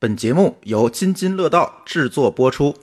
本节目由津津乐道制作播出。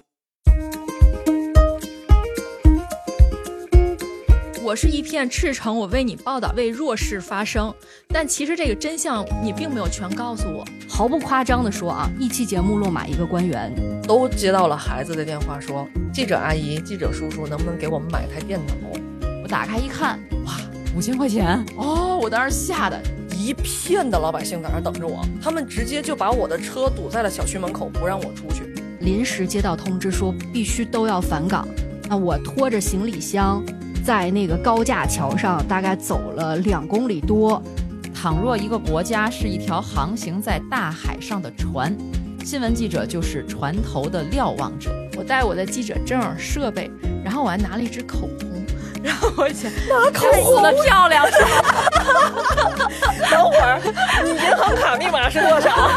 我是一片赤诚，我为你报道，为弱势发声。但其实这个真相你并没有全告诉我。 毫不夸张的说啊，一期节目落马一个官员。 都接到了孩子的电话说，记者阿姨、记者叔叔能不能给我们买台电脑？ 我打开一看，哇，5000块钱！ 哦，我当时吓得一片的老百姓在那等着我，他们直接就把我的车堵在了小区门口，不让我出去。 临时接到通知说必须都要返岗，那我拖着行李箱在那个高架桥上大概走了2公里多。 倘若一个国家是一条航行在大海上的船，新闻记者就是船头的瞭望者。 我带我的记者证设备，然后我还拿了一支口红，然后我想拿口红的漂亮是吧？ 等会儿你银行卡密码是多少？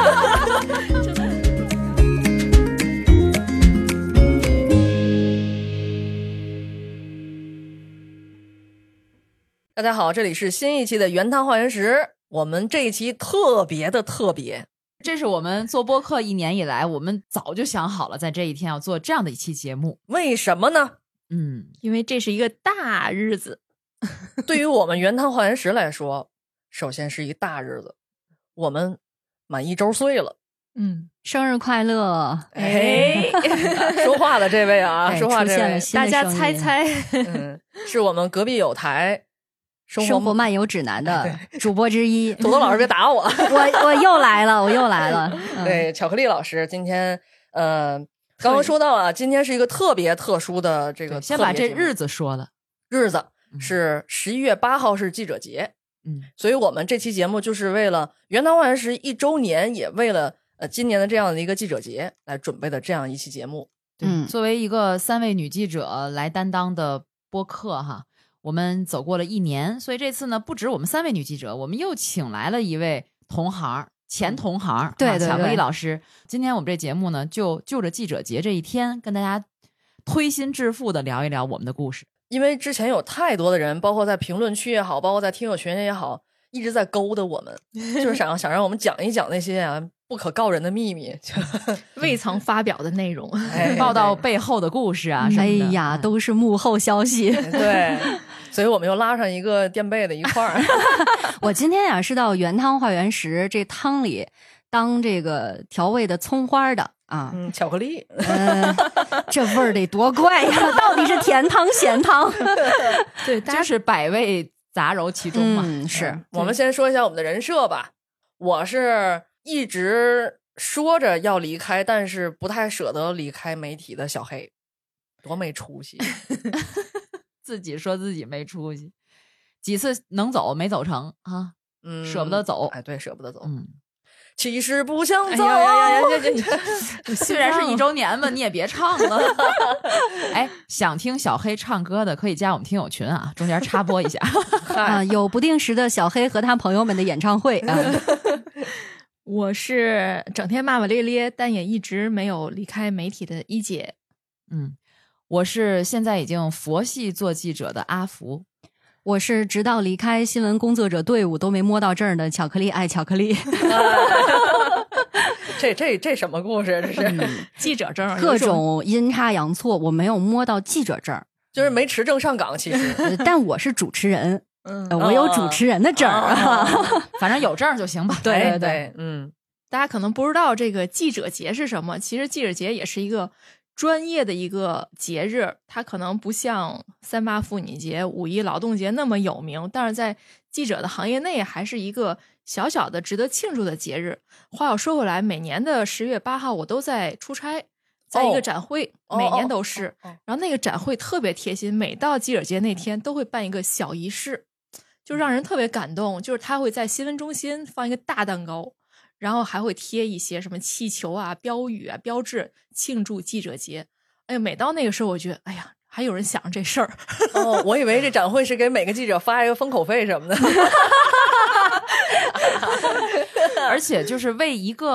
大家好，这里是新一期的原汤化原食，我们这一期特别的特别， 这是我们做播客1年以来，我们早就想好了，在这一天要做这样的一期节目。 为什么呢？ 因为这是一个大日子。 对于我们原汤化原食来说，首先是一个大日子，我们满1周岁了。 生日快乐！ 哎，说话的这位啊，说话这位， 大家猜猜， 是我们隔壁有台生活漫游指南的主播之一。 土豆老师别打我， 我又来了，我又来了。 对，巧克力老师今天刚刚说到了，今天是一个特别特殊的这个， 先把这日子说了。 日子是11月8号是记者节，所以我们这期节目就是为了原汤化原食1周年，也为了今年的这样的一个记者节来准备的这样一期节目。 作为一个3位女记者来担当的播客哈，我们走过了1年，所以这次呢，不止我们3位女记者，我们又请来了一位同行，前同行， 对， 巧克力老师。今天我们这节目呢，就着记者节这一天，跟大家推心置腹的聊一聊我们的故事。 因为之前有太多的人，包括在评论区也好，包括在听友群也好，一直在勾搭我们，就是想让我们讲一讲那些不可告人的秘密， 未曾发表的内容， 报道背后的故事啊什么的。 哎呀，都是幕后消息。 对，所以我们又拉上一个垫背的一块儿。 我今天是到原汤化原食这汤里当这个调味的葱花的啊， 巧克力， 这味儿得多怪呀！到底是甜汤咸汤？ 对，就是百味杂糅其中嘛。 是。 我们先说一下我们的人设吧。我是一直说着要离开，但是不太舍得离开媒体的小黑，多没出息。 自己说自己没出息，几次能走没走成啊？舍不得走。 哎，对，舍不得走。其实不想走。 虽然是1周年吧，你也别唱了。哎，想听小黑唱歌的可以加我们听友群啊，中间插播一下啊，有不定时的小黑和他朋友们的演唱会啊。 我是整天骂骂咧咧，但也一直没有离开媒体的一姐。 我是现在已经佛系做记者的阿福。 我是直到离开新闻工作者队伍都没摸到证的巧克力爱巧克力。 这什么故事？这是记者证， 各种阴差阳错，我没有摸到记者证， 就是没持证上岗。其实， 但我是主持人，我有主持人的证啊， 反正有证就行吧。 对， 大家可能不知道这个记者节是什么，其实记者节也是一个专业的一个节日，它可能不像3·8妇女节、5·1劳动节那么有名，但是在记者的行业内还是一个小小的值得庆祝的节日。话又说回来，每年的10月8号我都在出差，在一个展会，每年都是。然后那个展会特别贴心，每到记者节那天都会办一个小仪式，就让人特别感动。就是他会在新闻中心放一个大蛋糕，然后还会贴一些什么气球啊、标语啊、标志，庆祝记者节。哎呀，每到那个时候，我觉得，哎呀，还有人想着这事儿。 我以为这展会是给每个记者发一个封口费什么的。 而且就是为一个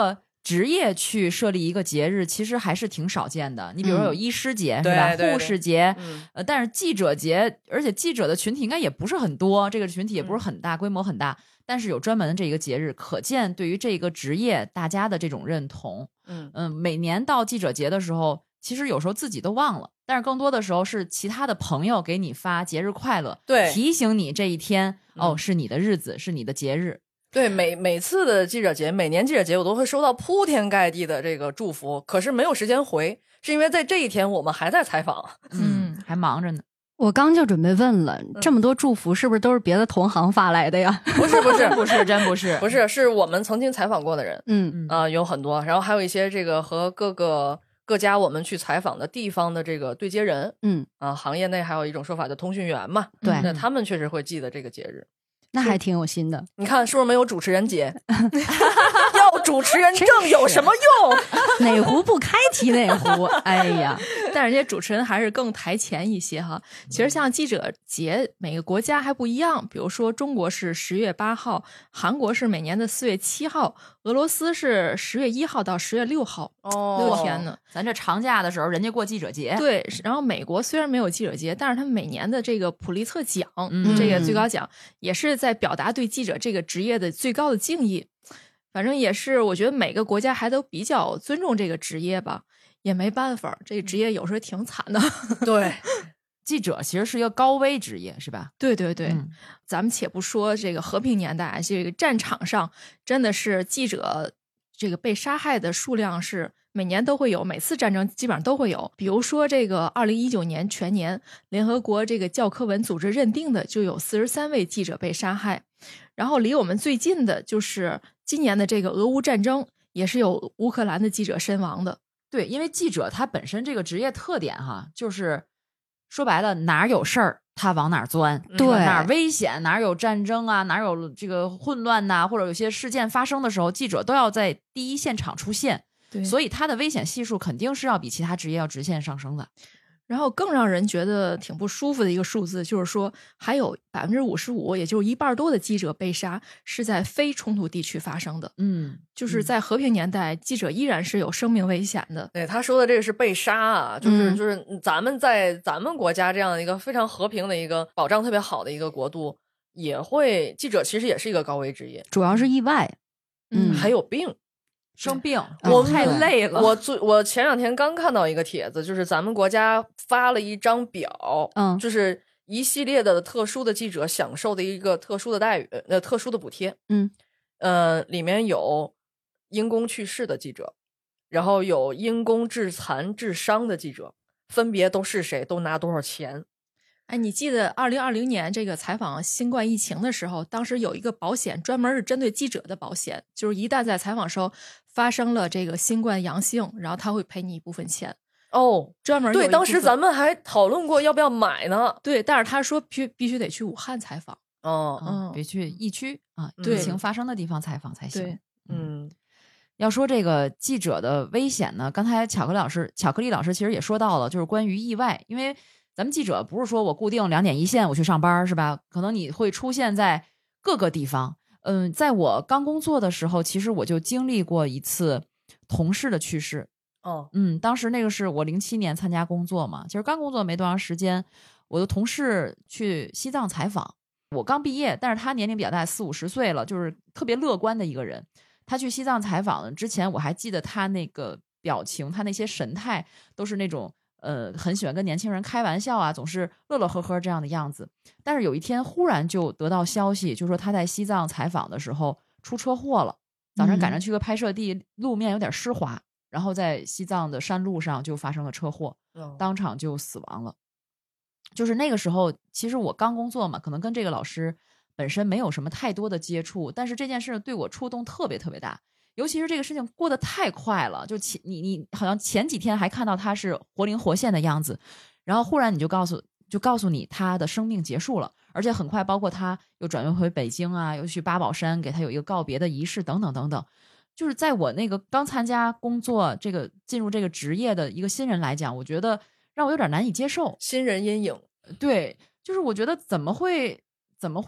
职业去设立一个节日，其实还是挺少见的。你比如说有医师节、是吧？ 对护士节，但是记者节，而且记者的群体应该也不是很多，这个群体也不是很大，规模很大。但是有专门的这个节日，可见对于这个职业大家的这种认同。每年到记者节的时候，其实有时候自己都忘了，但是更多的时候是其他的朋友给你发节日快乐， 对， 提醒你这一天是你的日子，是你的节日。 对，每次的记者节，每年记者节我都会收到铺天盖地的这个祝福，可是没有时间回，是因为在这一天我们还在采访， 还忙着呢。 我刚就准备问了，这么多祝福是不是都是别的同行发来的呀？ 不是， 真不是， 不是，是我们曾经采访过的人，有很多，然后还有一些这个和各家我们去采访的地方的这个对接人，行业内还有一种说法叫通讯员嘛， 对， 那他们确实会记得这个节日。 那还挺有心的。 你看是不是没有主持人节？要主持人证有什么用？ 哪壶不开提哪壶。哎呀， 但是这些主持人还是更台前一些哈。其实像记者节，每个国家还不一样。比如说中国是10月8号，韩国是每年的4月7号，俄罗斯是10月1号到10月6号。6天呢。 咱这长假的时候，人家过记者节。 对，然后美国虽然没有记者节，但是他们每年的这个普利策奖，这个最高奖也是在表达对记者这个职业的最高的敬意。反正也是，我觉得每个国家还都比较尊重这个职业吧，也没办法，这个职业有时候挺惨的。 对， 记者其实是一个高危职业，是吧？ 对对对，咱们且不说这个和平年代，这个战场上真的是记者这个被杀害的数量是每年都会有，每次战争基本上都会有。比如说这个2019年全年，联合国这个教科文组织认定的就有43位记者被杀害。然后离我们最近的就是今年的这个俄乌战争，也是有乌克兰的记者身亡的。 对，因为记者他本身这个职业特点哈，就是说白了哪儿有事儿他往哪儿钻， 对， 哪儿危险哪儿有战争啊，哪儿有这个混乱呐，或者有些事件发生的时候，记者都要在第一现场出现。 对， 所以他的危险系数肯定是要比其他职业要直线上升的。 然后更让人觉得挺不舒服的一个数字，就是说还有55%，也就是1半多的记者被杀是在非冲突地区发生的。就是在和平年代，记者依然是有生命危险的。 对，他说的这个是被杀啊，就是咱们在咱们国家这样一个非常和平的一个保障特别好的一个国度，也会记者其实也是一个高危职业， 主要是意外， 还有病。 生病， 我太累了。 我前2天刚看到一个帖子，就是咱们国家发了一张表，就是一系列的特殊的记者享受的一个特殊的待遇，特殊的补贴。里面有因公去世的记者，然后有因公致残致伤的记者，分别都是谁，都拿多少钱。 哎，你记得2020年这个采访新冠疫情的时候，当时有一个保险专门是针对记者的保险，就是一旦在采访时候发生了这个新冠阳性，然后他会赔你一部分钱。专门对，当时咱们还讨论过要不要买呢。 对，但是他说必须得去武汉采访， 别去疫区啊， 疫情发生的地方采访才行。 对， 要说这个记者的危险呢，刚才巧克力老师其实也说到了，就是关于意外，因为咱们记者不是说我固定2点一线我去上班是吧？可能你会出现在各个地方。在我刚工作的时候，其实我就经历过一次同事的去世。当时那个是我07年参加工作嘛，其实刚工作没多长时间，我的同事去西藏采访，我刚毕业，但是他年龄比较大，40-50岁了，就是特别乐观的一个人。他去西藏采访之前，我还记得他那个表情，他那些神态都是那种很喜欢跟年轻人开玩笑啊，总是乐乐呵呵这样的样子。但是有一天忽然就得到消息，就说他在西藏采访的时候出车祸了，早上赶上去个拍摄地，路面有点湿滑，然后在西藏的山路上就发生了车祸，当场就死亡了。就是那个时候，其实我刚工作嘛，可能跟这个老师本身没有什么太多的接触，但是这件事对我触动特别特别大。尤其是这个事情过得太快了，就你好像前几天还看到他是活灵活现的样子，然后忽然你就告诉你他的生命结束了，而且很快包括他又转运回北京啊，又去八宝山给他有一个告别的仪式等等等等。就是在我那个刚参加工作这个进入这个职业的一个新人来讲，我觉得让我有点难以接受。 新人阴影。 对，就是我觉得怎么会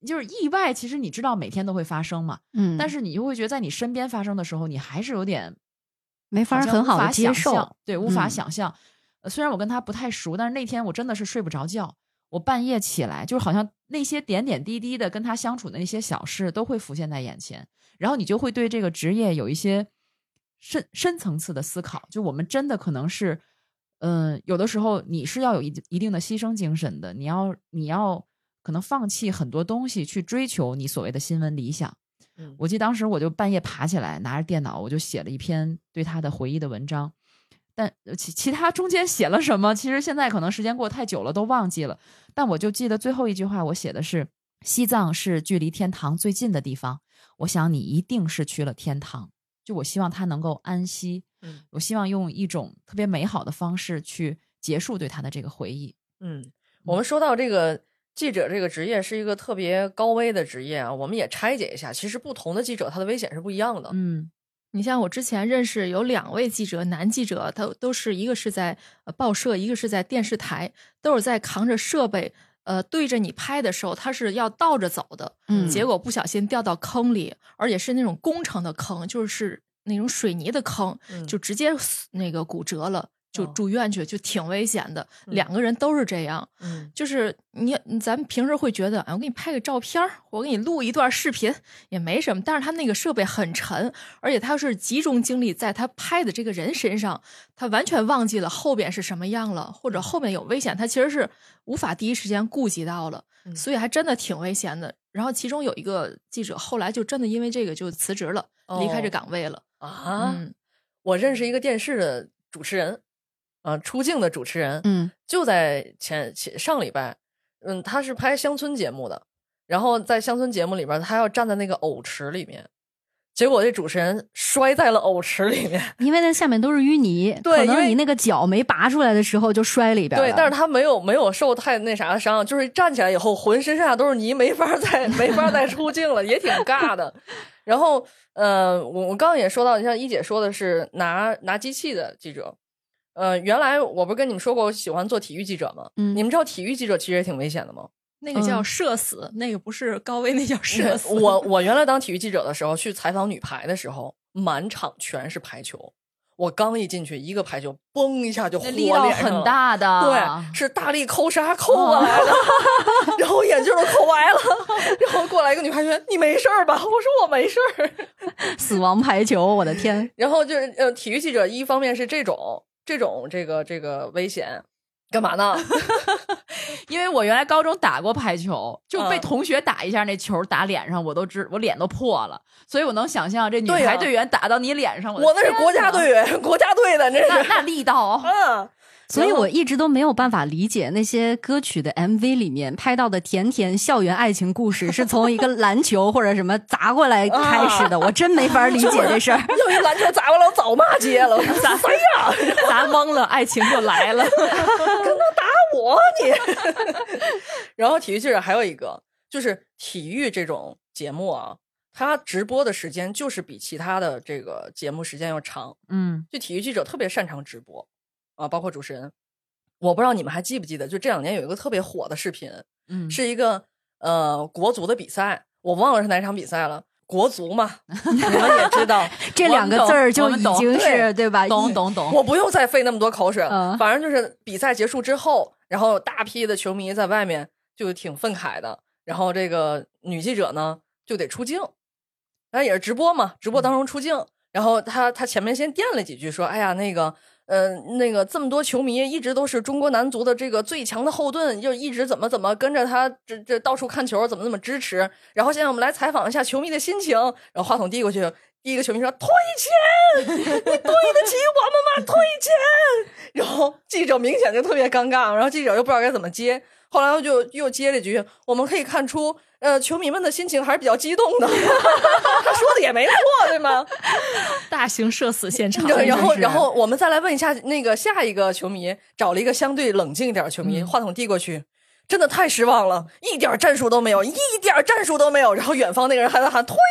就是意外，其实你知道每天都会发生嘛，但是你就会觉得在你身边发生的时候，你还是有点没法很好的接受， 对，无法想象。虽然我跟他不太熟，但是那天我真的是睡不着觉，我半夜起来，就是好像那些点点滴滴的跟他相处的那些小事都会浮现在眼前，然后你就会对这个职业有一些深层次的思考，就我们真的可能是，有的时候你是要有一定的牺牲精神的，你要可能放弃很多东西去追求你所谓的新闻理想。我记得当时我就半夜爬起来，拿着电脑，我就写了一篇对他的回忆的文章。但其他中间写了什么，其实现在可能时间过得太久了，都忘记了。但我就记得最后一句话，我写的是：西藏是距离天堂最近的地方，我想你一定是去了天堂。就我希望他能够安息，我希望用一种特别美好的方式去结束对他的这个回忆。 我们说到这个记者这个职业是一个特别高危的职业啊，我们也拆解一下，其实不同的记者他的危险是不一样的。 你像我之前认识有2位记者，男记者，他都是一个是在报社，一个是在电视台，都是在扛着设备，对着你拍的时候，他是要倒着走的，结果不小心掉到坑里，而且是那种工程的坑，就是那种水泥的坑，就直接那个骨折了。就住院去，就挺危险的。2个人都是这样，就是咱们平时会觉得，哎，我给你拍个照片，我给你录一段视频也没什么。但是他那个设备很沉，而且他是集中精力在他拍的这个人身上，他完全忘记了后边是什么样了，或者后面有危险，他其实是无法第一时间顾及到了，所以还真的挺危险的。然后其中有一个记者后来就真的因为这个就辞职了，离开这岗位了。 我认识一个电视的主持人。出镜的主持人，就在上礼拜，他是拍乡村节目的，然后在乡村节目里边，他要站在那个藕池里面，结果这主持人摔在了藕池里面， 因为那下面都是淤泥， 对， 可能你那个脚没拔出来的时候就摔里边了。 对，但是他没有受太那啥的伤，就是站起来以后浑身上下都是泥，没法再出镜了，也挺尬的。然后，我刚刚也说到，你像一姐说的是拿机器的记者。原来我不是跟你们说过我喜欢做体育记者吗？你们知道体育记者其实也挺危险的吗？ 那个叫社死，那个不是高危，那叫社死。 我原来当体育记者的时候，去采访女排的时候，满场全是排球。我刚一进去，一个排球嘣一下就豁脸上了， 力道很大的， 对，是大力抠痧抠过来的，然后眼镜都抠歪了，然后过来一个女排员，你没事吧？我说我没事儿。 死亡排球，我的天！ 然后就是体育记者一方面是这种这个危险，干嘛呢？ 因为我原来高中打过排球，就被同学打一下，那球打脸上，我脸都破了，所以我能想象这女排队员打到你脸上， 我那是国家队员，国家队的， 那力道， 所以我一直都没有办法理解那些歌曲的 MV 里面拍到的甜甜校园爱情故事是从一个篮球或者什么砸过来开始的，我真没法理解这事儿。 要一篮球砸过来，我早骂街了，砸谁呀？ 砸懵了，爱情就来了， 刚刚打我你。然后体育记者还有一个，就是体育这种节目啊，它直播的时间就是比其他的这个节目时间要长。就体育记者特别擅长直播。包括主持人，我不知道你们还记不记得，就这2年有一个特别火的视频，是一个国足的比赛，我忘了是哪场比赛了。国足嘛，你们也知道， 这2个字儿就已经是 对吧？ 懂， 我不用再费那么多口水了。反正就是比赛结束之后，然后大批的球迷在外面就挺愤慨的，然后这个女记者呢就得出镜，然后也是直播嘛，直播当中出镜，然后他前面先垫了几句，说：“哎呀，那个这么多球迷一直都是中国男足的这个最强的后盾，就一直怎么跟着他这到处看球，怎么支持。然后现在我们来采访一下球迷的心情。然后话筒递过去，第一个球迷说：退钱，你对得起我们吗？退钱。然后记者明显就特别尴尬，然后记者又不知道该怎么接。后来又接了一句：我们可以看出，球迷们的心情还是比较激动的。他说的也没错，对吗？ 大型社死现场。 然后我们再来问一下那个下一个球迷，找了一个相对冷静一点的球迷，话筒递过去，真的太失望了，一点战术都没有，一点战术都没有。然后远方那个人还在喊退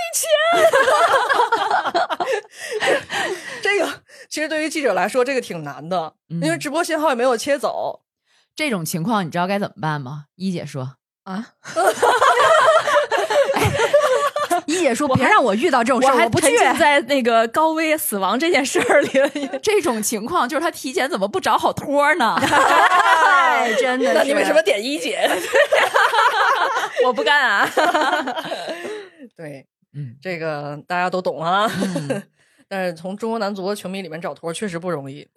钱。这个其实对于记者来说，这个挺难的，因为直播信号也没有切走。 这种情况你知道该怎么办吗？一姐说啊， 一姐说别让我遇到这种事儿，我不去。 在那个高危死亡这件事儿里， 这种情况就是他提前怎么不找好托呢？ 哎，真的是。 那你为什么点一姐？ 我不干啊。 对，这个大家都懂啊。但是从中国男足的球迷里面找托确实不容易。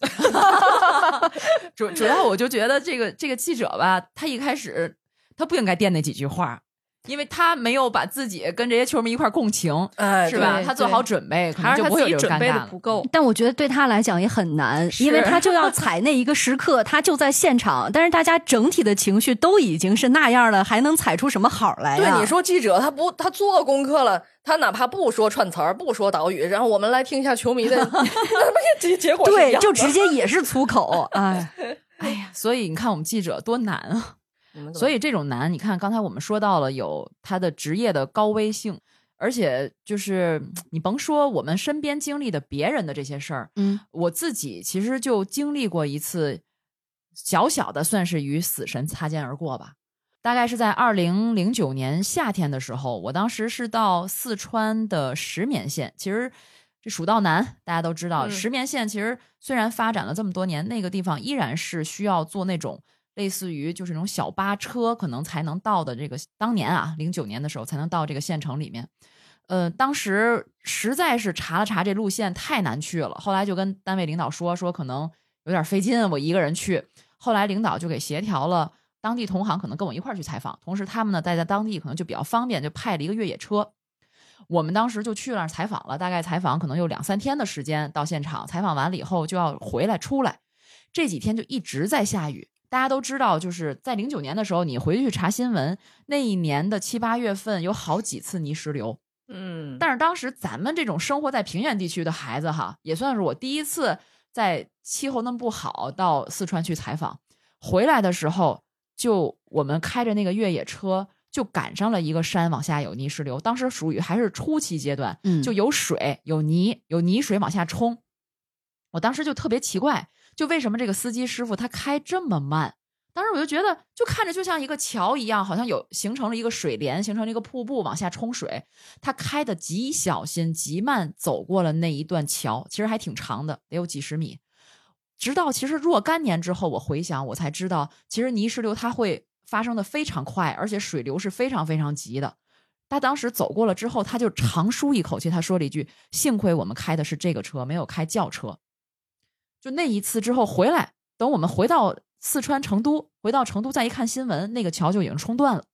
主要我就觉得这个记者吧，他一开始他不应该垫那几句话，因为他没有把自己跟这些球迷一块共情，是吧？他做好准备，可能就不会有这个尴尬了。 不够， 但我觉得对他来讲也很难，因为他就要踩那一个时刻，他就在现场，但是大家整体的情绪都已经是那样了，还能踩出什么好来呀？ 对，你说记者他做功课了，他哪怕不说串词儿，不说导语，然后我们来听一下球迷的，那结果是一样的， 对，就直接也是粗口。 哎呀，所以你看我们记者多难啊！所以这种难，你看刚才我们说到了有他的职业的高危性，而且就是你甭说我们身边经历的别人的这些事儿，我自己其实就经历过一次小小的算是与死神擦肩而过吧。大概是在2009年夏天的时候，我当时是到四川的石棉县，其实这蜀道难大家都知道，石棉县其实虽然发展了这么多年，那个地方依然是需要坐那种类似于就是那种小巴车可能才能到的，这个当年啊09年的时候才能到这个县城里面。当时实在是查了查这路线太难去了，后来就跟单位领导说可能有点费劲，我一个人去。后来领导就给协调了当地同行可能跟我一块儿去采访，同时他们呢在当地可能就比较方便，就派了一个越野车。我们当时就去那儿采访了，大概采访可能有2-3天的时间，到现场采访完了以后就要回来出来，这几天就一直在下雨。大家都知道，就是在09年的时候，你回去查新闻，那一年的7-8月份有好几次泥石流。但是当时咱们这种生活在平原地区的孩子哈，也算是我第一次在气候那么不好到四川去采访。回来的时候，就我们开着那个越野车，就赶上了一个山往下有泥石流，当时属于还是初期阶段，就有水有泥水往下冲。我当时就特别奇怪，就为什么这个司机师傅他开这么慢？当时我就觉得就看着就像一个桥一样，好像有形成了一个水帘，形成了一个瀑布往下冲水，他开的极小心极慢走过了那一段桥，其实还挺长的，得有几十米。直到其实若干年之后，我回想我才知道，其实泥石流它会发生的非常快，而且水流是非常非常急的。他当时走过了之后，他就长舒一口气，他说了一句：幸亏我们开的是这个车，没有开轿车。就那一次之后回来，等我们回到四川成都，回到成都再一看新闻，那个桥就已经冲断了。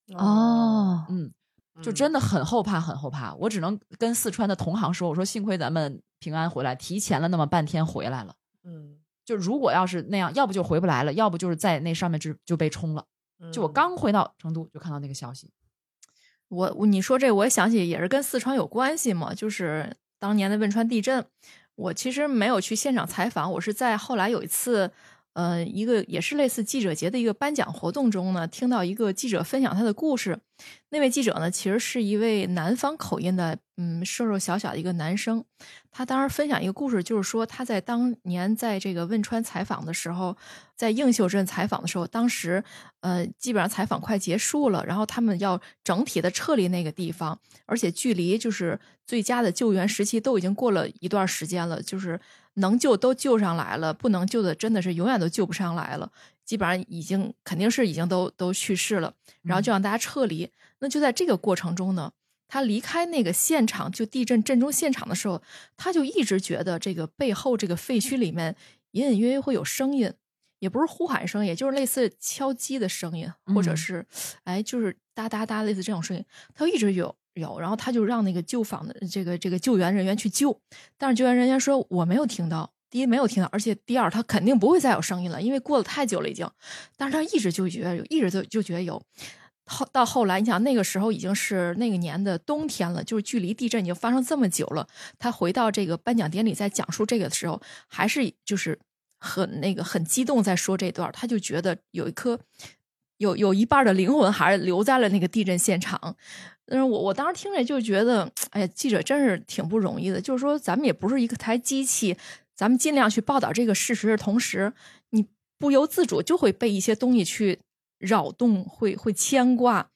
就真的很后怕很后怕。我只能跟四川的同行说，我说幸亏咱们平安回来，提前了那么半天回来了。就如果要是那样，要不就回不来了，要不就是在那上面就被冲了。就我刚回到成都就看到那个消息。 你说这我也想起也是跟四川有关系嘛，就是当年的汶川地震。我其实没有去现场采访，我是在后来有一次一个也是类似记者节的一个颁奖活动中呢，听到一个记者分享他的故事。那位记者呢，其实是一位南方口音的瘦瘦小小的一个男生。他当时分享一个故事，就是说他在当年在这个汶川采访的时候，在映秀镇采访的时候，当时基本上采访快结束了，然后他们要整体的撤离那个地方，而且距离就是最佳的救援时期都已经过了一段时间了，就是能救都救上来了，不能救的真的是永远都救不上来了，基本上肯定是已经都去世了，然后就让大家撤离。那就在这个过程中呢，他离开那个现场，就地震震中现场的时候，他就一直觉得这个背后这个废墟里面隐隐约约会有声音，也不是呼喊声，也就是类似敲击的声音，或者是就是哒哒哒类似这种声音，他就一直有，然后他就让那个救访的这个救援人员去救，但是救援人员说我没有听到，第一没有听到，而且第二他肯定不会再有声音了，因为过了太久了已经，但是他一直就觉得有，一直就觉得有。到后来你想那个时候已经是那个年的冬天了，就是距离地震已经发生这么久了，他回到这个颁奖典礼在讲述这个的时候，还是就是很激动在说这段，他就觉得有有一半的灵魂还是留在了那个地震现场。但是我当时听着就觉得，哎呀，记者真是挺不容易的，就是说咱们也不是一个台机器，咱们尽量去报道这个事实的同时，你不由自主就会被一些东西去扰动，会牵挂，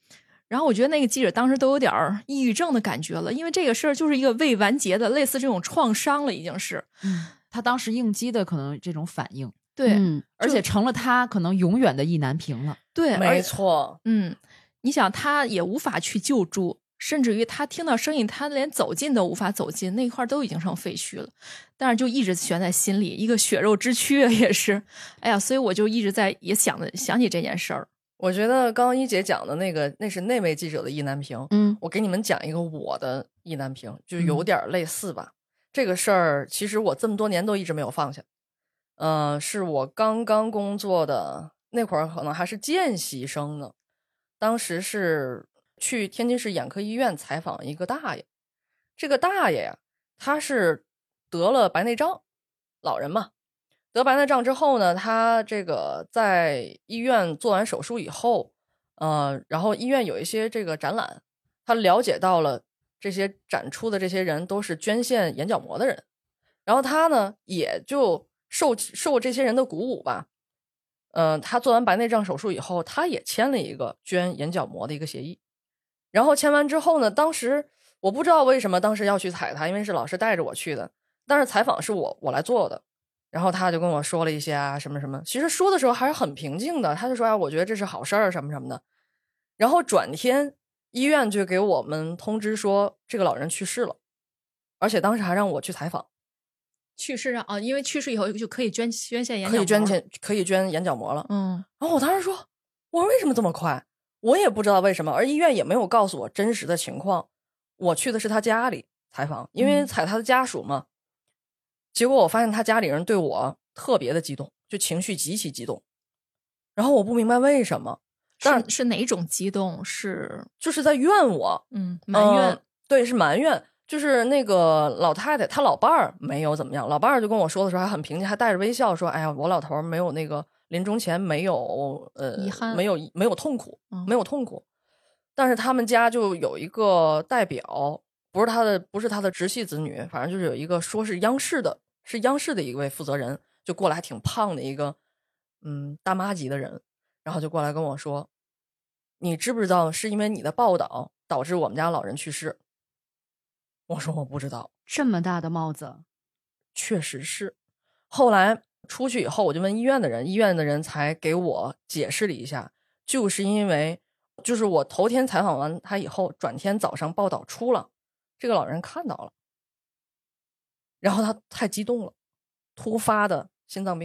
然后我觉得那个记者当时都有点抑郁症的感觉了，因为这个事儿就是一个未完结的类似这种创伤了，已经是。 他当时应激的可能这种反应， 对， 而且成了他可能永远的意难平了。 对， 没错。 你想他也无法去救助，甚至于他听到声音，他连走近都无法走近，那块都已经成废墟了，但是就一直悬在心里，一个血肉之躯也是。哎呀，所以我就一直在也想起这件事儿。 我觉得刚刚一姐讲的那是那位记者的意难平。我给你们讲一个我的意难平，就有点类似吧。这个事儿其实我这么多年都一直没有放下。是我刚刚工作的那会儿，可能还是见习生呢。当时是去天津市眼科医院采访一个大爷，这个大爷呀，他是得了白内障，老人嘛，得白内障之后呢，他这个在医院做完手术以后，然后医院有一些这个展览，他了解到了这些展出的这些人都是捐献眼角膜的人，然后他呢也就受这些人的鼓舞吧。他做完白内障手术以后，他也签了一个捐眼角膜的一个协议。然后签完之后呢，当时我不知道为什么当时要去采他，因为是老师带着我去的，但是采访是我来做的。然后他就跟我说了一些什么什么，其实说的时候还是很平静的，他就说我觉得这是好事儿什么什么的。然后转天医院就给我们通知说这个老人去世了，而且当时还让我去采访。 去世啊，因为去世以后就可以捐献眼角膜， 可以捐眼角膜了。然后我当时说，我说为什么这么快？我也不知道为什么，而医院也没有告诉我真实的情况。我去的是他家里采访，因为采他的家属嘛。结果我发现他家里人对我特别的激动，就情绪极其激动。然后我不明白为什么，但是哪种激动？ 就是在怨我， 埋怨， 对，是埋怨。就是那个老太太，她老伴儿没有怎么样，老伴儿就跟我说的时候还很平静，还带着微笑说：“哎呀，我老头没有那个临终前没有遗憾， 没有痛苦，没有痛苦。”但是他们家就有一个代表，不是他的直系子女，反正就是有一个说是央视的一位负责人，就过来还挺胖的一个大妈级的人，然后就过来跟我说：“你知不知道是因为你的报道导致我们家老人去世？”我说我不知道。 这么大的帽子， 确实是。后来出去以后，我就问医院的人，医院的人才给我解释了一下，就是因为就是我头天采访完他以后，转天早上报道出了，这个老人看到了，然后他太激动了，突发的心脏病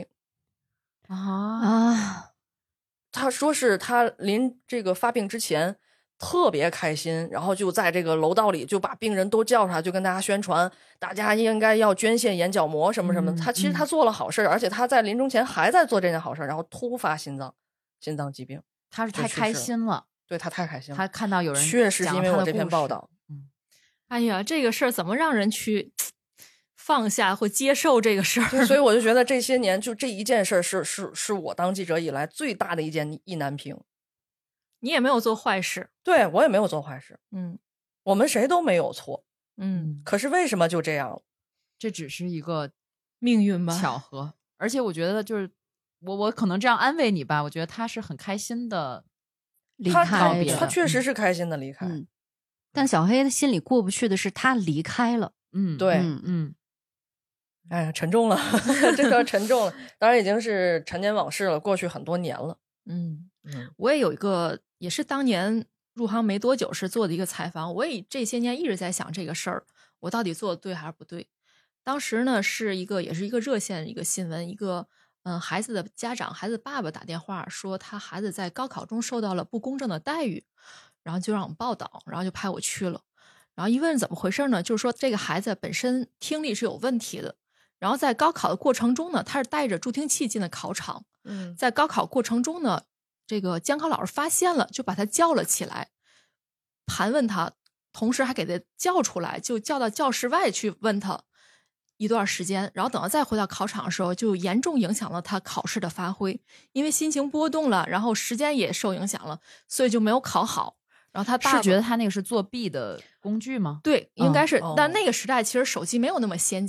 啊！ 他说是他临这个发病之前特别开心，然后就在这个楼道里就把病人都叫出来，就跟大家宣传大家应该要捐献眼角膜什么什么。他其实他做了好事，而且他在临终前还在做这件好事，然后突发心脏疾病。 他是太开心了， 对，他太开心了。 他看到有人确实是因为我这篇报道。 哎呀，这个事儿怎么让人去放下或接受这个事儿？ 所以我就觉得这些年就这一件事是我当记者以来最大的一件意难平。 你也没有做坏事， 对，我也没有做坏事，我们谁都没有错，可是为什么就这样了？ 这只是一个命运吧， 巧合。而且我觉得就是我可能这样安慰你吧，我觉得他是很开心的离开， 他确实是开心的离开， 但小黑的心里过不去的是他离开了， 对，哎呀，沉重了，这个沉重了，当然已经是陈年往事了，过去很多年了， 我也有一个。也是当年入行没多久时做的一个采访，我也这些年一直在想这个事儿，我到底做的对还是不对？当时呢也是一个热线一个新闻，一个孩子的家长，孩子爸爸打电话说他孩子在高考中受到了不公正的待遇，然后就让我们报道，然后就派我去了，然后一问怎么回事呢？就是说这个孩子本身听力是有问题的，然后在高考的过程中呢，他是带着助听器进的考场，在高考过程中呢。这个监考老师发现了，就把他叫了起来，盘问他，同时还给他叫出来，就叫到教室外去问他一段时间，然后等到再回到考场的时候，就严重影响了他考试的发挥，因为心情波动了，然后时间也受影响了，所以就没有考好。然后他爸爸是觉得他那个是作弊的工具吗？ 对，应该是。但那个时代其实手机没有那么先进，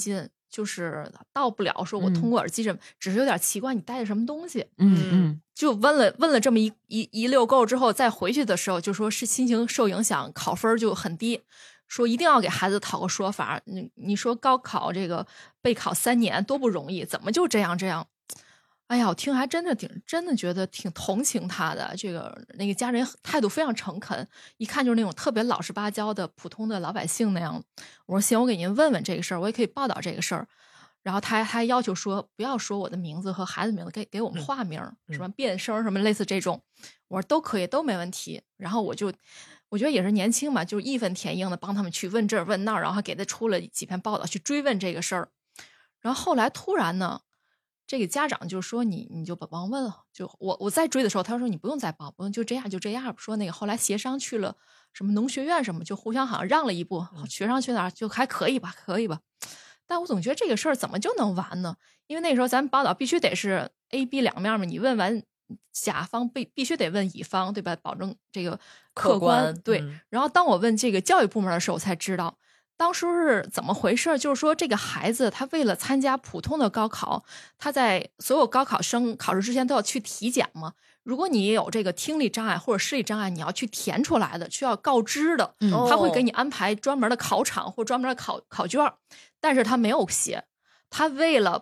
就是到不了说我通过耳机什么，只是有点奇怪你带的什么东西。就问了这么一溜够之后，再回去的时候就说是心情受影响，考分就很低，说一定要给孩子讨个说法。你说高考这个备考3年多不容易，怎么就这样？哎呀，我听还真的觉得挺同情他的。那个家人态度非常诚恳，一看就是那种特别老实巴交的普通的老百姓那样。我说行，我给您问问这个事儿，我也可以报道这个事儿。然后他还要求说不要说我的名字和孩子名字，给我们化名，什么变声什么类似这种。我说都可以，都没问题。然后我觉得也是年轻嘛，就义愤填膺的帮他们去问这儿问那儿，然后还给他出了几篇报道去追问这个事儿。然后后来突然呢，这个家长就说你就甭问了。就我再追的时候，他说你不用再报，不用就这样。说那个后来协商去了什么农学院什么，就互相好像让了一步，学上去哪儿就还可以吧。但我总觉得这个事儿怎么就能完呢？因为那时候咱们报道必须得是 A、B 两面嘛，你问完甲方必须得问乙方，对吧？保证这个客观。对。然后当我问这个教育部门的时候，我才知道当时是怎么回事。就是说这个孩子他为了参加普通的高考，他在所有高考生考试之前都要去体检嘛。如果你有这个听力障碍或者视力障碍，你要去填出来的，需要告知的，他会给你安排专门的考场或专门的考卷，但是他没有写。他为了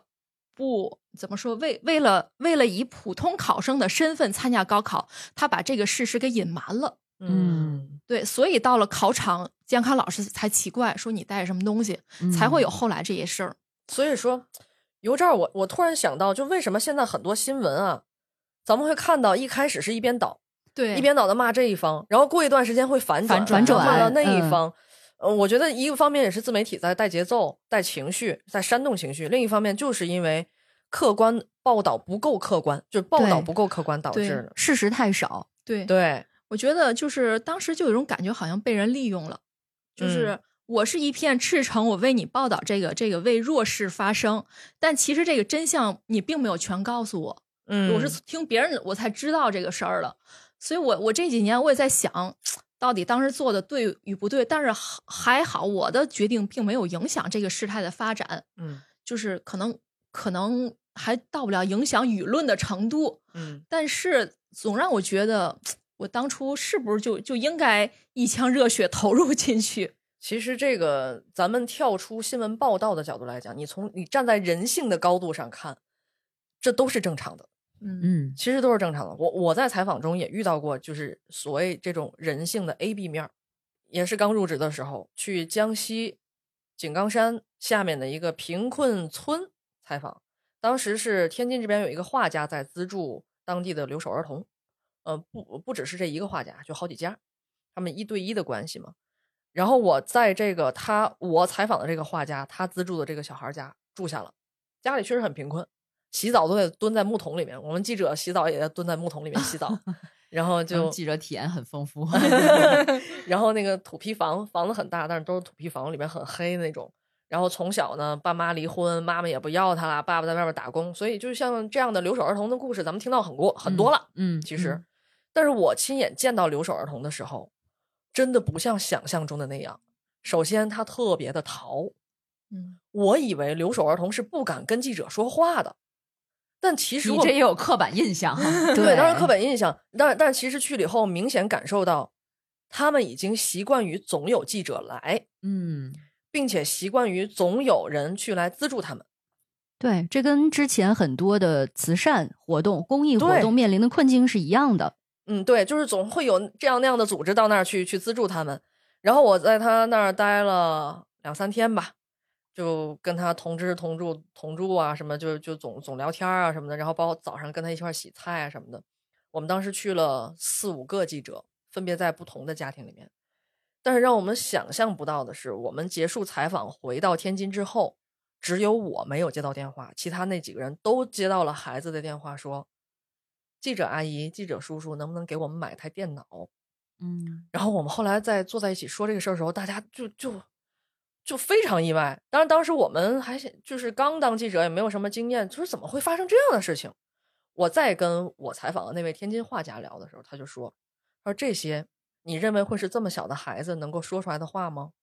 为了以普通考生的身份参加高考，他把这个事实给隐瞒了。对，所以到了考场，监考老师才奇怪，说你带什么东西，才会有后来这些事儿。 所以说，由这儿我突然想到，就为什么现在很多新闻啊，咱们会看到一开始是一边倒， 对， 一边倒的骂这一方，然后过一段时间会反转骂到那一方。我觉得一个方面也是自媒体在带节奏、带情绪、在煽动情绪；另一方面就是因为客观报道不够客观，就是报道不够客观导致的， 事实太少。 对， 我觉得就是当时就有一种感觉，好像被人利用了。就是我是一片赤诚，我为你报道这个为弱势发声，但其实这个真相你并没有全告诉我。我是听别人我才知道这个事儿了。所以我这几年我也在想，到底当时做的对与不对。但是还好，我的决定并没有影响这个事态的发展。就是可能还到不了影响舆论的程度。但是总让我觉得，我当初是不是就应该一腔热血投入进去？ 其实这个咱们跳出新闻报道的角度来讲，你站在人性的高度上看，这都是正常的。其实都是正常的。我在采访中也遇到过，就是所谓这种人性的 A、B 面，也是刚入职的时候去江西井冈山下面的一个贫困村采访。当时是天津这边有一个画家在资助当地的留守儿童，不只是这一个画家，就好几家，他们1对1的关系嘛。然后我在我采访的这个画家，他资助的这个小孩家住下了，家里确实很贫困。洗澡都得蹲在木桶里面，我们记者洗澡也得蹲在木桶里面洗澡，然后就记者体验很丰富。 然后那个土坯房子很大，但是都是土坯房，里面很黑那种。然后从小呢，爸妈离婚，妈妈也不要他了，爸爸在外面打工，所以就像这样的留守儿童的故事，咱们听到很多了。其实，但是我亲眼见到留守儿童的时候，真的不像想象中的那样。首先，他特别的淘。我以为留守儿童是不敢跟记者说话的。但其实你这也有刻板印象。 对，当然刻板印象，但其实去了以后明显感受到他们已经习惯于总有记者来，并且习惯于总有人去来资助他们。 对，这跟之前很多的慈善活动、公益活动面临的困境是一样的。 对，就是总会有这样那样的组织到那儿去资助他们。然后我在他那儿待了2-3天吧，就跟他同住啊什么，就总聊天啊什么的，然后包括早上跟他一块洗菜啊什么的。我们当时去了4-5个记者，分别在不同的家庭里面。但是让我们想象不到的是，我们结束采访回到天津之后，只有我没有接到电话，其他那几个人都接到了孩子的电话，说记者阿姨、记者叔叔能不能给我们买台电脑。然后我们后来在坐在一起说这个事儿的时候，大家就非常意外。当然当时我们还就是刚当记者，也没有什么经验，就是怎么会发生这样的事情。我在跟我采访的那位天津画家聊的时候，他就说这些你认为会是这么小的孩子能够说出来的话吗？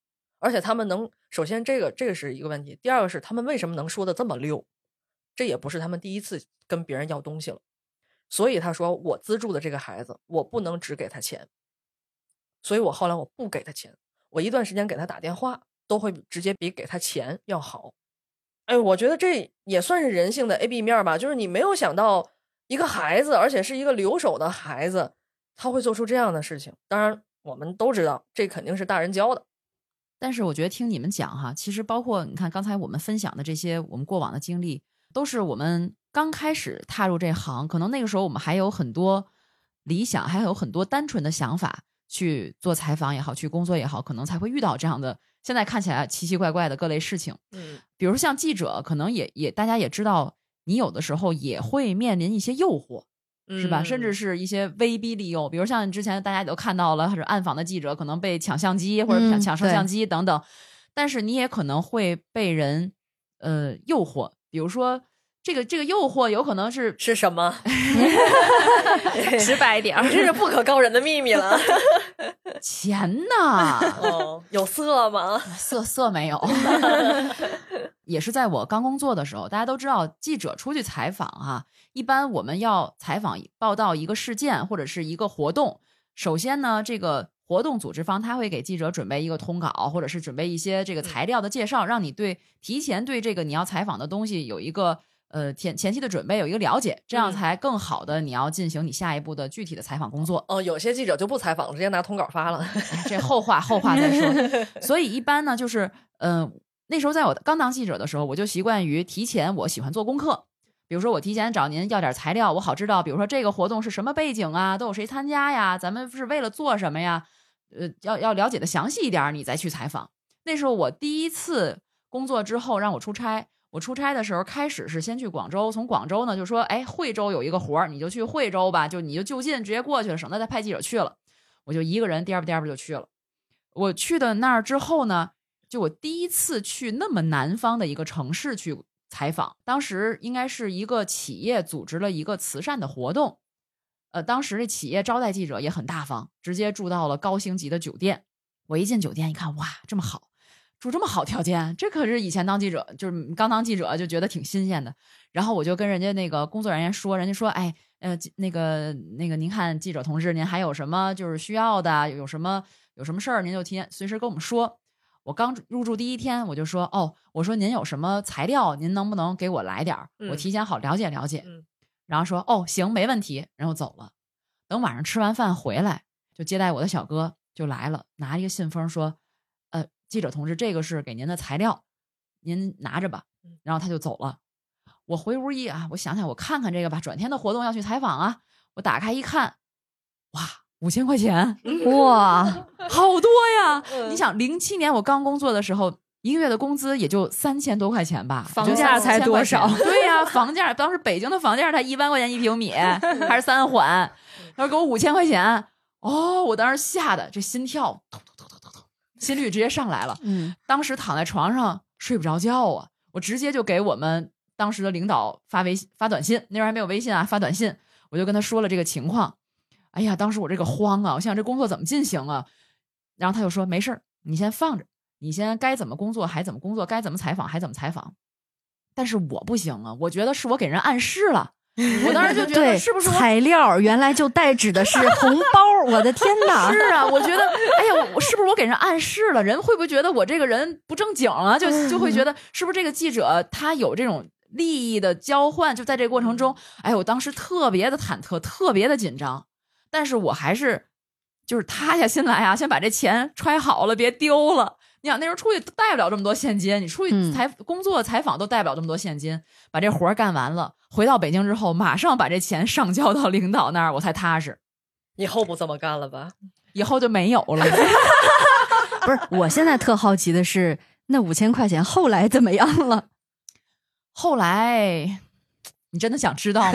而且他们能，首先这个是一个问题，第二个是他们为什么能说的这么溜，这也不是他们第一次跟别人要东西了，所以他说我资助的这个孩子，我不能只给他钱，所以我后来我不给他钱，我一段时间给他打电话都会直接比给他钱要好。哎，我觉得这也算是人性的 AB 面吧，就是你没有想到一个孩子，而且是一个留守的孩子，他会做出这样的事情。当然我们都知道这肯定是大人教的， 但是我觉得听你们讲哈，其实包括你看刚才我们分享的这些我们过往的经历，都是我们刚开始踏入这行，可能那个时候我们还有很多理想，还有很多单纯的想法去做采访也好，去工作也好，可能才会遇到这样的现在看起来奇奇怪怪的各类事情。比如像记者，可能也大家也知道，你有的时候也会面临一些诱惑，是吧？甚至是一些威逼利诱，比如像之前大家也都看到了，是暗访的记者可能被抢相机或者抢摄像机等等，但是你也可能会被人诱惑，比如说这个诱惑有可能是什么？ 直白一点， 这是不可告人的秘密了。 钱呢？ 哦，有色吗？ 色没有。也是在我刚工作的时候，大家都知道记者出去采访啊，一般我们要采访报道一个事件或者是一个活动，首先呢，这个活动组织方他会给记者准备一个通稿，或者是准备一些这个材料的介绍，让你提前对这个你要采访的东西有一个前期的准备，有一个了解，这样才更好的你要进行你下一步的具体的采访工作。 哦，有些记者就不采访了，直接拿通稿发了。 这后话再说。所以一般呢，就是那时候在我刚当记者的时候，我就习惯于提前，我喜欢做功课。比如说我提前找您要点材料，我好知道，比如说这个活动是什么背景啊，都有谁参加呀，咱们是为了做什么呀？要了解的详细一点，你再去采访。那时候我第一次工作之后让我出差，我出差的时候开始是先去广州，从广州呢就说，哎，惠州有一个活你就去惠州吧，你就近直接过去了，省得再派记者去了。我就一个人颠吧就去了。我去的那儿之后呢，就我第一次去那么南方的一个城市去采访，当时应该是一个企业组织了一个慈善的活动，当时这企业招待记者也很大方，直接住到了高星级的酒店。我一进酒店一看，哇，这么好，住这么好条件，这可是以前当记者，就是刚当记者就觉得挺新鲜的。然后我就跟人家那个工作人员说，人家说，哎，那个您看记者同志，您还有什么就是需要的，有什么事儿，您就提前随时跟我们说。我刚入住第一天，我就说，我说您有什么材料，您能不能给我来点儿，我提前好了解了解。然后说，行，没问题，然后走了。等晚上吃完饭回来，就接待我的小哥就来了，拿一个信封说，记者同志，这个是给您的材料，您拿着吧。然后他就走了。我回屋我想想，我看看这个吧，转天的活动要去采访啊。我打开一看，哇，5000块钱， 哇， 好多呀！你想，07年我刚工作的时候，一个月的工资也就3000多块钱吧， 房价才多少？ 对呀，房价当时北京的房价才1万块钱1平米，还是3环，他说给我5000块钱，我当时吓得这心跳心率直接上来了。当时躺在床上睡不着觉啊，我直接就给我们当时的领导发短信，那时候还没有微信啊，发短信，我就跟他说了这个情况。哎呀，当时我这个慌啊，我想这工作怎么进行啊？然后他就说没事，你先放着，你先该怎么工作还怎么工作，该怎么采访还怎么采访。但是我不行啊，我觉得是我给人暗示了。我当时就觉得是不是材料原来就代指的是红包？我的天哪！ 是啊，我觉得，哎呀，我是不是我给人暗示了？人会不会觉得我这个人不正经啊？就会觉得是不是这个记者他有这种利益的交换？就在这个过程中，哎，我当时特别的忐忑，特别的紧张。但是我还是就是塌下心来啊，先把这钱揣好了，别丢了。你想那时候出去带不了这么多现金，你出去工作采访都带不了这么多现金，把这活干完了，回到北京之后，马上把这钱上交到领导那儿，我才踏实。 以后不这么干了吧？ 以后就没有了。 不是，我现在特好奇的是，那5000块钱后来怎么样了？ 后来，你真的想知道吗？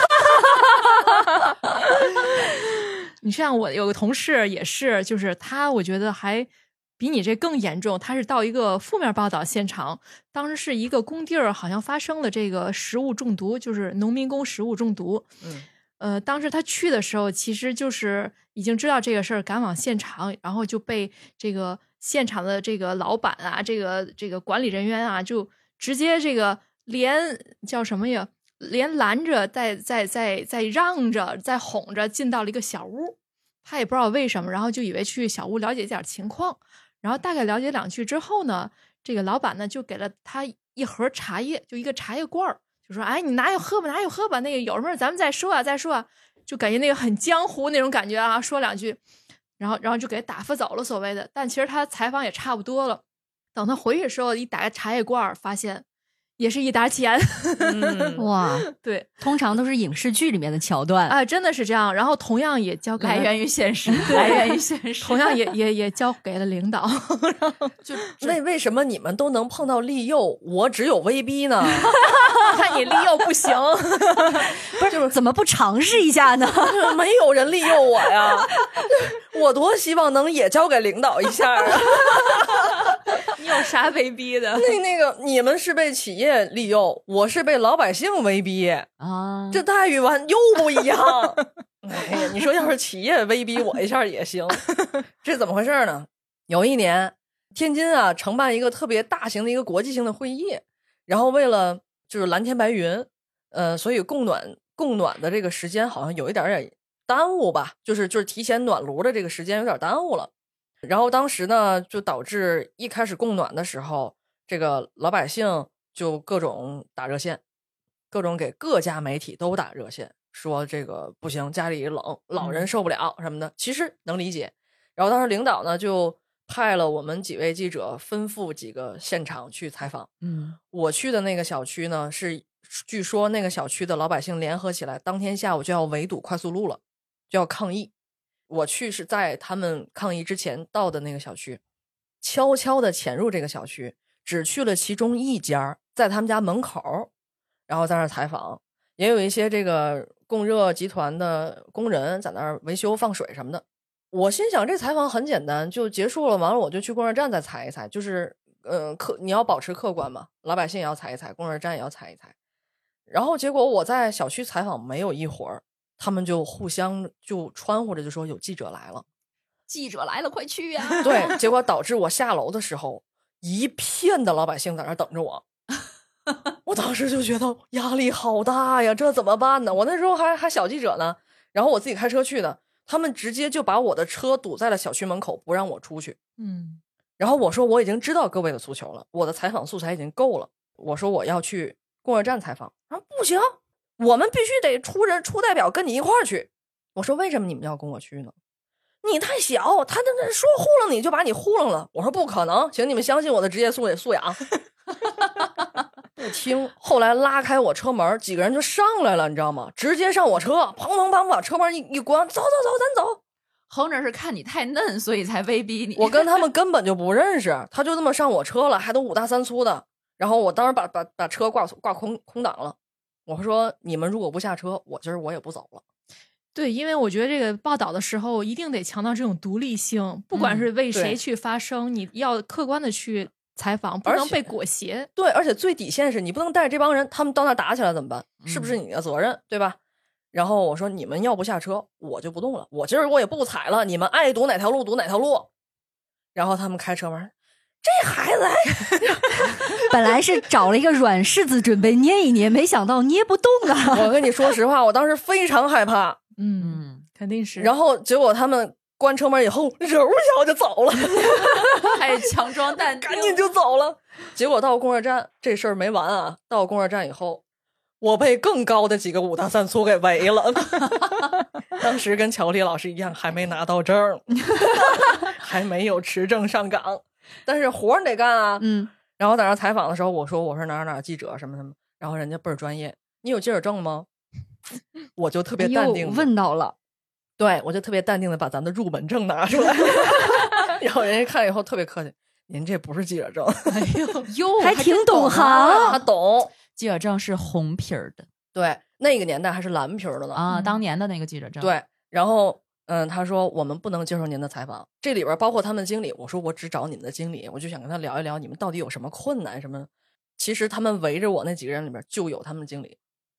你像我有个同事也是，就是他，我觉得还比你这更严重。他是到一个负面报道现场，当时是一个工地儿，好像发生了这个食物中毒，就是农民工食物中毒。 当时他去的时候，其实就是已经知道这个事儿，赶往现场，然后就被这个现场的这个老板啊，这个管理人员啊，就直接这个连叫什么呀，连拦着，再让着，再哄着进到了一个小屋。他也不知道为什么，然后就以为去小屋了解点情况，然后大概了解2句之后呢，这个老板呢就给了他一盒茶叶，就一个茶叶罐儿。就说哎，你哪有喝吧，哪有喝吧，那个有什么咱们再说啊，再说啊，就感觉那个很江湖那种感觉啊，说2句，然后就给他打发走了所谓的。但其实他采访也差不多了，等他回去的时候，一打开茶叶罐，发现也是一沓钱。 哇， 对， 通常都是影视剧里面的桥段啊，真的是这样。然后同样也交给来源于现实，来源于现实， 同样也交给了领导。然后就为什么你们都能碰到利诱，我只有威逼呢？ 看你利诱不行， 不是怎么不尝试一下呢？ 没有人利诱我呀，我多希望能也交给领导一下啊！ 你有啥威逼的？ 那个，你们是被企业利诱，我是被老百姓威逼啊， 这待遇完又不一样。哎呀，你说要是企业威逼我一下也行，这怎么回事呢？有一年，天津啊承办一个特别大型的一个国际性的会议，然后为了就是蓝天白云，所以供暖的这个时间好像有一点耽误吧，就是提前暖炉的这个时间有点耽误了。然后当时呢，就导致一开始供暖的时候，这个老百姓就各种打热线，各种给各家媒体都打热线，说这个不行，家里冷，老人受不了什么的，其实能理解。然后当时领导呢就派了我们几位记者吩咐几个现场去采访。我去的那个小区呢，是据说那个小区的老百姓联合起来，当天下午就要围堵快速路了，就要抗议。我去是在他们抗议之前到的那个小区，悄悄地潜入这个小区，只去了其中一家，在他们家门口，然后在那儿采访，也有一些这个供热集团的工人在那儿维修放水什么的。我心想这采访很简单，就结束了，完了我就去供热站再采一采，就是你要保持客观嘛，老百姓也要采一采，供热站也要采一采。然后结果我在小区采访没有一会儿，他们就互相就穿呼着就说有记者来了， 记者来了，快去呀！ 对，结果导致我下楼的时候，一片的老百姓在那等着我。我当时就觉得压力好大呀，这怎么办呢？我那时候还小记者呢，然后我自己开车去的，他们直接就把我的车堵在了小区门口，不让我出去。然后我说我已经知道各位的诉求了，我的采访素材已经够了，我说我要去供热站采访。啊，不行，我们必须得出代表跟你一块儿去。我说为什么你们要跟我去呢？你太小，他那说糊弄你就把你糊弄了。我说不可能，请你们相信我的职业素养。不听，后来拉开我车门，几个人就上来了，你知道吗？直接上我车，砰砰砰把车门一关，走，咱走。 横着是看你太嫩，所以才威逼你。 我跟他们根本就不认识，他就这么上我车了，还都5大3粗的。然后我当时把车挂空挡了。我说你们如果不下车，我今儿我也不走了。 对，因为我觉得这个报道的时候一定得强调这种独立性，不管是为谁去发声，你要客观的去采访，不能被裹挟。 对，而且最底线是你不能带着这帮人，他们到那打起来怎么办？是不是你的责任，对吧？然后我说你们要不下车，我就不动了，我今儿我也不踩了，你们爱堵哪条路堵哪条路。然后他们开车门，这孩子本来是找了一个软柿子准备捏一捏，没想到捏不动啊。 我跟你说实话，我当时非常害怕。 肯定是。 然后结果他们关车门以后，揉一下我就走了， 还强装淡定， 赶紧就走了。结果到供热站，这事儿没完啊！到供热站以后，我被更高的几个5大3粗给围了。当时跟乔丽老师一样，还没拿到证，还没有持证上岗，但是活儿得干啊。然后在那采访的时候，我说哪记者什么什么，然后人家倍儿专业，你有记者证吗？我就特别淡定问到了， 对，我就特别淡定的把咱的入门证拿出来。然后人家看以后特别客气，您这不是记者证。哎呦， 还挺懂行， 他懂。 记者证是红皮儿的， 对，那个年代还是蓝皮儿的呢啊，当年的那个记者证。 对，然后他说我们不能接受您的采访，这里边包括他们经理。我说我只找你们的经理，我就想跟他聊一聊你们到底有什么困难什么。其实他们围着我那几个人里面就有他们经理，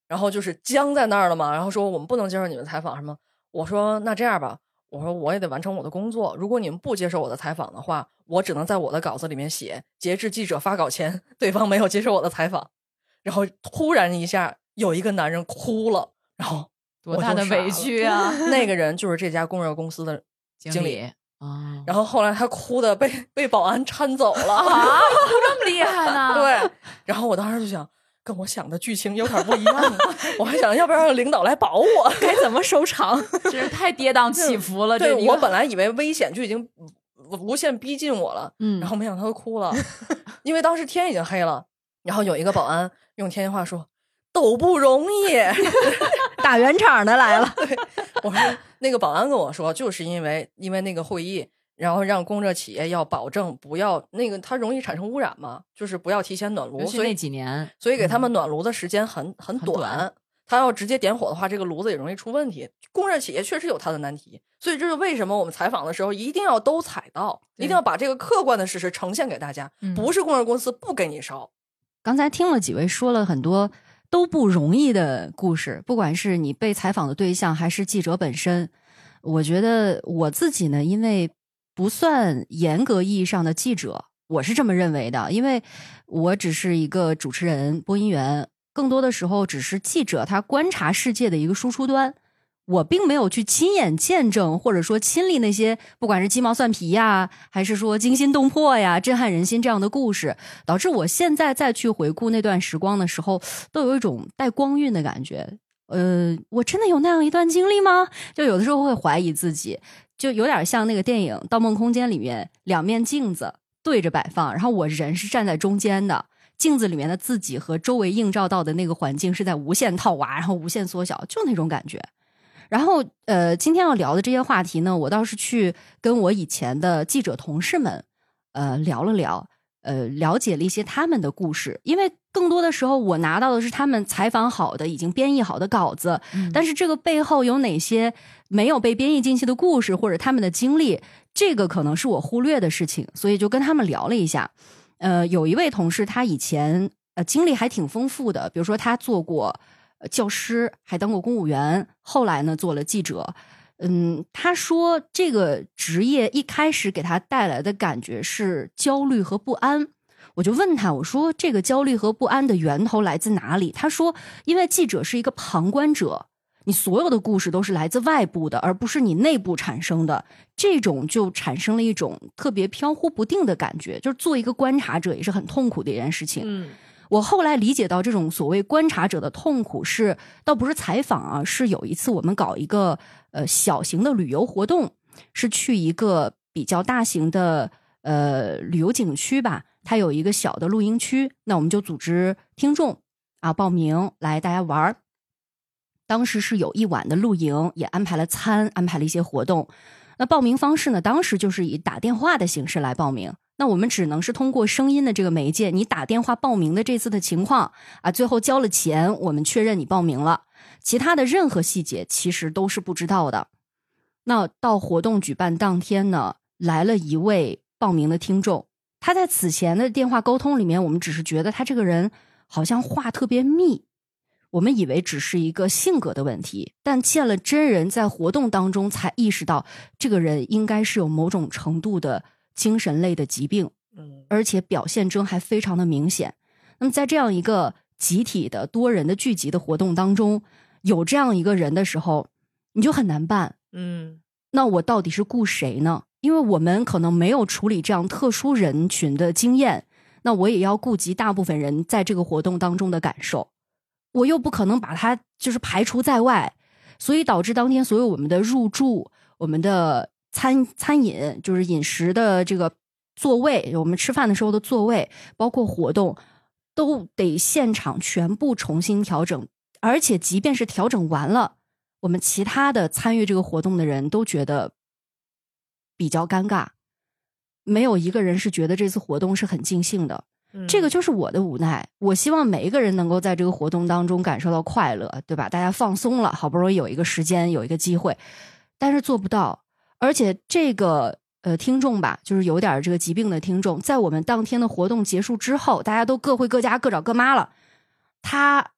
然后就是僵在那儿了嘛，然后说我们不能接受你们采访什么。我说那这样吧，我说我也得完成我的工作，如果你们不接受我的采访的话，我只能在我的稿子里面写截至记者发稿前对方没有接受我的采访。然后突然一下有一个男人哭了，然后多大的委屈啊！ 那个人就是这家供热公司的经理啊。 然后后来他哭的被保安搀走了啊，哭这么厉害呢？ 对，然后我当时就想，跟我想的剧情有点不一样我还想要不要让领导来保我， 该怎么收场？ 真是太跌宕起伏了。 对， 这我本来以为危险就已经无限逼近我了，然后没想到他哭了，因为当时天已经黑了。然后有一个保安用天津话说：“都不容易。” 大圆场的来了。 对，我说那个保安跟我说，就是因为那个会议。然后让供热企业要保证不要那个，它容易产生污染嘛，就是不要提前暖炉，所以那几年， 所以给他们暖炉的时间很短。他要直接点火的话，这个炉子也容易出问题。供热企业确实有它的难题，所以这是为什么我们采访的时候一定要都采到，一定要把这个客观的事实呈现给大家，不是供热公司不给你烧。 刚才听了几位说了很多都不容易的故事，不管是你被采访的对象还是记者本身，我觉得我自己呢，因为不算严格意义上的记者，我是这么认为的，因为我只是一个主持人、播音员，更多的时候只是记者他观察世界的一个输出端，我并没有去亲眼见证或者说亲历那些不管是鸡毛蒜皮呀，还是说惊心动魄呀、震撼人心这样的故事，导致我现在再去回顾那段时光的时候，都有一种带光晕的感觉。我真的有那样一段经历吗？就有的时候会怀疑自己，就有点像那个电影《盗梦空间》里面两面镜子对着摆放，然后我人是站在中间的，镜子里面的自己和周围映照到的那个环境是在无限套娃，然后无限缩小，就那种感觉。然后今天要聊的这些话题呢，我倒是去跟我以前的记者同事们聊了聊，了解了一些他们的故事，因为更多的时候我拿到的是他们采访好的已经编译好的稿子，但是这个背后有哪些没有被编译进去的故事或者他们的经历，这个可能是我忽略的事情，所以就跟他们聊了一下。有一位同事他以前经历还挺丰富的，比如说他做过教师，还当过公务员，后来呢做了记者。他说这个职业一开始给他带来的感觉是焦虑和不安。我就问他，我说这个焦虑和不安的源头来自哪里？他说因为记者是一个旁观者，你所有的故事都是来自外部的，而不是你内部产生的，这种就产生了一种特别飘忽不定的感觉，就是做一个观察者也是很痛苦的一件事情。我后来理解到这种所谓观察者的痛苦是倒不是采访啊，是有一次我们搞一个小型的旅游活动，是去一个比较大型的旅游景区吧，它有一个小的露营区，那我们就组织听众啊报名来大家玩。当时是有一晚的露营，也安排了餐，安排了一些活动。那报名方式呢，当时就是以打电话的形式来报名。那我们只能是通过声音的这个媒介，你打电话报名的这次的情况啊，最后交了钱，我们确认你报名了，其他的任何细节其实都是不知道的。那到活动举办当天呢，来了一位报名的听众，他在此前的电话沟通里面，我们只是觉得他这个人好像话特别密，我们以为只是一个性格的问题，但见了真人在活动当中才意识到这个人应该是有某种程度的精神类的疾病，而且表现征还非常的明显。那么在这样一个集体的多人的聚集的活动当中，有这样一个人的时候，你就很难办。那我到底是顾谁呢？因为我们可能没有处理这样特殊人群的经验，那我也要顾及大部分人在这个活动当中的感受，我又不可能把他就是排除在外，所以导致当天所有我们的入住，我们的餐饮，就是饮食的这个座位，我们吃饭的时候的座位，包括活动，都得现场全部重新调整。而且即便是调整完了，我们其他的参与这个活动的人都觉得比较尴尬，没有一个人是觉得这次活动是很尽兴的。这个就是我的无奈。我希望每一个人能够在这个活动当中感受到快乐，对吧？大家放松了，好不容易有一个时间，有一个机会，但是做不到。而且这个听众吧，就是有点这个疾病的听众，在我们当天的活动结束之后，大家都各回各家各找各妈了，他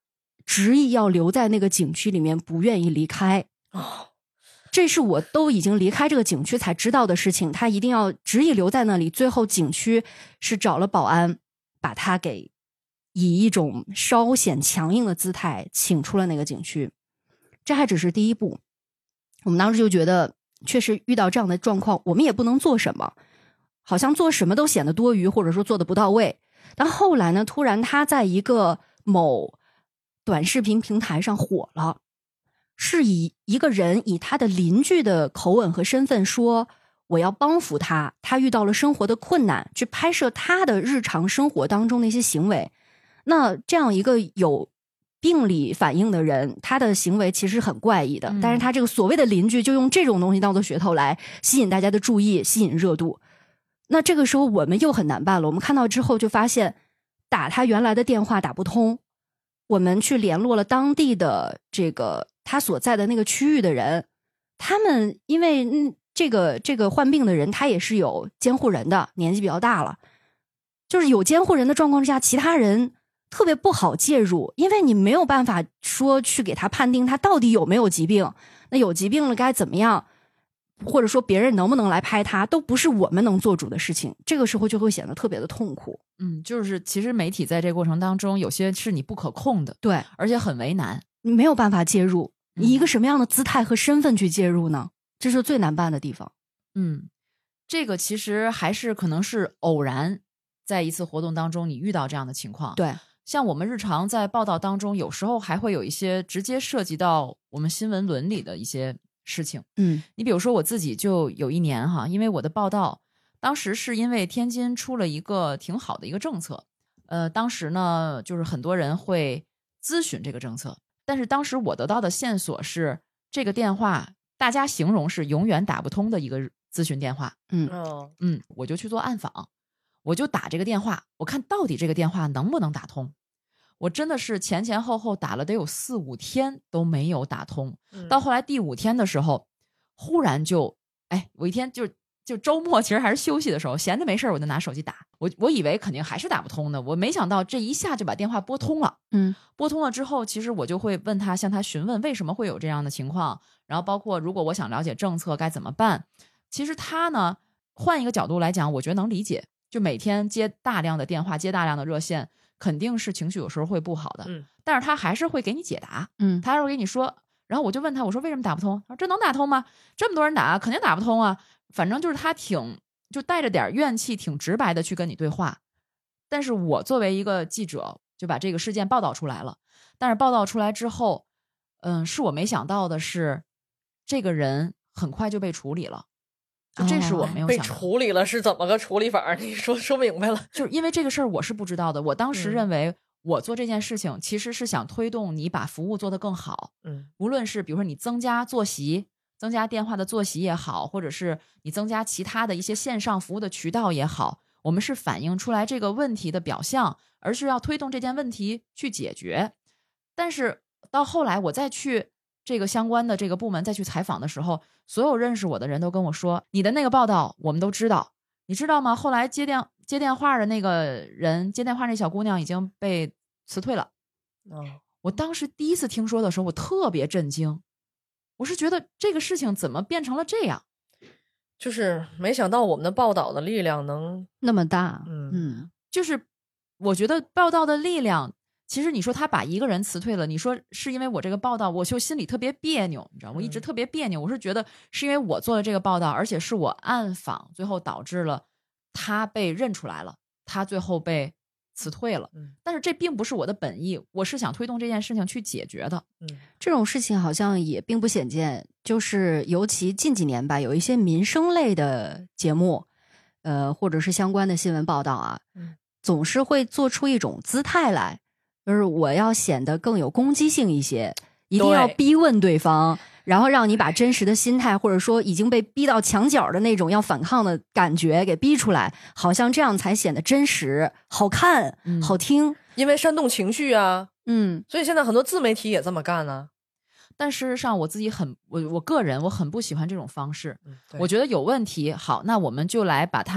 执意要留在那个景区里面，不愿意离开。这是我都已经离开这个景区才知道的事情，他一定要执意留在那里。最后景区是找了保安，把他给以一种稍显强硬的姿态请出了那个景区。这还只是第一步，我们当时就觉得确实遇到这样的状况，我们也不能做什么，好像做什么都显得多余，或者说做得不到位。但后来呢，突然他在一个某短视频平台上火了，是以一个人以他的邻居的口吻和身份说，我要帮扶他，他遇到了生活的困难，去拍摄他的日常生活当中的一些行为。那这样一个有病理反应的人，他的行为其实很怪异的，但是他这个所谓的邻居就用这种东西当做噱头来吸引大家的注意，吸引热度。那这个时候我们又很难办了，我们看到之后就发现打他原来的电话打不通，我们去联络了当地的这个他所在的那个区域的人，他们因为这个患病的人他也是有监护人的，年纪比较大了，就是有监护人的状况之下，其他人特别不好介入，因为你没有办法说去给他判定他到底有没有疾病，那有疾病了该怎么样，或者说别人能不能来拍他，都不是我们能做主的事情，这个时候就会显得特别的痛苦。 就是其实媒体在这个过程当中，有些是你不可控的， 对， 而且很为难， 你没有办法介入，你一个什么样的姿态和身份去介入呢？这是最难办的地方。 这个其实还是可能是偶然，在一次活动当中你遇到这样的情况。 对， 像我们日常在报道当中，有时候还会有一些直接涉及到我们新闻伦理的一些事情。你比如说我自己就有一年哈，因为我的报道当时是因为天津出了一个挺好的一个政策，当时呢就是很多人会咨询这个政策，但是当时我得到的线索是这个电话大家形容是永远打不通的一个咨询电话。我就去做暗访，我就打这个电话，我看到底这个电话能不能打通。我真的是前前后后打了得有4、5天都没有打通，到后来第5天的时候，忽然就我一天就周末其实还是休息的时候，闲着没事我就拿手机打，我以为肯定还是打不通的，我没想到这一下就把电话拨通了。拨通了之后，其实我就会问他，向他询问为什么会有这样的情况，然后包括如果我想了解政策该怎么办。其实他呢，换一个角度来讲，我觉得能理解，就每天接大量的电话，接大量的热线，肯定是情绪有时候会不好的，但是他还是会给你解答，他还是会给你说。然后我就问他，我说为什么打不通？他说这能打通吗？这么多人打，肯定打不通啊。反正就是他就带着点怨气，挺直白的去跟你对话。但是我作为一个记者，就把这个事件报道出来了。但是报道出来之后，是我没想到的是，这个人很快就被处理了。就这是我没有想到。 被处理了是怎么个处理法？你说明白了。 就是因为这个事儿我是不知道的，我当时认为我做这件事情其实是想推动你把服务做得更好。无论是比如说你增加坐席，增加电话的坐席也好，或者是你增加其他的一些线上服务的渠道也好，我们是反映出来这个问题的表象，而是要推动这件问题去解决。但是到后来我再去这个相关的这个部门再去采访的时候，所有认识我的人都跟我说，你的那个报道我们都知道，你知道吗？后来接电话的那个人，接电话那小姑娘已经被辞退了。我当时第一次听说的时候，我特别震惊，我是觉得这个事情怎么变成了这样， 就是没想到我们的报道的力量能那么大。 就是我觉得报道的力量，其实你说他把一个人辞退了，你说是因为我这个报道，我就心里特别别扭，你知道吗？我一直特别别扭。我是觉得是因为我做了这个报道，而且是我暗访，最后导致了他被认出来了，他最后被辞退了。但是这并不是我的本意，我是想推动这件事情去解决的。 这种事情好像也并不鲜见，就是尤其近几年吧，有一些民生类的节目，或者是相关的新闻报道啊，总是会做出一种姿态来，就是我要显得更有攻击性一些，一定要逼问对方，然后让你把真实的心态，或者说已经被逼到墙角的那种要反抗的感觉给逼出来，好像这样才显得真实、好看、好听， 因为煽动情绪啊。所以现在很多自媒体也这么干呢。 但事实上我自己我个人我很不喜欢这种方式。我觉得有问题，好，那我们就来把它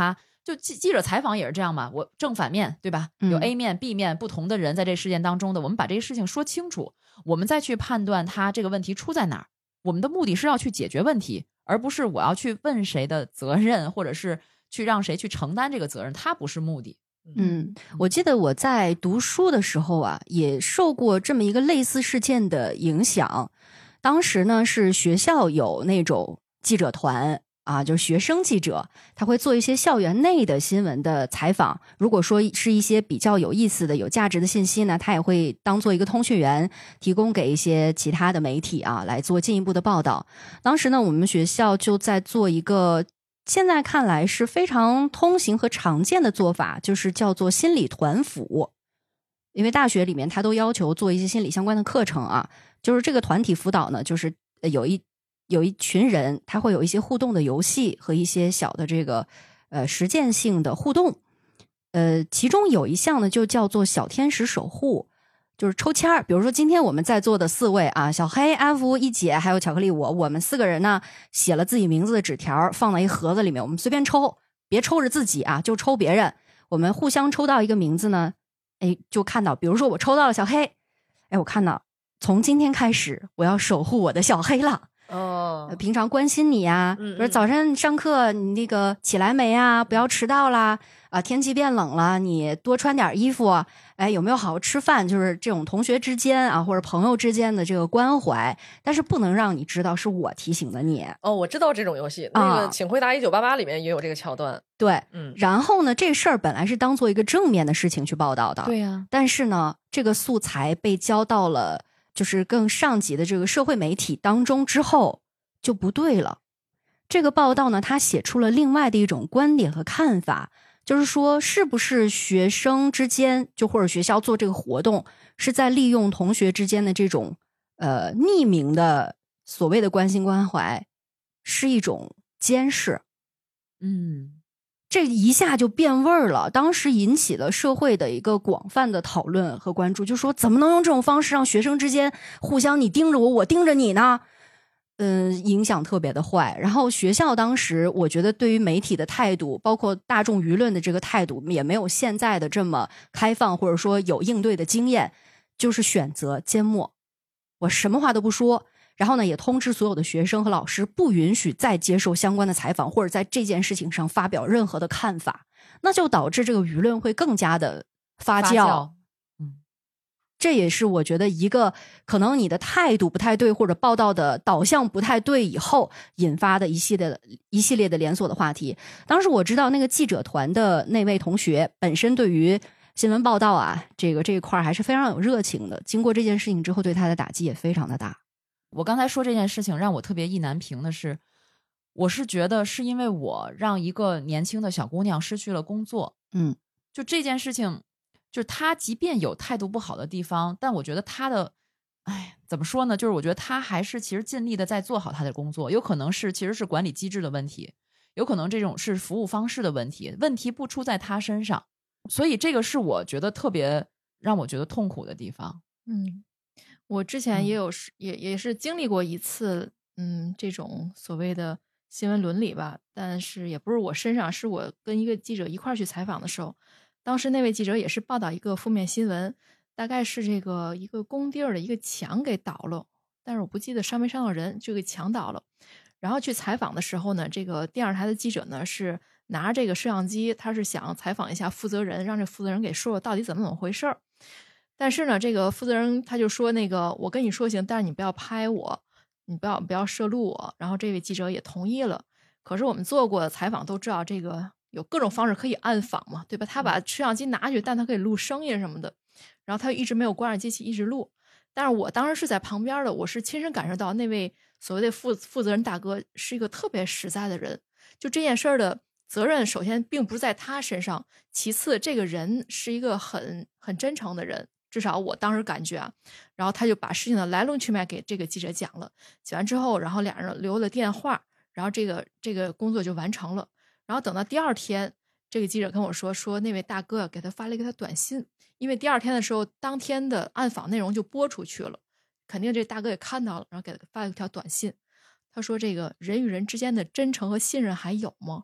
就记者采访也是这样嘛，我正反面对吧？有 A 面 B 面不同的人在这事件当中的，我们把这个事情说清楚，我们再去判断他这个问题出在哪儿。我们的目的是要去解决问题，而不是我要去问谁的责任，或者是去让谁去承担这个责任，它不是目的。 我记得我在读书的时候啊，也受过这么一个类似事件的影响。当时呢是学校有那种记者团啊，就是学生记者，他会做一些校园内的新闻的采访。如果说是一些比较有意思的、有价值的信息呢，他也会当做一个通讯员，提供给一些其他的媒体啊来做进一步的报道。当时呢，我们学校就在做一个现在看来是非常通行和常见的做法，就是叫做心理团辅。因为大学里面他都要求做一些心理相关的课程啊，就是这个团体辅导呢，就是有一群人，他会有一些互动的游戏和一些小的这个实践性的互动。其中有一项呢就叫做小天使守护，就是抽签儿。比如说今天我们在座的4位啊，小黑、阿福、一姐还有巧克力我们4个人呢写了自己名字的纸条放到一盒子里面，我们随便抽，别抽着自己啊，就抽别人。我们互相抽到一个名字呢，就看到，比如说我抽到了小黑，我看到从今天开始我要守护我的小黑了。平常关心你呀，比如早上上课你那个起来没啊，不要迟到啦，天气变冷了你多穿点衣服，有没有好好吃饭，就是这种同学之间啊或者朋友之间的这个关怀，但是不能让你知道是我提醒的你。 我知道这种游戏，那个请回答1988里面也有这个桥段。 对，然后呢，这事儿本来是当做一个正面的事情去报道的， 对呀， 但是呢，这个素材被交到了就是更上级的这个社会媒体当中之后就不对了。这个报道呢，他写出了另外的一种观点和看法，就是说是不是学生之间就或者学校做这个活动是在利用同学之间的这种匿名的所谓的关心关怀是一种监视。这一下就变味儿了，当时引起了社会的一个广泛的讨论和关注，就说怎么能用这种方式让学生之间互相你盯着我，我盯着你呢？影响特别的坏。然后学校当时我觉得对于媒体的态度，包括大众舆论的这个态度，也没有现在的这么开放，或者说有应对的经验，就是选择缄默，我什么话都不说。然后呢，也通知所有的学生和老师不允许再接受相关的采访，或者在这件事情上发表任何的看法，那就导致这个舆论会更加的发酵。这也是我觉得一个可能你的态度不太对，或者报道的导向不太对以后引发的一系列的连锁的话题。当时我知道那个记者团的那位同学本身对于新闻报道啊这一块还是非常有热情的，经过这件事情之后对他的打击也非常的大。 我刚才说这件事情让我特别意难平的是，我是觉得是因为我让一个年轻的小姑娘失去了工作。就这件事情，就是她即便有态度不好的地方，但我觉得她的怎么说呢，就是我觉得她还是其实尽力的在做好她的工作。有可能是其实是管理机制的问题，有可能这种是服务方式的问题，问题不出在她身上，所以这个是我觉得特别让我觉得痛苦的地方。 我之前也有也是经历过一次这种所谓的新闻伦理吧，但是也不是我身上，是我跟一个记者一块儿去采访的时候，当时那位记者也是报道一个负面新闻，大概是这个一个工地的一个墙给倒了，但是我不记得伤没伤到人，就给墙倒了。然后去采访的时候呢，这个电视台的记者呢是拿着这个摄像机，他是想采访一下负责人，让这负责人给说说到底怎么回事儿。但是呢，这个负责人他就说那个我跟你说行，但是你不要拍我，你不要摄录我。然后这位记者也同意了。可是我们做过的采访都知道，这个有各种方式可以暗访嘛，对吧？他把摄像机拿去，但他可以录声音什么的。然后他一直没有关上机器，一直录。但是我当时是在旁边的，我是亲身感受到那位所谓的负责人大哥是一个特别实在的人。就这件事儿的责任，首先并不是在他身上，其次这个人是一个很真诚的人。至少我当时感觉啊，然后他就把事情的来龙去脉给这个记者讲了，讲完之后，然后俩人留了电话，然后这个工作就完成了。然后等到第二天，这个记者跟我说那位大哥给他发了一个短信，因为第二天的时候，当天的暗访内容就播出去了，肯定这大哥也看到了，然后给他发了一条短信，他说这个人与人之间的真诚和信任还有吗？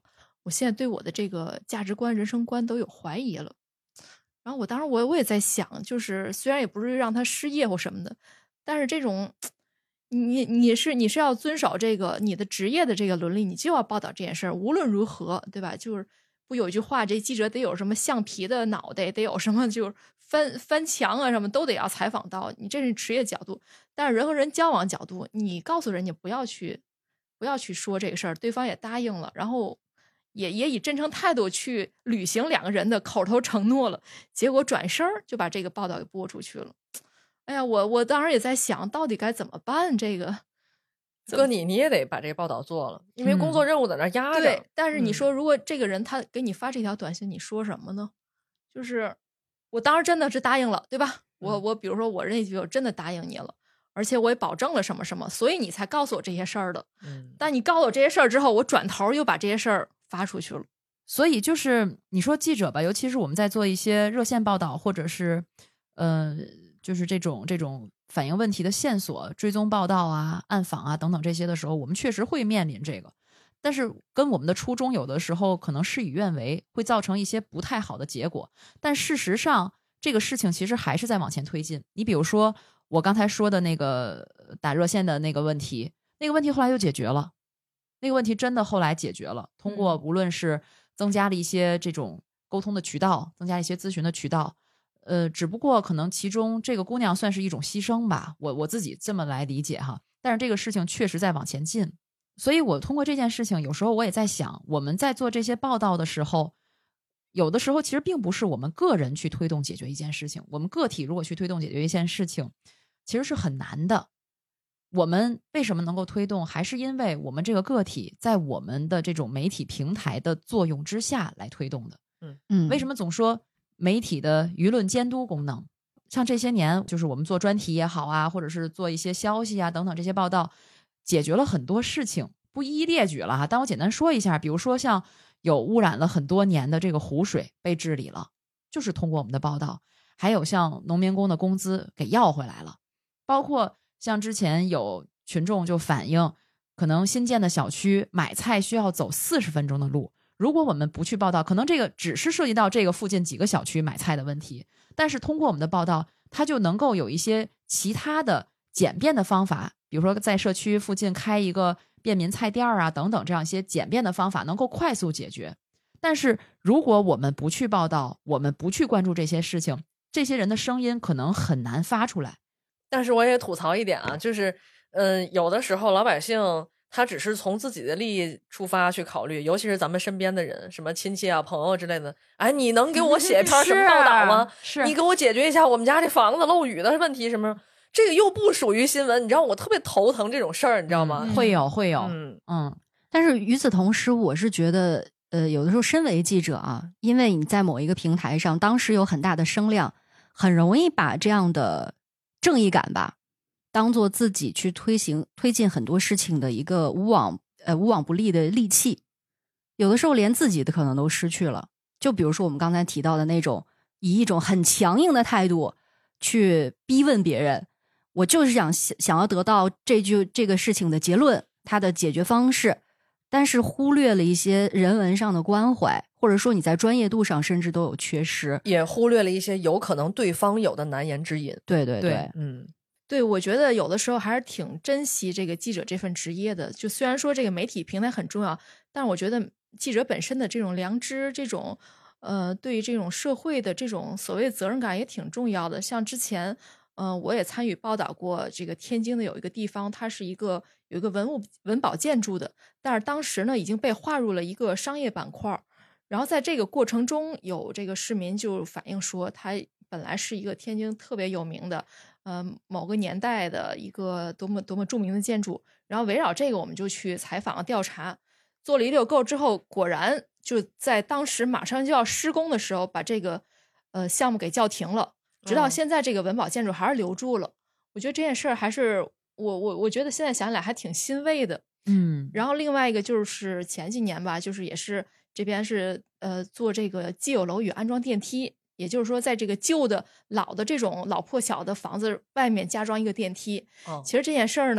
我现在对我的这个价值观、人生观都有怀疑了。然后当时我也在想，就是虽然也不是让他失业或什么的，但是这种你是要遵守这个你的职业的这个伦理，你就要报道这件事儿，无论如何，对吧？就是不有一句话，这记者得有什么橡皮的脑袋，得有什么就是翻墙啊，什么都得要采访到，你这是职业角度。但是人和人交往角度，你告诉人家不要去说这个事儿，对方也答应了，然后也以真诚态度去履行2个人的口头承诺了，结果转身就把这个报道给播出去了。哎呀，我当时也在想，到底该怎么办？这个哥你也得把这个报道做了，因为工作任务在那压着。 对，但是你说如果这个人他给你发这条短信，你说什么呢？就是我当时真的是答应了，对吧？我比如说我那句我真的答应你了，而且我也保证了什么什么，所以你才告诉我这些事儿的。但你告诉我这些事儿之后，我转头又把这些事儿发出去了。 所以就是你说记者吧，尤其是我们在做一些热线报道，或者是就是这种反映问题的线索、追踪报道啊、暗访啊等等这些的时候，我们确实会面临这个。但是跟我们的初衷有的时候可能事与愿违，会造成一些不太好的结果。但事实上，这个事情其实还是在往前推进。你比如说我刚才说的那个打热线的那个问题，后来又解决了。那个问题真的后来解决了，通过无论是增加了一些这种沟通的渠道，增加一些咨询的渠道，只不过可能其中这个姑娘算是一种牺牲吧，我自己这么来理解哈。但是这个事情确实在往前进，所以我通过这件事情，有时候我也在想，我们在做这些报道的时候，有的时候其实并不是我们个人去推动解决一件事情，我们个体如果去推动解决一件事情，其实是很难的。我们为什么能够推动，还是因为我们这个个体在我们的这种媒体平台的作用之下来推动的。为什么总说媒体的舆论监督功能？像这些年，就是我们做专题也好啊，或者是做一些消息啊等等这些报道，解决了很多事情，不一一列举了哈。但我简单说一下，比如说像有污染了很多年的这个湖水被治理了，就是通过我们的报道；还有像农民工的工资给要回来了，包括像之前有群众就反映，可能新建的小区买菜需要走40分钟的路。如果我们不去报道，可能这个只是涉及到这个附近几个小区买菜的问题，但是通过我们的报道，它就能够有一些其他的简便的方法，比如说在社区附近开一个便民菜店啊等等，这样一些简便的方法能够快速解决。但是如果我们不去报道，我们不去关注这些事情，这些人的声音可能很难发出来。 但是我也吐槽一点啊，就是有的时候老百姓他只是从自己的利益出发去考虑，尤其是咱们身边的人，什么亲戚啊、朋友之类的。哎，你能给我写一篇什么报道吗？ 是你给我解决一下我们家这房子漏雨的问题什么？这个又不属于新闻，你知道我特别头疼这种事儿，你知道吗？ 会有， 但是与此同时，我是觉得，有的时候身为记者啊，因为你在某一个平台上，当时有很大的声量，很容易把这样的正义感吧，当做自己去推进很多事情的一个无往不利的利器，有的时候连自己的可能都失去了。就比如说我们刚才提到的那种，以一种很强硬的态度去逼问别人，我就是想要得到这个事情的结论，它的解决方式，但是忽略了一些人文上的关怀，或者说你在专业度上甚至都有缺失， 也忽略了一些有可能对方有的难言之隐。 对， 对，我觉得有的时候还是挺珍惜这个记者这份职业的。就虽然说这个媒体平台很重要，但是我觉得记者本身的这种良知，这种对于这种社会的这种所谓责任感也挺重要的。像之前我也参与报道过这个天津的有一个地方，它是有一个文保建筑的，但是当时呢已经被划入了一个商业板块。然后在这个过程中，有这个市民就反映说，它本来是一个天津特别有名的某个年代的一个多么著名的建筑。然后围绕这个我们就去采访调查，做了一溜够之后，果然就在当时马上就要施工的时候，把这个项目给叫停了。直到现在这个文保建筑还是留住了。我觉得这件事儿还是我觉得现在想起来还挺欣慰的。然后另外一个就是前几年吧，就是也是这边是做这个既有楼宇安装电梯，也就是说在这个旧的老的这种老破小的房子外面加装一个电梯。其实这件事儿呢，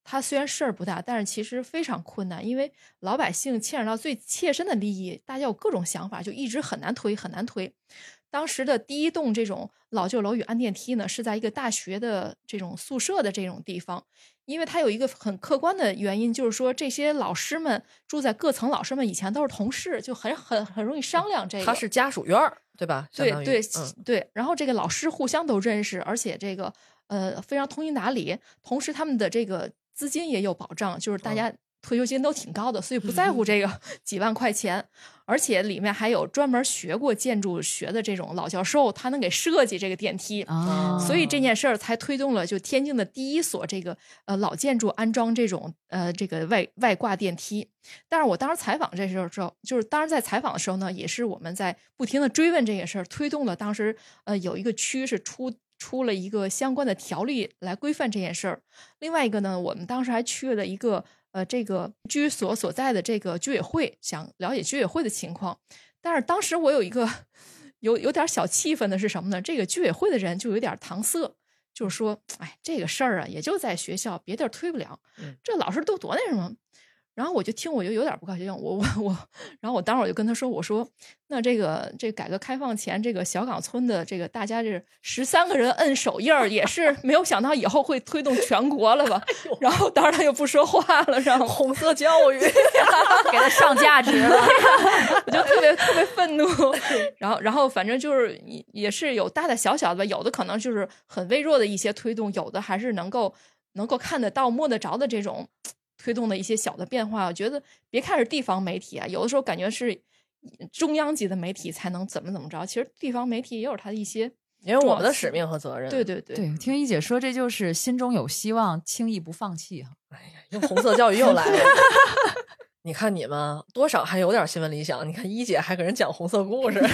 它虽然事儿不大，但是其实非常困难，因为老百姓牵扯到最切身的利益，大家有各种想法，就一直很难推，很难推。当时的第一栋这种老旧楼宇安电梯呢，是在一个大学的这种宿舍的这种地方，因为它有一个很客观的原因，就是说这些老师们住在各层，老师们以前都是同事，就很容易商量这个。 它是家属院对吧？ 对对、对，然后这个老师互相都认识，而且这个非常通情达理，同时他们的这个资金也有保障，就是大家退休金都挺高的，所以不在乎这个几万块钱。而且里面还有专门学过建筑学的这种老教授，他能给设计这个电梯，所以这件事儿才推动了就天津的第一所这个老建筑安装这种这个外挂电梯。但是我当时采访这事儿之后，就是当时在采访的时候呢，也是我们在不停的追问这件事儿，推动了当时有一个区是出了一个相关的条例来规范这件事儿。另外一个呢，我们当时还去了一个这个居所所在的这个居委会，想了解居委会的情况。但是当时我有一个有点小气愤的是什么呢？这个居委会的人就有点搪塞，就是说，哎，这个事儿啊，也就在学校，别地儿推不了，这老师都多那什么。然后我就有点不高兴，然后我当时我就跟他说，我说那这改革开放前这个小岗村的这个大家这13个人摁手印儿，也是没有想到以后会推动全国了吧？然后当时他就不说话了，然后红色教育给他上价值了， 我就特别愤怒。然后反正就是也是有大大小小的吧，有的可能就是很微弱的一些推动，有的还是能够看得到摸得着的这种推动的一些小的变化。我觉得别看是地方媒体啊，有的时候感觉是中央级的媒体才能怎么着，其实地方媒体也有它的一些， 也有我们的使命和责任。 对， 听一姐说，这就是心中有希望，轻易不放弃。 哎呀，用红色教育又来了。你看你们多少还有点新闻理想，你看一姐还给人讲红色故事。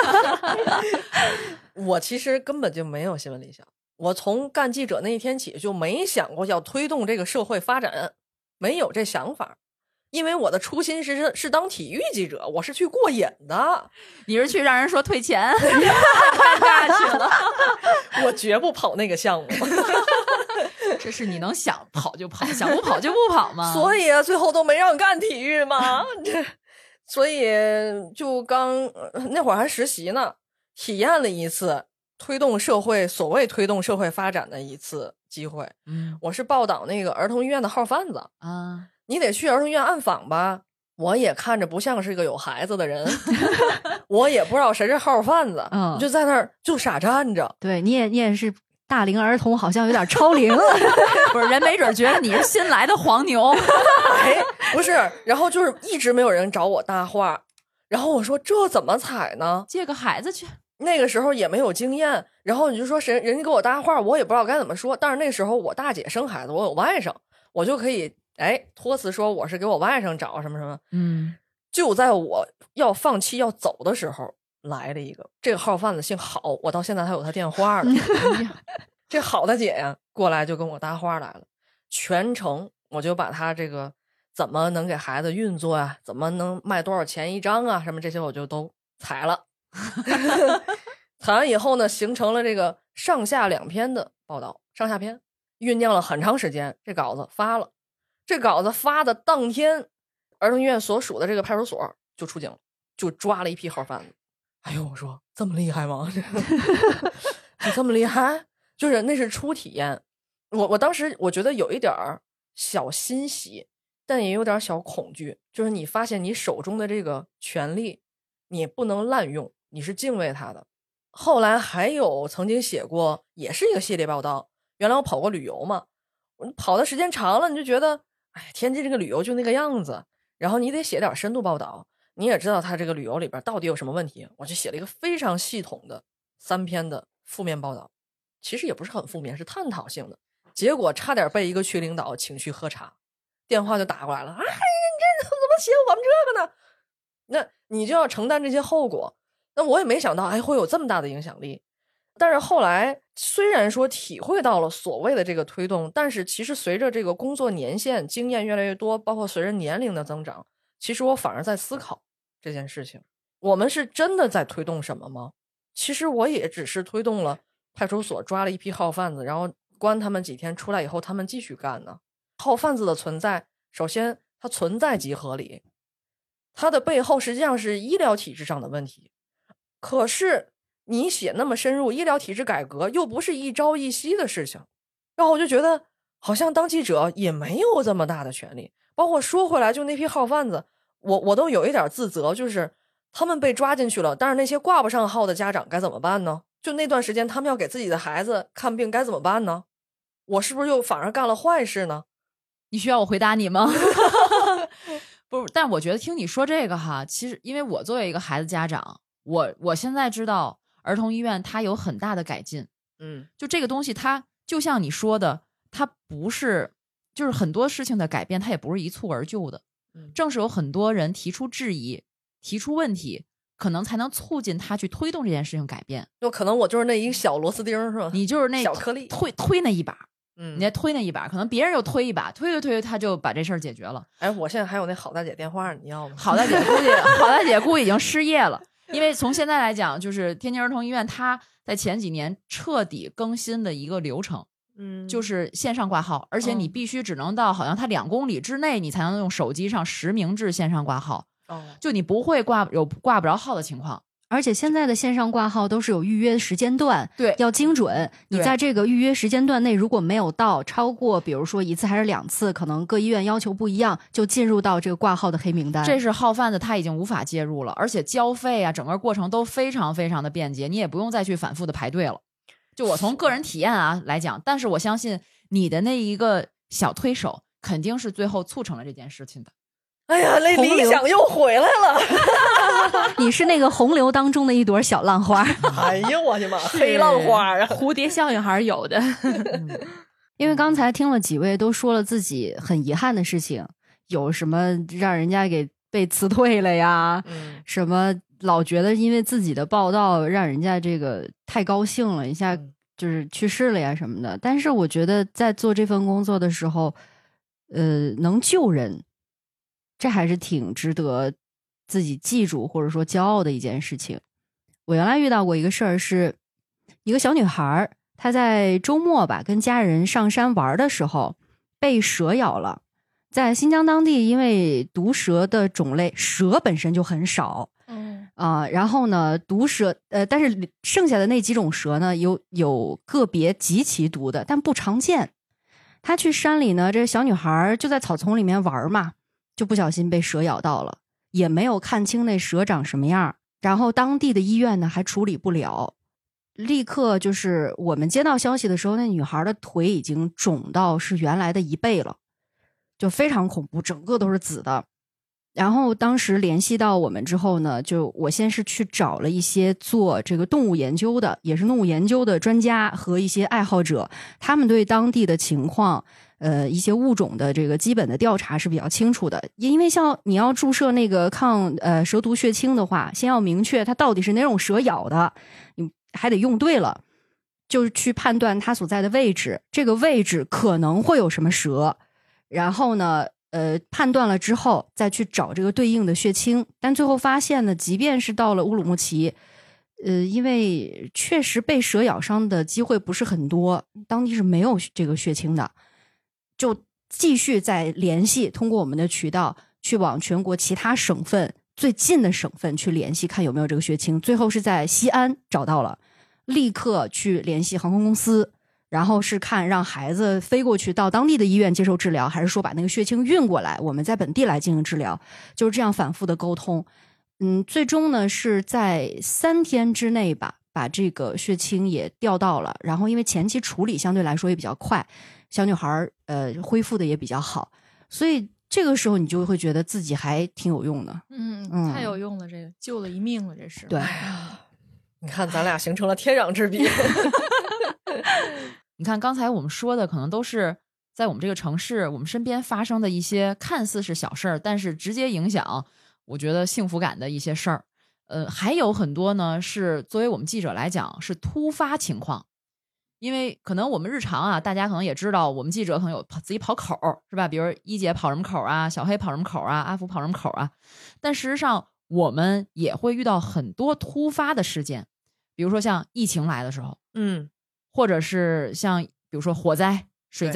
我其实根本就没有新闻理想，我从干记者那一天起就没想过要推动这个社会发展，没有这想法。因为我的初心是当体育记者，我是去过瘾的。 你是去让人说退钱，太尴尬去了。 我绝不跑那个项目。 这是你能想跑就跑，想不跑就不跑吗？ 所以啊，最后都没让干体育嘛。所以就那会儿还实习呢，体验了一次所谓推动社会发展的一次机会。我是报道那个儿童医院的号贩子啊。你得去儿童医院暗访吧，我也看着不像是个有孩子的人，我也不知道谁是号贩子，就在那儿就傻站着。 对，你也是大龄儿童，好像有点超龄了。 不是，人没准觉得你是新来的黄牛。 哎，不是，然后就是一直没有人找我搭话，然后我说这怎么采呢？ 借个孩子去。 那个时候也没有经验，然后你就说人家给我搭话，我也不知道该怎么说。但是那时候我大姐生孩子，我有外甥，我就可以托词说我是给我外甥找什么什么。就在我要放弃要走的时候，来了一个这个号贩子姓郝，我到现在还有他电话了。这郝大姐呀过来就跟我搭话来了，全程我就把他这个怎么能给孩子运作啊，怎么能卖多少钱一张啊，什么这些我就都采了。采完以后呢，形成了这个上下2篇的报道，上下篇酝酿了很长时间，这稿子发了。这稿子发的当天，儿童医院所属的这个派出所就出警了，就抓了一批号贩子。哎呦，我说这么厉害吗？就这么厉害？就是那是初体验。我当时我觉得有一点小欣喜，但也有点小恐惧，就是你发现你手中的这个权利你不能滥用，你是敬畏它的。后来还有曾经写过，也是一个系列报道。原来我跑过旅游嘛，我跑的时间长了，你就觉得，哎，天津这个旅游就那个样子。然后你得写点深度报道，你也知道他这个旅游里边到底有什么问题。我就写了一个非常系统的3篇的负面报道，其实也不是很负面，是探讨性的。结果差点被一个区领导请去喝茶，电话就打过来了，哎，你这怎么写我们这个呢？那你就要承担这些后果。那我也没想到会有这么大的影响力。但是后来虽然说体会到了所谓的这个推动，但是其实随着这个工作年限经验越来越多，包括随着年龄的增长，其实我反而在思考这件事情，我们是真的在推动什么吗？其实我也只是推动了派出所抓了一批号贩子，然后关他们几天，出来以后他们继续干呢。 号贩子的存在，首先它存在即合理，它的背后实际上是医疗体制上的问题。可是你写那么深入，医疗体制改革又不是一朝一夕的事情，然后我就觉得好像当记者也没有这么大的权利。包括说回来，就那批号贩子，我都有一点自责，就是他们被抓进去了，但是那些挂不上号的家长该怎么办呢？就那段时间他们要给自己的孩子看病该怎么办呢？我是不是又反而干了坏事呢？ 你需要我回答你吗？不是，但我觉得听你说这个哈，其实因为我作为一个孩子家长，我现在知道儿童医院它有很大的改进。就这个东西它就像你说的，它不是就是很多事情的改变它也不是一蹴而就的。正是有很多人提出质疑，提出问题，可能才能促进他去推动这件事情改变。 就可能我就是那一小螺丝钉是吧？ 你就是那小颗粒， 推那一把。你再推那一把，可能别人又推一把，推他就把这事儿解决了。 哎，我现在还有那好大姐电话，你要吗？ 好大姐估计已经失业了，因为从现在来讲，就是天津儿童医院它在前几年彻底更新的一个流程，就是线上挂号，而且你必须只能到好像它2公里之内，你才能用手机上实名制线上挂号。就你不会挂不着号的情况。 而且现在的线上挂号都是有预约时间段， 对， 要精准。你在这个预约时间段内如果没有到，超过比如说1次还是2次，可能各医院要求不一样，就进入到这个挂号的黑名单。 这是号贩子他已经无法介入了，而且交费啊，整个过程都非常非常的便捷，你也不用再去反复的排队了。就我从个人体验啊来讲，但是我相信你的那一个小推手肯定是最后促成了这件事情的。 哎呀，那理想又回来了。 你是那个洪流当中的一朵小浪花。 哎呦我的妈，黑浪花啊！ 蝴蝶效应还是有的。 因为刚才听了几位都说了自己很遗憾的事情，有什么让人家给被辞退了呀，什么老觉得因为自己的报道让人家这个太高兴了，一下就是去世了呀什么的。但是我觉得在做这份工作的时候，能救人，这还是挺值得自己记住或者说骄傲的一件事情。我原来遇到过一个事儿，是一个小女孩，她在周末吧跟家人上山玩的时候被蛇咬了。在新疆当地，因为毒蛇的种类，蛇本身就很少，然后呢，毒蛇但是剩下的那几种蛇呢，有个别极其毒的，但不常见。她去山里呢，这小女孩就在草丛里面玩嘛，就不小心被蛇咬到了，也没有看清那蛇长什么样，然后当地的医院呢还处理不了。立刻就是我们接到消息的时候，那女孩的腿已经肿到是原来的1倍了，就非常恐怖，整个都是紫的。然后当时联系到我们之后呢，就我先是去找了一些做这个动物研究的，也是动物研究的专家和一些爱好者，他们对当地的情况一些物种的这个基本的调查是比较清楚的。因为像你要注射那个抗蛇毒血清的话，先要明确它到底是哪种蛇咬的，你还得用对了，就是去判断它所在的位置，这个位置可能会有什么蛇，然后呢判断了之后再去找这个对应的血清。但最后发现呢，即便是到了乌鲁木齐，因为确实被蛇咬伤的机会不是很多，当地是没有这个血清的，就继续再联系，通过我们的渠道去往全国其他省份最近的省份去联系，看有没有这个血清。最后是在西安找到了，立刻去联系航空公司，然后是看让孩子飞过去到当地的医院接受治疗，还是说把那个血清运过来，我们在本地来进行治疗，就是这样反复的沟通。最终呢是在3天之内吧，把这个血清也调到了。然后因为前期处理相对来说也比较快，小女孩恢复的也比较好，所以这个时候你就会觉得自己还挺有用的。 太有用了，这个救了一命了，这是。 对， 你看咱俩形成了天壤之别。 你看刚才我们说的可能都是在我们这个城市我们身边发生的一些看似是小事儿，但是直接影响我觉得幸福感的一些事儿。还有很多呢是作为我们记者来讲是突发情况。因为可能我们日常啊，大家可能也知道，我们记者可能有自己跑口是吧？比如一姐跑什么口啊，小黑跑什么口啊，阿福跑什么口啊。但事实上我们也会遇到很多突发的事件，比如说像疫情来的时候，或者是像比如说火灾、水灾，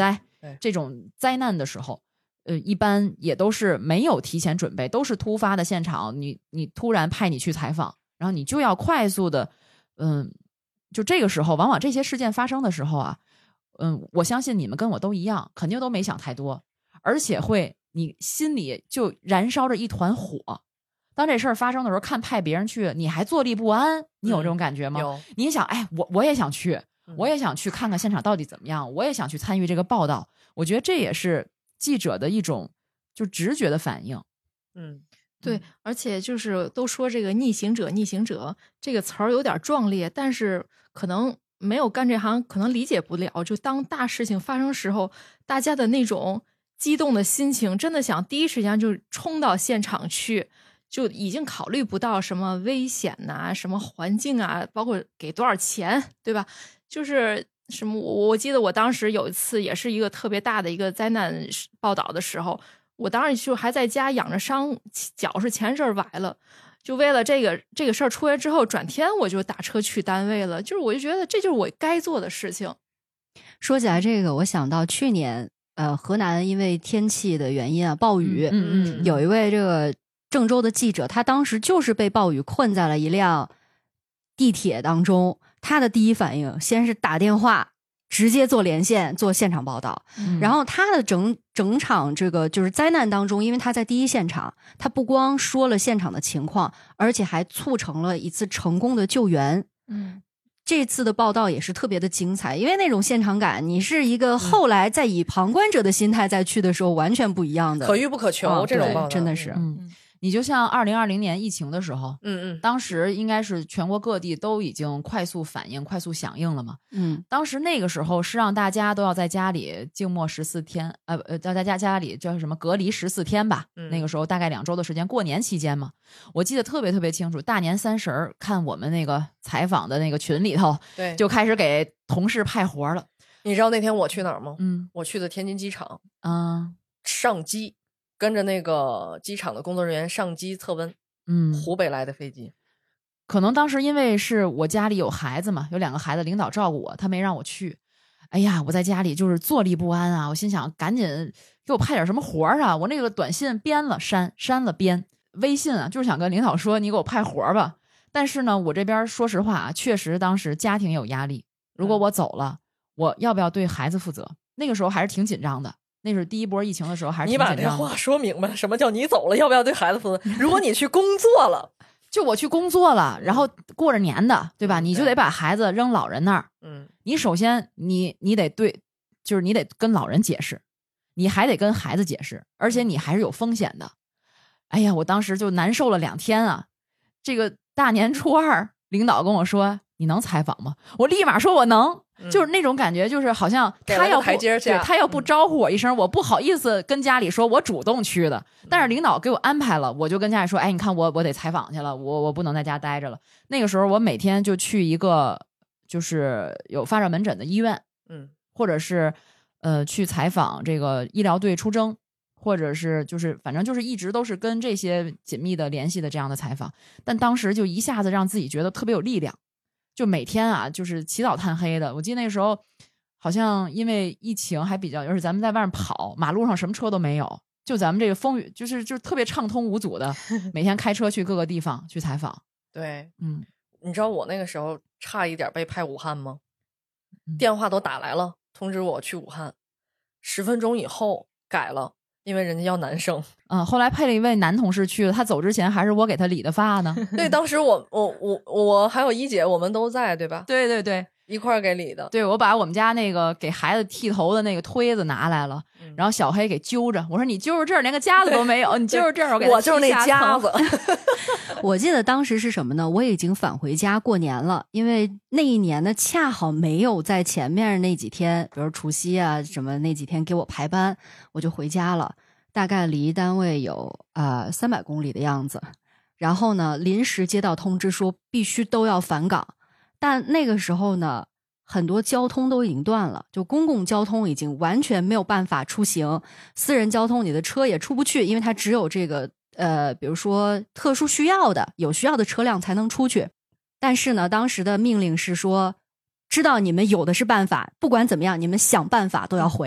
这种灾难的时候，一般也都是没有提前准备，都是突发的现场，你突然派你去采访，然后你就要快速的，就这个时候，往往这些事件发生的时候啊，我相信你们跟我都一样，肯定都没想太多，而且你心里就燃烧着一团火。当这事儿发生的时候，看派别人去，你还坐立不安，你有这种感觉吗？ 有。 你想，哎，我也想去，我也想去看看现场到底怎么样，我也想去参与这个报道。我觉得这也是记者的一种就直觉的反应。 对，而且就是都说这个逆行者这个词儿有点壮烈，但是可能没有干这行，可能理解不了。就当大事情发生时候，大家的那种激动的心情，真的想第一时间就冲到现场去，就已经考虑不到什么危险呐、什么环境啊，包括给多少钱，对吧？就是什么，我记得我当时有一次也是一个特别大的一个灾难报道的时候，我当时就还在家养着伤，脚是前阵崴了，就为了这个事儿出来之后，转天我就打车去单位了，就是我就觉得这就是我该做的事情。 说起来这个，我想到去年河南因为天气的原因啊，暴雨，有一位这个郑州的记者，他当时就是被暴雨困在了一辆地铁当中，他的第一反应先是打电话直接做连线做现场报道，然后他的整场这个就是灾难当中，因为他在第一现场，他不光说了现场的情况，而且还促成了一次成功的救援。这次的报道也是特别的精彩，因为那种现场感，你是一个后来在以旁观者的心态再去的时候，完全不一样的， 可遇不可求。这种报道真的是， 你就像2020年疫情的时候，当时应该是全国各地都已经快速反应、快速响应了嘛。当时那个时候是让大家都要在家里静默14天，在家里叫什么隔离14天吧。那个时候大概2周的时间，过年期间嘛，我记得特别特别清楚。大年30看我们那个采访的那个群里头， 对， 就开始给同事派活了。 你知道那天我去哪儿吗？我去的天津机场，上机。跟着那个机场的工作人员上机测温，湖北来的飞机。 可能当时因为是我家里有孩子嘛，有2个孩子，领导照顾我，他没让我去。哎呀，我在家里就是坐立不安啊！我心想，赶紧给我派点什么活啊！我那个短信编了删了编，微信啊，就是想跟领导说你给我派活吧。但是呢，我这边说实话啊，确实当时家庭有压力。如果我走了，我要不要对孩子负责？那个时候还是挺紧张的。那是第一波疫情的时候，还是挺紧张的。 你把这话说明白，什么叫你走了要不要对孩子负责？如果你去工作了， 就我去工作了，然后过着年的，对吧？你就得把孩子扔老人那儿。你首先你得对，就是你得跟老人解释，你还得跟孩子解释，而且你还是有风险的。哎呀，我当时就难受了2天啊！这个大年初2，领导跟我说：“你能采访吗？”我立马说：“我能。”就是那种感觉，就是好像他要不招呼我一声，我不好意思跟家里说我主动去的。但是领导给我安排了，我就跟家里说：“哎，你看我得采访去了，我不能在家待着了。”那个时候我每天就去一个就是有发热门诊的医院，或者是去采访这个医疗队出征，或者是就是反正就是一直都是跟这些紧密的联系的这样的采访。但当时就一下子让自己觉得特别有力量。就每天啊，就是起早贪黑的。我记得那个时候，好像因为疫情还比较，就是咱们在外面跑，马路上什么车都没有，就咱们这个风雨，就是特别畅通无阻的，每天开车去各个地方去采访。 对，你知道我那个时候差一点被派武汉吗？电话都打来了，通知我去武汉，10分钟以后改了。因为人家要男生， 后来配了一位男同事去了，他走之前还是我给他理的发呢。 对，当时我还有一姐，我们都在，对吧？ 对对对， 一块儿给理的。 对，我把我们家那个给孩子剃头的那个推子拿来了，然后小黑给揪着，我说你揪着这儿连个夹子都没有，你揪着这儿， 我就是那夹子。 我记得当时是什么呢？我已经返回家过年了，因为那一年呢恰好没有在前面那几天，比如除夕啊什么那几天给我排班，我就回家了。大概离单位有300公里的样子，然后呢临时接到通知说必须都要返岗，但那个时候呢很多交通都已经断了，就公共交通已经完全没有办法出行，私人交通你的车也出不去，因为它只有这个比如说特殊需要的有需要的车辆才能出去。但是呢当时的命令是说，知道你们有的是办法，不管怎么样你们想办法都要回来。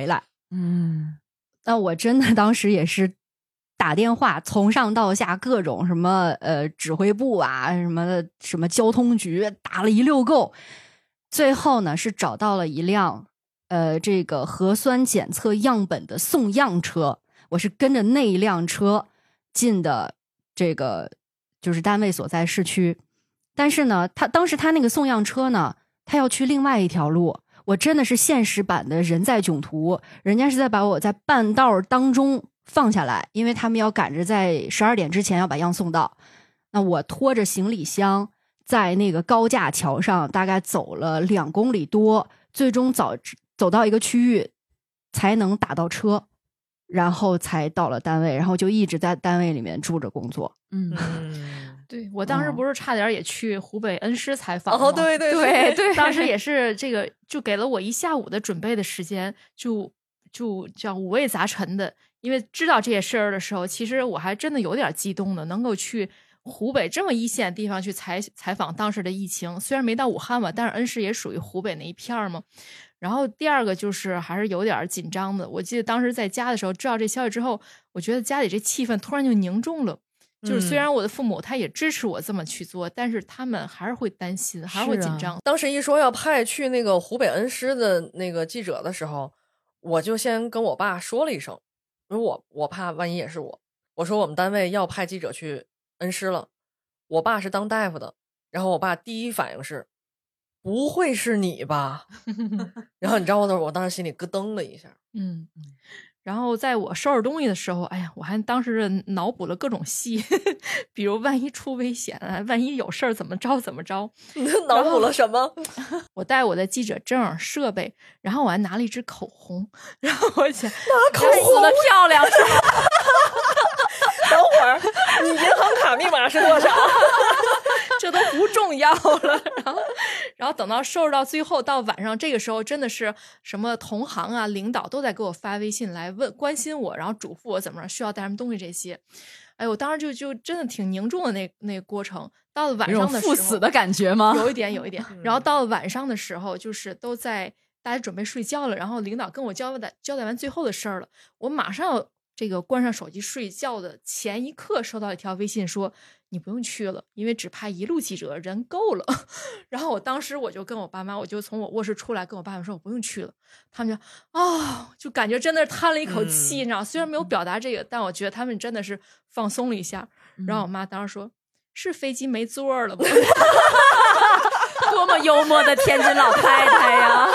那我真的当时也是打电话从上到下各种什么指挥部啊，什么交通局打了一溜够，最后呢是找到了一辆这个核酸检测样本的送样车，我是跟着那一辆车进的这个就是单位所在市区。但是呢当时他那个送样车呢，他要去另外一条路，我真的是现实版的人在囧途，人家是在把我在半道当中放下来，因为他们要赶着在12点之前要把样送到。那我拖着行李箱在那个高架桥上大概走了2公里多，最终走到一个区域才能打到车，然后才到了单位，然后就一直在单位里面住着工作。 对，我当时不是差点也去湖北恩施采访吗？ 哦，对对对对，当时也是这个，就给了我1下午的准备的时间，就叫五味杂陈的。因为知道这些事儿的时候，其实我还真的有点激动的，能够去湖北这么一线的地方去采访当时的疫情。虽然没到武汉嘛，但是恩施也属于湖北那一片儿嘛。然后第二个就是还是有点紧张的。我记得当时在家的时候，知道这消息之后，我觉得家里这气氛突然就凝重了。就是虽然我的父母他也支持我这么去做，但是他们还是会担心，还是会紧张。 当时一说要派去那个湖北恩施的那个记者的时候，我就先跟我爸说了一声，因为我怕万一也是我说我们单位要派记者去恩施了。我爸是当大夫的，然后我爸第一反应是不会是你吧？然后你知道我当时心里咯噔了一下。 然后在我收拾东西的时候，哎呀，我还当时脑补了各种戏，比如万一出危险啊，万一有事儿怎么着。 你脑补了什么？ 我带我的记者证、设备，然后我还拿了一支口红，然后我想拿口红的漂亮。 等会儿，你银行卡密码是多少？ 这都不重要了。然后等到收拾到最后，到晚上这个时候，真的是什么同行啊、领导都在给我发微信来关心我，然后嘱咐我怎么着需要带什么东西这些。哎，我当时就真的挺凝重的那个过程。到了晚上的时候， 有种赴死的感觉吗？ 有一点。然后到了晚上的时候，就是都在大家准备睡觉了，然后领导跟我交代完最后的事儿了，我马上要这个关上手机睡觉的前一刻，收到一条微信说你不用去了，因为只派一路记者，人够了。然后我当时我就跟我爸妈，我就从我卧室出来跟我爸妈说我不用去了。他们就感觉真的是叹了一口气，你知道，虽然没有表达这个，但我觉得他们真的是放松了一下。然后我妈当时说是飞机没座了吧。 多么幽默的天津老太太呀！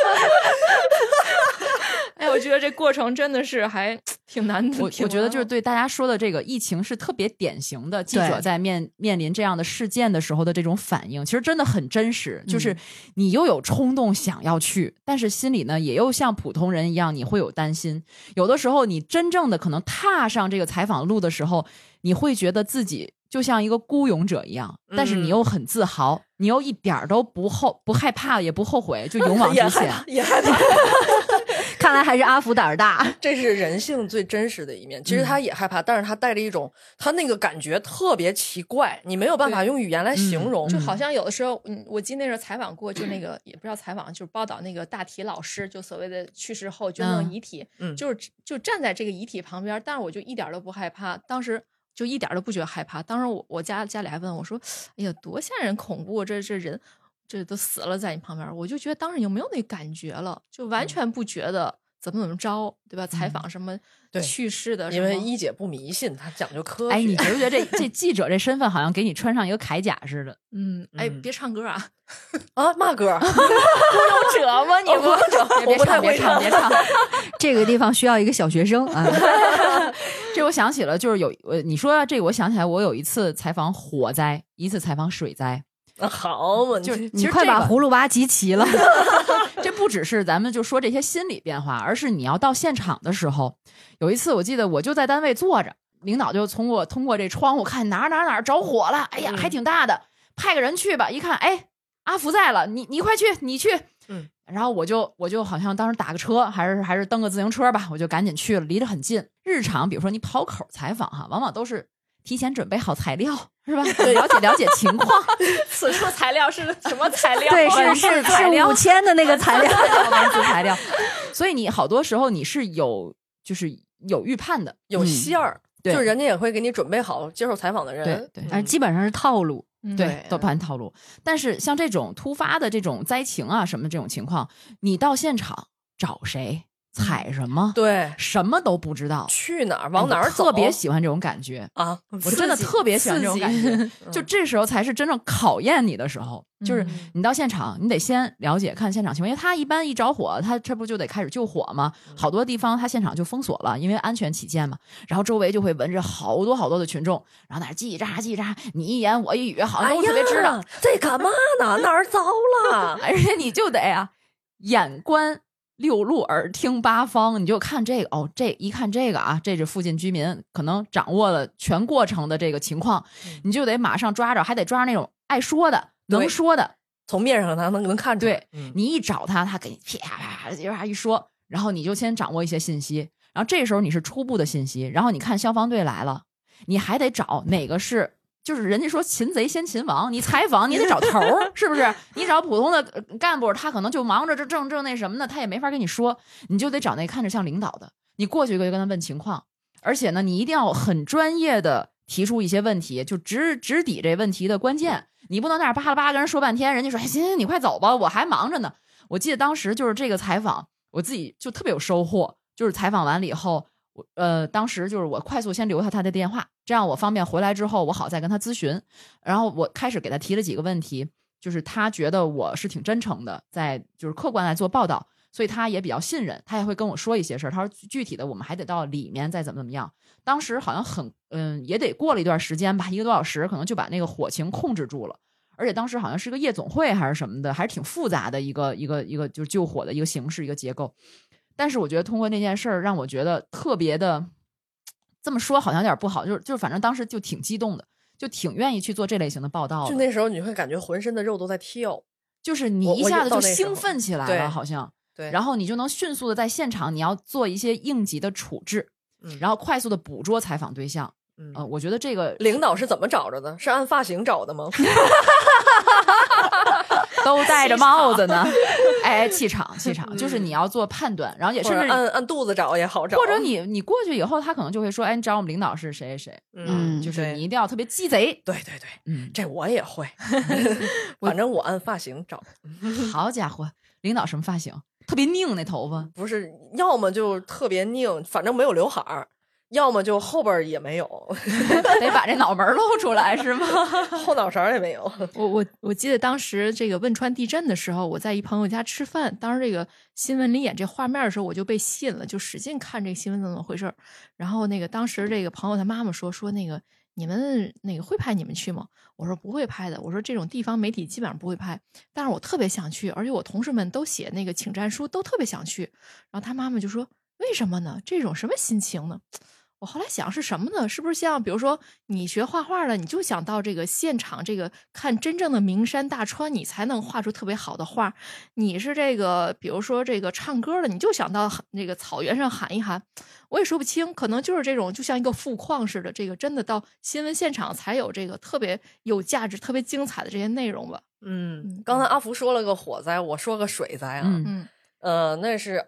哎，我觉得这过程真的是还挺难的。 我觉得就是对大家说的这个疫情是特别典型的，记者在面临这样的事件的时候的这种反应，其实真的很真实。就是你又有冲动想要去，但是心里呢也又像普通人一样，你会有担心。有的时候你真正的可能踏上这个采访路的时候，你会觉得自己就像一个孤勇者一样，但是你又很自豪，你又一点都不害怕，也不后悔，就勇往直前。 也害怕。 看来还是阿福胆儿大， 这是人性最真实的一面。其实他也害怕，但是他带着一种他那个感觉特别奇怪，你没有办法用语言来形容。 就好像有的时候，我记得那时候采访过，就那个也不知道采访，就是报道那个大体老师，就所谓的去世后捐赠遗体，就站在这个遗体旁边，但是我就一点都不害怕，当时就一点都不觉得害怕。当时我家里还问我说：“哎呀，多吓人恐怖！这人。”这都死了在你旁边，我就觉得当时有没有那感觉了，就完全不觉得怎么着，对吧？采访什么去世的， 因为一姐不迷信，她讲究科学。 哎，你觉不觉得这记者这身份好像给你穿上一个铠甲似的？ 哎，别唱歌啊！ 啊，嘛歌？ 孤勇者吗？你孤勇者，我不太会唱， 别唱。 这个地方需要一个小学生啊。 这我想起了，就是你说这个，我想起来，我有一次采访火灾，一次采访水灾。 好嘛， 就是你快把葫芦娃集齐了。 这不只是咱们就说这些心理变化，而是你要到现场的时候。有一次我记得我就在单位坐着，领导就通过这窗户看哪儿着火了，哎呀还挺大的，派个人去吧。一看，哎，阿福在了，你快去，你去。然后我就好像当时打个车，还是蹬个自行车吧，我就赶紧去了，离得很近。日常比如说你跑口采访哈，往往都是提前准备好材料，是吧？了解了解情况。 此处材料是什么材料？ 对，是5000的那个材料， 文字材料。所以你好多时候你是就是有预判的， 有馅儿， 对， 就是人家也会给你准备好接受采访的人， 对， 基本上是套路。 对，都盘套路。但是像这种突发的这种灾情啊什么这种情况，你到现场找谁？采什么？ 对， 什么都不知道， 去哪儿往哪儿走， 特别喜欢这种感觉啊！ 我真的特别喜欢这种感觉，就这时候才是真正考验你的时候。就是你到现场，你得先了解看现场情况，因为他一般一着火，他这不就得开始救火吗？好多地方他现场就封锁了，因为安全起见嘛。然后周围就会围着好多的群众，然后那叽喳，你一言我一语，好像都特别知道、 这干嘛呢？哪儿糟了？ 而且你就得眼观六路，耳听八方，你就看这个这一看这个这是附近居民可能掌握了全过程的这个情况，你就得马上抓着，还得抓那种爱说的能说的， 从面上他能看出来。 对、你一找他给你啪啪啪一说，然后你就先掌握一些信息，然后这时候你是初步的信息，然后你看消防队来了，你还得找哪个是。就是人家说擒贼先擒王，你采访你得找头是不是？你找普通的干部，他可能就忙着这正那什么的，他也没法跟你说，你就得找那看着像领导的，你过去就跟他问情况，而且呢，你一定要很专业的提出一些问题，就直抵这问题的关键，你不能在那巴拉巴拉跟人说半天，人家说行，你快走吧，我还忙着呢。我记得当时就是这个采访，我自己就特别有收获，就是采访完了以后。当时就是我快速先留下他的电话，这样我方便回来之后我好再跟他咨询。然后我开始给他提了几个问题，就是他觉得我是挺真诚的，在就是客观来做报道，所以他也比较信任，他也会跟我说一些事儿。他说具体的我们还得到里面再怎么样。当时好像也得过了一段时间吧，1个多小时，可能就把那个火情控制住了。而且当时好像是个夜总会还是什么的，还是挺复杂的一个就是救火的一个形式一个结构。但是我觉得通过那件事儿，让我觉得特别的，这么说好像有点不好，就是反正当时就挺激动的，就挺愿意去做这类型的报道。 就那时候你会感觉浑身的肉都在跳， 就是你一下子就兴奋起来了，好像。 对， 然后你就能迅速的在现场，你要做一些应急的处置，然后快速的捕捉采访对象。我觉得这个领导是怎么找着的？是按发型找的吗？ 都戴着帽子呢，气场，就是你要做判断，然后也甚至按肚子找也好找， 或者你过去以后，他可能就会说，你找我们领导是谁谁谁，就是你一定要特别鸡贼， 对，这我也会，反正我按发型找。 好家伙，领导什么发型？特别拧那头发？ 不是，要么就特别拧，反正没有刘海儿。要么就后边也没有， 得把这脑门露出来是吗？ 后脑勺也没有。 我记得当时这个汶川地震的时候，我在一朋友家吃饭，当时这个新闻里演这画面的时候，我就被吸引了，就使劲看这个新闻怎么回事。然后那个当时这个朋友他妈妈说那个你们那个会派你们去吗？我说不会派的，我说这种地方媒体基本上不会派，但是我特别想去，而且我同事们都写那个请战书，都特别想去。然后他妈妈就说为什么呢？这种什么心情呢？我后来想是什么呢？是不是像比如说你学画画的，你就想到这个现场，这个看真正的名山大川，你才能画出特别好的画。你是这个比如说这个唱歌的，你就想到那个草原上喊一喊。我也说不清，可能就是这种就像一个富矿似的，这个真的到新闻现场才有这个特别有价值特别精彩的这些内容吧。 刚才阿福说了个火灾，我说个水灾啊。那是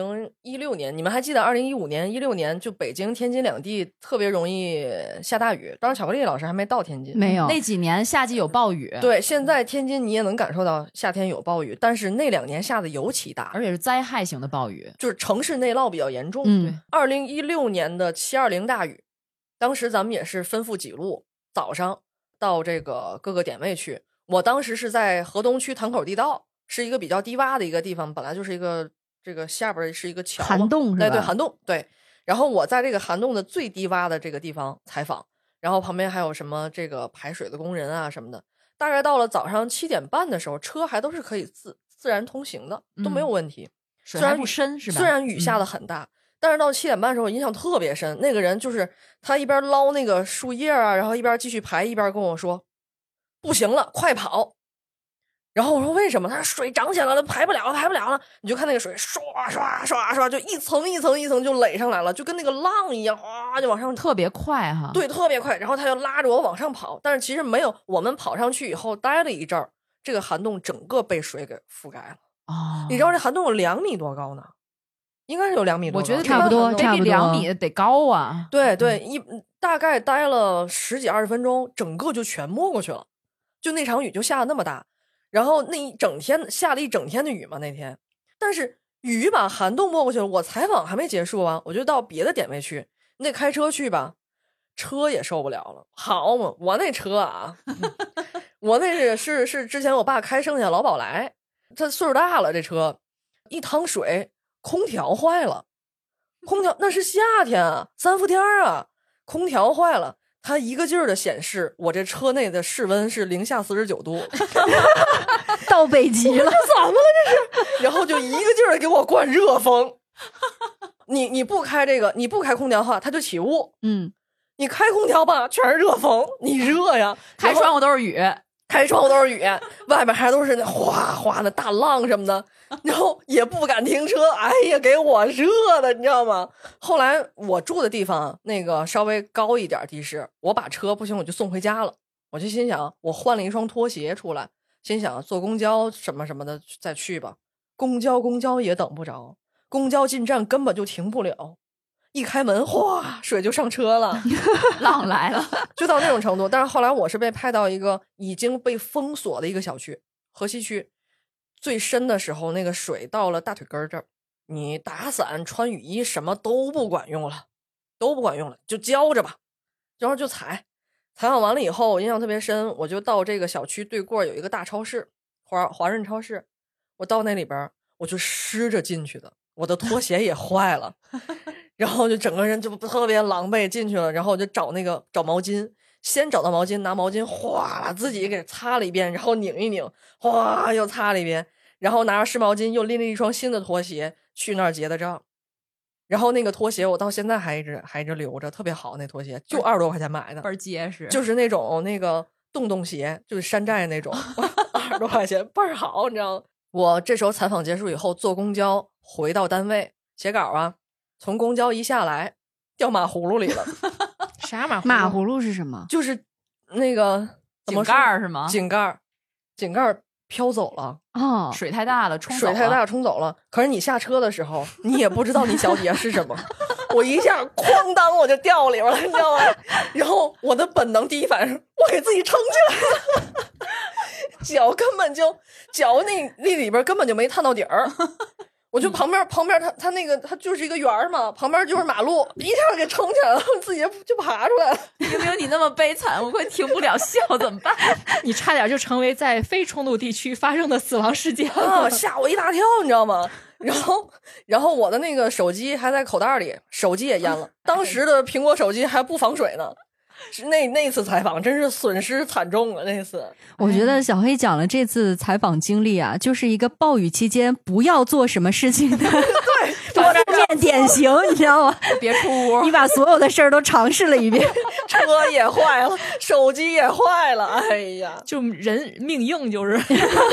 2016年，你们还记得2015年、16年就北京、天津两地特别容易下大雨，当时巧克力老师还没到天津， 没有， 那几年夏季有暴雨。 对，现在天津你也能感受到夏天有暴雨，但是那2年下的尤其大， 而且是灾害型的暴雨， 就是城市内涝比较严重。2016年的720大雨，当时咱们也是吩咐几路，早上到这个各个点位去。我当时是在河东区塘口地道，是一个比较低洼的一个地方，本来就是一个这个下边是一个桥， 涵洞是吧？ 对，涵洞。对，然后我在这个涵洞的最低洼的这个地方采访，然后旁边还有什么这个排水的工人啊什么的。大概到了早上7点半的时候，车还都是可以自然通行的，都没有问题。 水还不深是吧？ 虽然雨下的很大，但是到7点半的时候印象特别深。那个人就是他一边捞那个树叶啊，然后一边继续排，一边跟我说：“不行了，快跑！” 然后我说为什么？他说水涨起来了，排不了了。你就看那个水刷刷刷刷，就一层一层一层就垒上来了，就跟那个浪一样，哗就往上， 特别快哈。 对，特别快。然后他就拉着我往上跑，但是其实没有，我们跑上去以后待了一阵儿，这个涵洞整个被水给覆盖了。 哦， 你知道这涵洞有2米多高呢，应该是有2米多高， 我觉得差不多得比2米得高啊。 对对，大概待了10几20分钟，整个就全没过去了。就那场雨就下的那么大。然后那一整天下了一整天的雨嘛那天，但是雨把涵洞没过去了，我采访还没结束啊，我就到别的点位去，你得开车去吧，车也受不了了。好嘛，我那车啊，我那是之前我爸开剩下老宝来，他岁数大了，这车一趟水，空调坏了，空调那是夏天啊，3伏天啊，空调坏了。它一个劲儿的显示我这车内的室温是-49度， 到北极了， 怎么了这是？然后就一个劲儿的给我灌热风。你不开这个，你不开空调的话，它就起雾。你开空调吧，全是热风，你热呀。 开窗户都是雨， 外面还都是那哗哗的大浪什么的，然后也不敢停车，哎呀，给我热的，你知道吗？后来我住的地方那个稍微高一点地势，我把车不行我就送回家了。我就心想，我换了一双拖鞋出来，心想坐公交什么什么的再去吧。公交也等不着，公交进站根本就停不了。一开门，哗，水就上车了， 浪来了， 就到那种程度。但是后来我是被派到一个已经被封锁的一个小区，河西区，最深的时候，那个水到了大腿根这儿，你打伞、穿雨衣什么都不管用了，就浇着吧，然后就采访完了以后，我印象特别深，我就到这个小区对过有一个大超市，华润超市，我到那里边我就湿着进去的，我的拖鞋也坏了。然后就整个人就特别狼狈进去了，然后我就找毛巾，先找到毛巾，拿毛巾哗自己给擦了一遍，然后拧一拧，哗又擦了一遍，然后拿着湿毛巾又拎了一双新的拖鞋去那儿结的账。然后那个拖鞋我到现在还一直留着，特别好，那拖鞋就20多块钱买的， 倍儿结实， 就是那种那个洞鞋，就是山寨那种，20多块钱倍儿好，你知道吗？我这时候采访结束以后坐公交回到单位写稿啊，从公交一下来掉马葫芦里了。 啥马葫芦？ 马葫芦是什么？ 就是那个井盖是吗？ 井盖飘走了。 哦， 水太大了，冲走了。可是你下车的时候，你也不知道你脚底下是什么。我一下哐当我就掉里边了，你知道吗？然后我的本能第一反应是我给自己撑起来了，脚那里边根本就没探到底儿。我就旁边它那个它就是一个圆嘛，旁边就是马路，一下给撑起来了，自己就爬出来了。 明明你那么悲惨，我快停不了笑，怎么办？ 你差点就成为在非冲突地区发生的死亡事件啊！吓我一大跳，你知道吗？然后我的那个手机还在口袋里，手机也淹了。当时的苹果手机还不防水呢。那次采访真是损失惨重啊！那次我觉得小黑讲了这次采访经历啊，就是一个暴雨期间不要做什么事情的对多面典型，你知道吗？ 别出屋， 你把所有的事儿都尝试了一遍， 车也坏了，手机也坏了，哎呀， 就人命硬就是。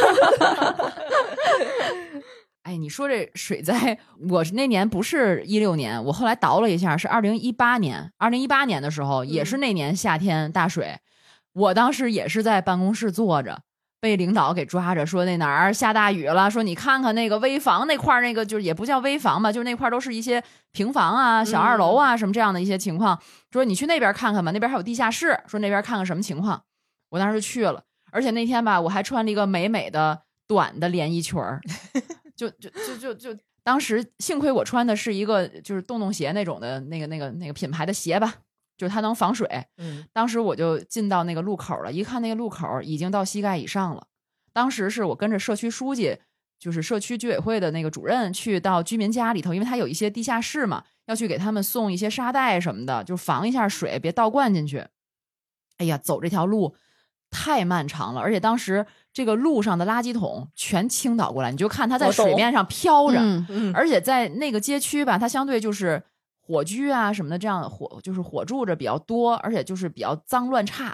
哎，你说这水灾，我那年不是16年，我后来倒了一下，是2018年。2018年的时候，也是那年夏天大水，我当时也是在办公室坐着，被领导给抓着，说那哪儿下大雨了，说你看看那个危房那块儿，那个就是也不叫危房吧，就是那块儿都是一些平房啊、小2楼啊什么这样的一些情况，说你去那边看看吧，那边还有地下室，说那边看看什么情况。我当时就去了，而且那天吧，我还穿了一个美美的短的连衣裙儿。就当时幸亏我穿的是一个就是洞鞋那种的那个品牌的鞋吧，就是它能防水。当时我就进到那个路口了，一看那个路口已经到膝盖以上了。当时是我跟着社区书记，就是社区居委会的那个主任去到居民家里头，因为他有一些地下室嘛，要去给他们送一些沙袋什么的，就防一下水别倒灌进去。哎呀，走这条路太漫长了，而且当时这个路上的垃圾桶全倾倒过来，你就看它在水面上飘着，而且在那个街区吧，它相对就是火居啊什么的，这样就是火住着比较多，而且就是比较脏乱差，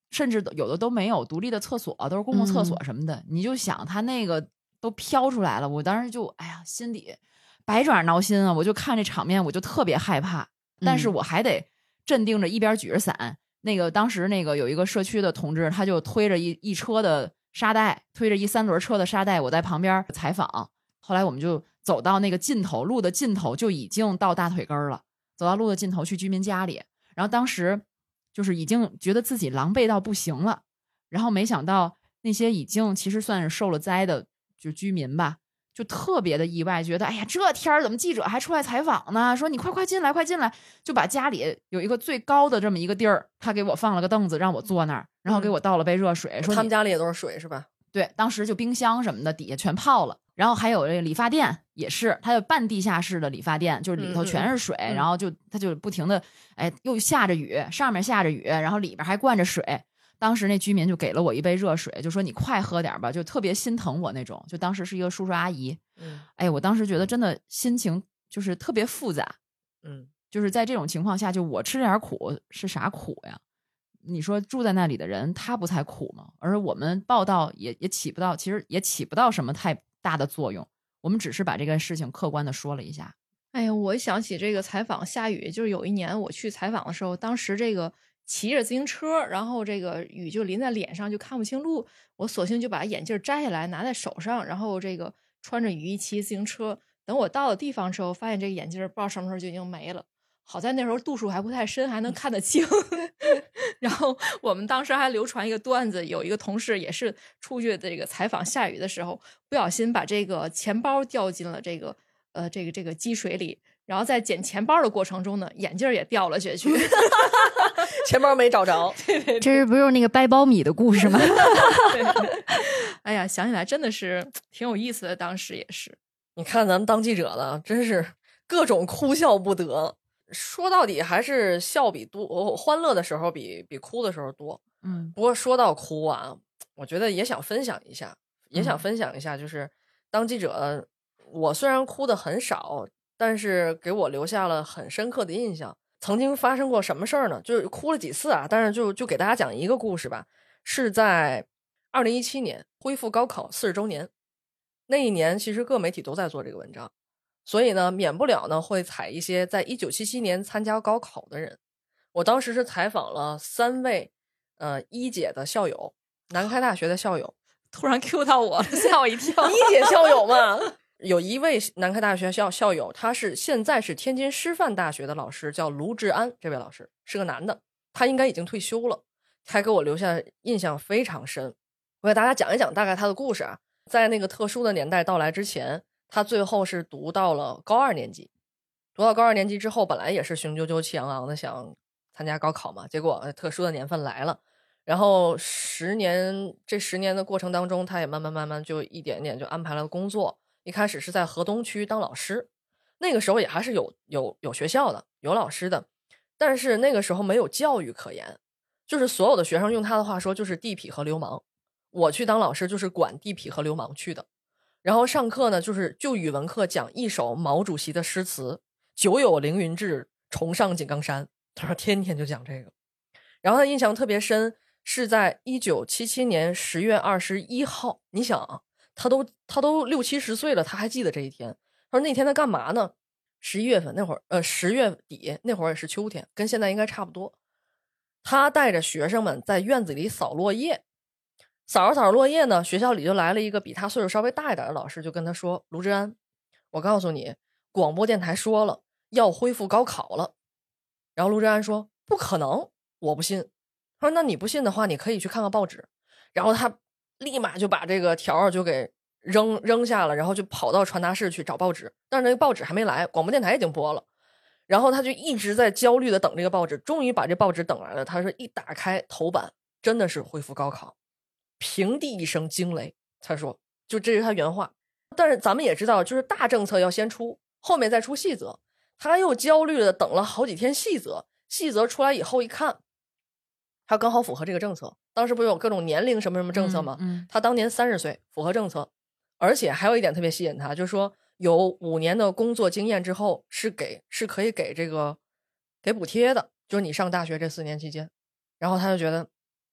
甚至有的都没有独立的厕所，都是公共厕所什么的。你就想他那个都飘出来了，我当时就哎呀，心里百爪挠心啊！我就看这场面，我就特别害怕，但是我还得镇定着，一边举着伞。那个当时那个有一个社区的同志，他就推着一车的沙袋，推着一3轮车的沙袋，我在旁边采访。后来我们就走到那个尽头，路的尽头就已经到大腿根了，走到路的尽头去居民家里，然后当时就是已经觉得自己狼狈到不行了，然后没想到那些已经其实算是受了灾的就居民吧，就特别的意外，觉得哎呀，这天怎么记者还出来采访呢？说你快进来，快进来，就把家里有一个最高的这么一个地儿，他给我放了个凳子让我坐那儿，然后给我倒了杯热水，说他们家里也都是水是吧？ 对，当时就冰箱什么的底下全泡了，然后还有这个理发店也是，它有半地下室的理发店，就是里头全是水，然后它就不停的，哎，又下着雨，上面下着雨，然后里边还灌着水。当时那居民就给了我一杯热水，就说你快喝点吧，就特别心疼我那种。就当时是一个叔叔阿姨，哎，我当时觉得真的心情就是特别复杂，就是在这种情况下，就我吃点苦是啥苦呀？你说住在那里的人他不才苦吗？而我们报道也起不到，其实也起不到什么太大的作用，我们只是把这个事情客观的说了一下。 哎呀，我一想起这个采访下雨，就是有一年我去采访的时候，当时这个骑着自行车，然后这个雨就淋在脸上，就看不清路，我索性就把眼镜摘下来拿在手上，然后这个穿着雨衣骑自行车。等我到了地方之后，发现这个眼镜不知道什么时候就已经没了。好在那时候度数还不太深，还能看得清。然后我们当时还流传一个段子，有一个同事也是出去这个采访下雨的时候，不小心把这个钱包掉进了这个积水里，然后在捡钱包的过程中呢，眼镜也掉了下去。 钱包没找着。 这是不是那个掰苞米的故事吗？ 对，哎呀，想起来真的是挺有意思的，当时也是。 你看咱们当记者的，真是各种哭笑不得。说到底还是笑比多，欢乐的时候比哭的时候多。不过说到哭啊，我觉得也想分享一下，就是当记者，我虽然哭的很少，但是给我留下了很深刻的印象。曾经发生过什么事儿呢？就是哭了几次啊，但是就给大家讲一个故事吧。是在2017年恢复高考40周年那一年，其实各媒体都在做这个文章。所以呢，免不了呢会采一些在1977年参加高考的人。我当时是采访了3位一姐的校友，南开大学的校友。 突然 Q 到我了，吓我一跳。 一姐校友嘛，有一位南开大学校友，他现在是天津师范大学的老师，叫卢志安。这位老师是个男的，他应该已经退休了，还给我留下印象非常深。我给大家讲一讲大概他的故事啊。在那个特殊的年代到来之前，他最后是读到了高2年级。读到高2年级之后，本来也是雄赳赳气昂昂的想参加高考嘛，结果特殊的年份来了，然后10年的过程当中，他也慢慢就一点点就安排了工作。一开始是在河东区当老师，那个时候也还是有学校的，有老师的，但是那个时候没有教育可言，就是所有的学生用他的话说就是地痞和流氓。我去当老师就是管地痞和流氓去的。然后上课呢，就语文课讲一首毛主席的诗词，久有凌云志，重上井冈山。他说天天就讲这个。然后他印象特别深，是在1977年10月21号。你想啊，他都6、70岁了，他还记得这一天。他说那天他干嘛呢？11月份那会儿，10月底那会儿也是秋天，跟现在应该差不多。他带着学生们在院子里扫落叶。扫着扫着落叶呢，学校里就来了一个比他岁数稍微大一点的老师，就跟他说：“卢志安，我告诉你，广播电台说了要恢复高考了。”然后卢志安说：“不可能，我不信。”他说：“那你不信的话，你可以去看看报纸。”然后他立马就把这个条就给扔下了，然后就跑到传达室去找报纸。但是那个报纸还没来，广播电台已经播了。然后他就一直在焦虑的等这个报纸，终于把这报纸等来了。他说一打开头版，真的是恢复高考。平地一声惊雷，他说就这是他原话。但是咱们也知道，就是大政策要先出，后面再出细则。他又焦虑的等了好几天细则出来以后一看，他刚好符合这个政策。当时不是有各种年龄什么什么政策吗？他当年30岁，符合政策。而且还有一点特别吸引他，就是说有5年的工作经验之后是可以给补贴的，就是你上大学这4年期间。然后他就觉得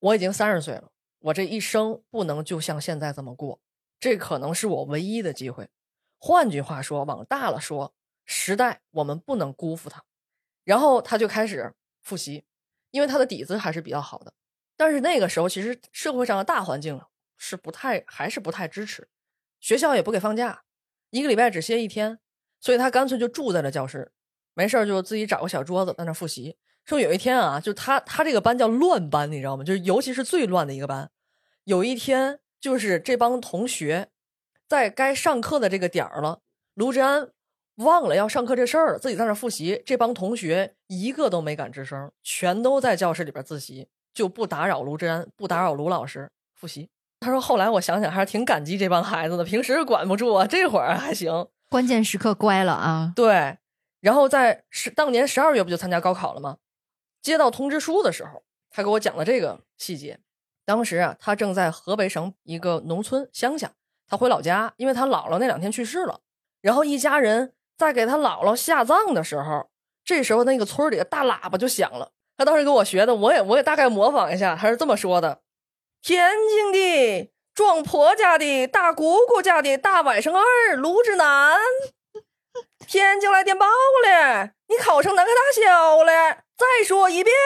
我已经30岁了，我这一生不能就像现在这么过，这可能是我唯一的机会。换句话说，往大了说，时代我们不能辜负它。然后他就开始复习，因为他的底子还是比较好的。但是那个时候其实社会上的大环境是还是不太支持，学校也不给放假，1个礼拜只歇1天，所以他干脆就住在了教室，没事就自己找个小桌子在那复习。说有一天啊，就他这个班叫乱班，你知道吗？就是尤其是最乱的一个班。有一天就是这帮同学在该上课的这个点儿了，卢志安忘了要上课这事儿了，自己在那复习，这帮同学一个都没敢吱声，全都在教室里边自习，就不打扰卢志安，不打扰卢老师复习。他说后来我想想还是挺感激这帮孩子的，平时管不住啊，这会儿还行， 关键时刻乖了啊。 对，然后在当年12月不就参加高考了吗？接到通知书的时候，他给我讲了这个细节。当时啊，他正在河北省一个农村乡下，他回老家，因为他姥姥那2天去世了，然后一家人在给他姥姥下葬的时候，这时候那个村里的大喇叭就响了。他当时给我学的，我也大概模仿一下，他是这么说的：天津的庄婆家的大姑姑家的大外甥儿卢志南，天津来电报了，你考成南开大小了，再说一遍。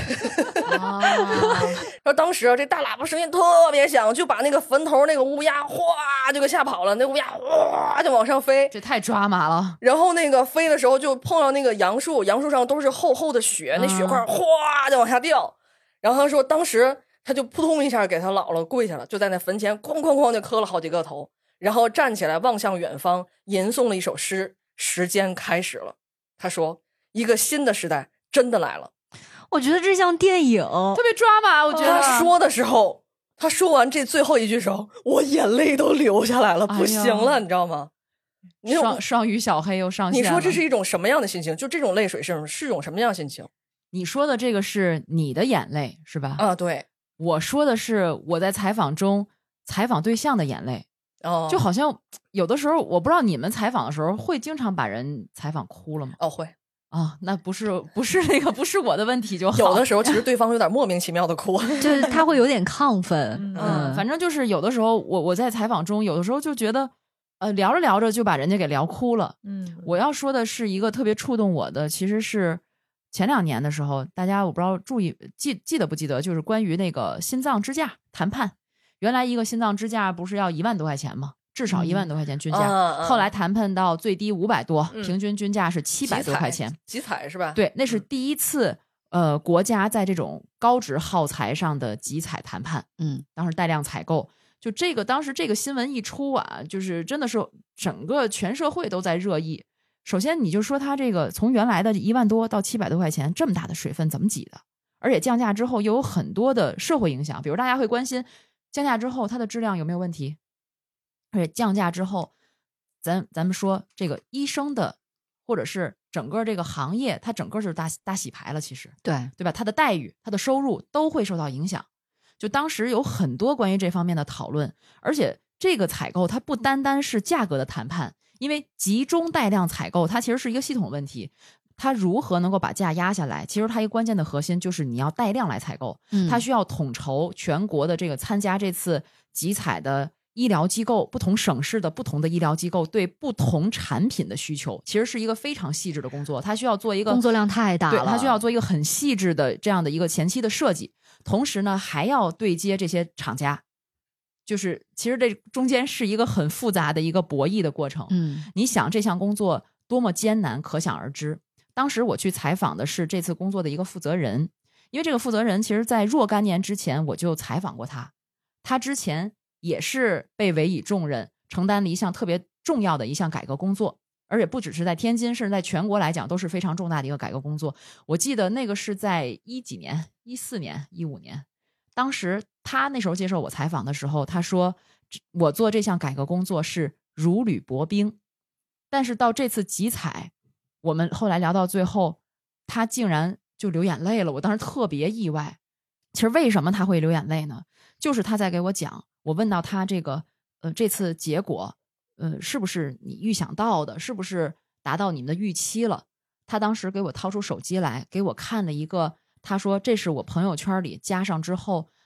然后当时啊，这大喇叭声音特别响，就把那个坟头那个乌鸦哗就给吓跑了，那乌鸦哗就往上飞， 这太抓马了。 然后那个飞的时候就碰到那个杨树，杨树上都是厚厚的雪，那雪块哗就往下掉。然后他说当时他就扑通一下给他姥姥跪下了，就在那坟前哐哐哐就磕了好几个头，然后站起来望向远方，吟诵了一首诗：时间开始了。他说一个新的时代真的来了。 我觉得这像电影， 特别抓马。我觉得他说的时候，他说完这最后一句的时候，我眼泪都流下来了，不行了，你知道吗？ 双鱼小黑又上线了。 你说这是一种什么样的心情？就这种泪水是一种什么样的心情？ 你说的这个是你的眼泪是吧？ 啊，对。 我说的是我在采访中采访对象的眼泪。 哦， 就好像有的时候，我不知道你们采访的时候会经常把人采访哭了吗？ 哦，会。 啊，那不是那个不是我的问题就好。 有的时候其实对方有点莫名其妙的哭， 就是他会有点亢奋。 反正就是有的时候我在采访中，有的时候就觉得，聊着聊着就把人家给聊哭了。我要说的是一个特别触动我的，其实是前2年的时候，大家我不知道记得不记得，就是关于那个心脏支架谈判。原来一个心脏支架不是要1万多块钱吗？至少1万多块钱均价，后来谈判到最低500多，平均均价是700多块钱。 集采是吧？ 对，那是第一次，国家在这种高值耗材上的集采谈判。当时带量采购，就这个当时这个新闻一出啊，就是真的是整个全社会都在热议。首先你就说它这个从原来的1万多到700多块钱，这么大的水分怎么挤的？而且降价之后又有很多的社会影响，比如大家会关心降价之后它的质量有没有问题。而且降价之后，咱们说这个医生的，或者是整个这个行业，它整个就是大洗牌了。其实，对吧？它的待遇、它的收入都会受到影响。就当时有很多关于这方面的讨论，而且这个采购它不单单是价格的谈判，因为集中带量采购，它其实是一个系统问题。它如何能够把价压下来？其实它一个关键的核心就是你要带量来采购，它需要统筹全国的这个参加这次集采的医疗机构，不同省市的不同的医疗机构对不同产品的需求，其实是一个非常细致的工作。它需要做一个工作量太大了， 对，它需要做一个很细致的这样的一个前期的设计，同时呢还要对接这些厂家。就是其实这中间是一个很复杂的一个博弈的过程。你想这项工作多么艰难，可想而知。当时我去采访的是这次工作的一个负责人，因为这个负责人其实在若干年之前我就采访过他，他之前也是被委以重任，承担了一项特别重要的一项改革工作，而且不只是在天津，甚至在全国来讲都是非常重大的一个改革工作。我记得那个是在几年，14年、15年，当时他那时候接受我采访的时候，他说我做这项改革工作是如履薄冰，但是到这次集采，我们后来聊到最后，他竟然就流眼泪了。我当时特别意外。其实为什么他会流眼泪呢？就是他在给我讲，我问到他这次结果是不是你预想到的，是不是达到你们的预期了。他当时给我掏出手机来给我看了一个，他说这是我朋友圈里加上之后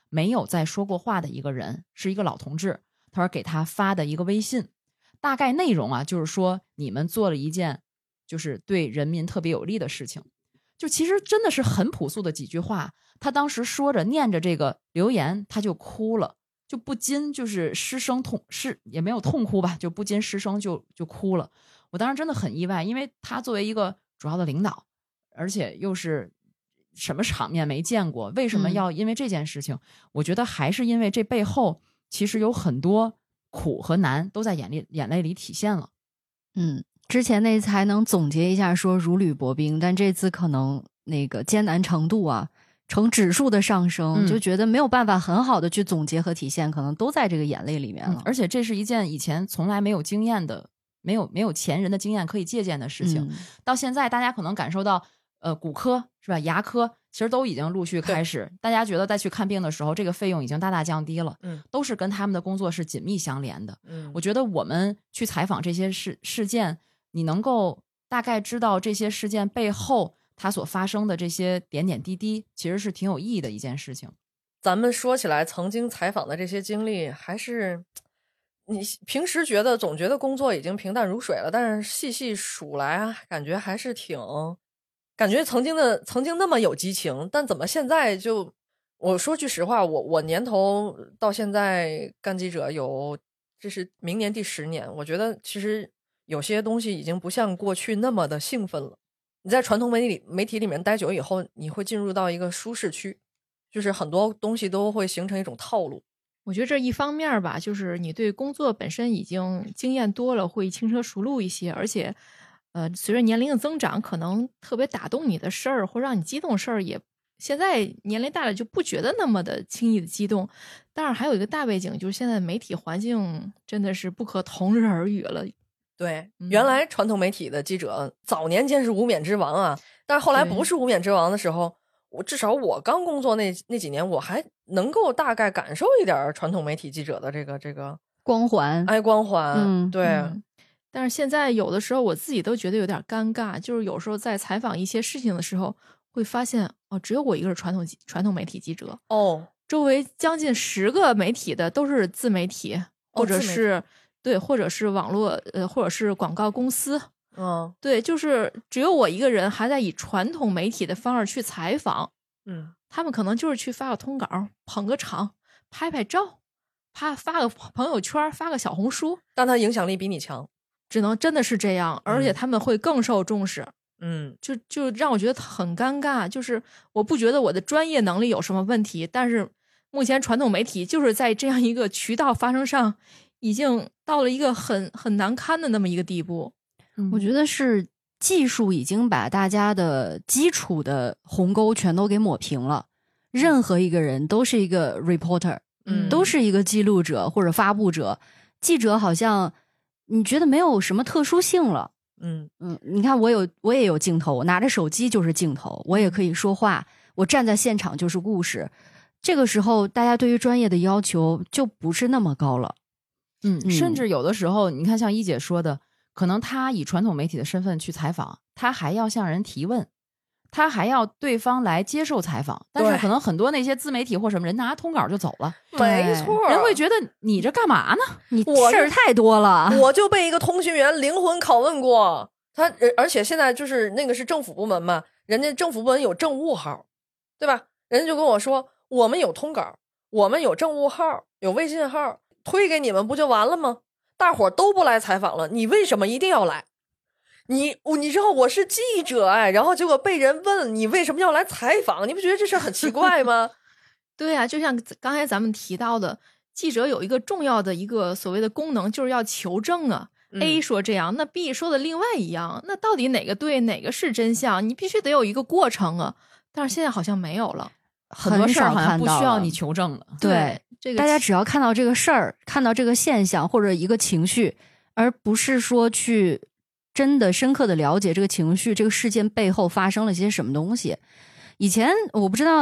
没有再说过话的一个人，是一个老同志，他说给他发的一个微信，大概内容啊就是说你们做了一件就是对人民特别有利的事情，就其实真的是很朴素的几句话。他当时说着念着这个留言，他就哭了，就不禁就是失声也没有痛哭吧，就不禁失声就哭了。我当时真的很意外，因为他作为一个主要的领导，而且又是什么场面没见过，为什么要因为这件事情？我觉得还是因为这背后其实有很多苦和难都在眼泪里体现了。 之前那次还能总结一下说如履薄冰，但这次可能那个艰难程度啊呈指数的上升，就觉得没有办法很好的去总结和体现，可能都在这个眼泪里面了。 而且这是一件以前从来没有经验的，没有前人的经验可以借鉴的事情。到现在大家可能感受到骨科是吧，牙科其实都已经陆续开始，大家觉得再去看病的时候这个费用已经大大降低了，都是跟他们的工作是紧密相连的。我觉得我们去采访这些事件，你能够大概知道这些事件背后它所发生的这些点点滴滴，其实是挺有意义的一件事情。 咱们说起来曾经采访的这些经历，还是你平时总觉得工作已经平淡如水了，但是细细数来啊，感觉还是感觉曾经那么有激情，但怎么现在就，我说句实话，我年头到现在干记者这是明年第10年，我觉得其实有些东西已经不像过去那么的兴奋了。你在传统媒体里面待久以后，你会进入到一个舒适区，就是很多东西都会形成一种套路。 我觉得这一方面吧，就是你对工作本身已经经验多了，会轻车熟路一些，而且随着年龄的增长，可能特别打动你的事儿或让你激动的事儿，也现在年龄大了就不觉得那么的轻易的激动。当然还有一个大背景，就是现在媒体环境真的是不可同日而语了。 对，原来传统媒体的记者早年间是无冕之王啊，但是后来不是无冕之王的时候，至少我刚工作那几年，我还能够大概感受一点传统媒体记者的这个光环， 光环。对。 但是现在有的时候我自己都觉得有点尴尬，就是有时候在采访一些事情的时候，会发现只有我一个是传统媒体记者周围将近10个媒体的都是自媒体，或者是对，或者是网络或者是广告公司。对，就是只有我一个人还在以传统媒体的方式去采访。他们可能就是去发个通稿，捧个场，拍拍照，发个朋友圈，发个小红书， 但他影响力比你强， 只能真的是这样，而且他们会更受重视。就让我觉得很尴尬，就是我不觉得我的专业能力有什么问题，但是目前传统媒体就是在这样一个渠道发生上已经到了一个很难堪的那么一个地步。 我觉得是技术已经把大家的基础的鸿沟全都给抹平了，任何一个人都是一个 reporter，都是一个记录者或者发布者。记者好像你觉得没有什么特殊性了。你看我也有镜头，我拿着手机就是镜头，我也可以说话，我站在现场就是故事。这个时候大家对于专业的要求就不是那么高了。 甚至有的时候你看像一姐说的，可能他以传统媒体的身份去采访，他还要向人提问，他还要对方来接受采访，但是可能很多那些自媒体或什么人拿通稿就走了。 没错， 人会觉得你这干嘛呢？ 你事儿太多了。 我就被一个通讯员灵魂拷问过，而且现在就是那个是政府部门嘛，人家政府部门有政务号，对吧？人家就跟我说，我们有通稿，我们有政务号，有微信号，推给你们不就完了吗？大伙都不来采访了，你为什么一定要来？你知道我是记者然后结果被人问你为什么要来采访，你不觉得这事很奇怪吗？ 对啊，就像刚才咱们提到的，记者有一个重要的一个所谓的功能，就是要求证啊。A 说这样，那 B 说的另外一样，那到底哪个对，哪个是真相？你必须得有一个过程啊。但是现在好像没有了， 很多事儿好像不需要你求证了。 对，大家只要看到这个事儿，看到这个现象或者一个情绪，而不是说去真的深刻的了解这个情绪，这个事件背后发生了些什么东西。以前我不知道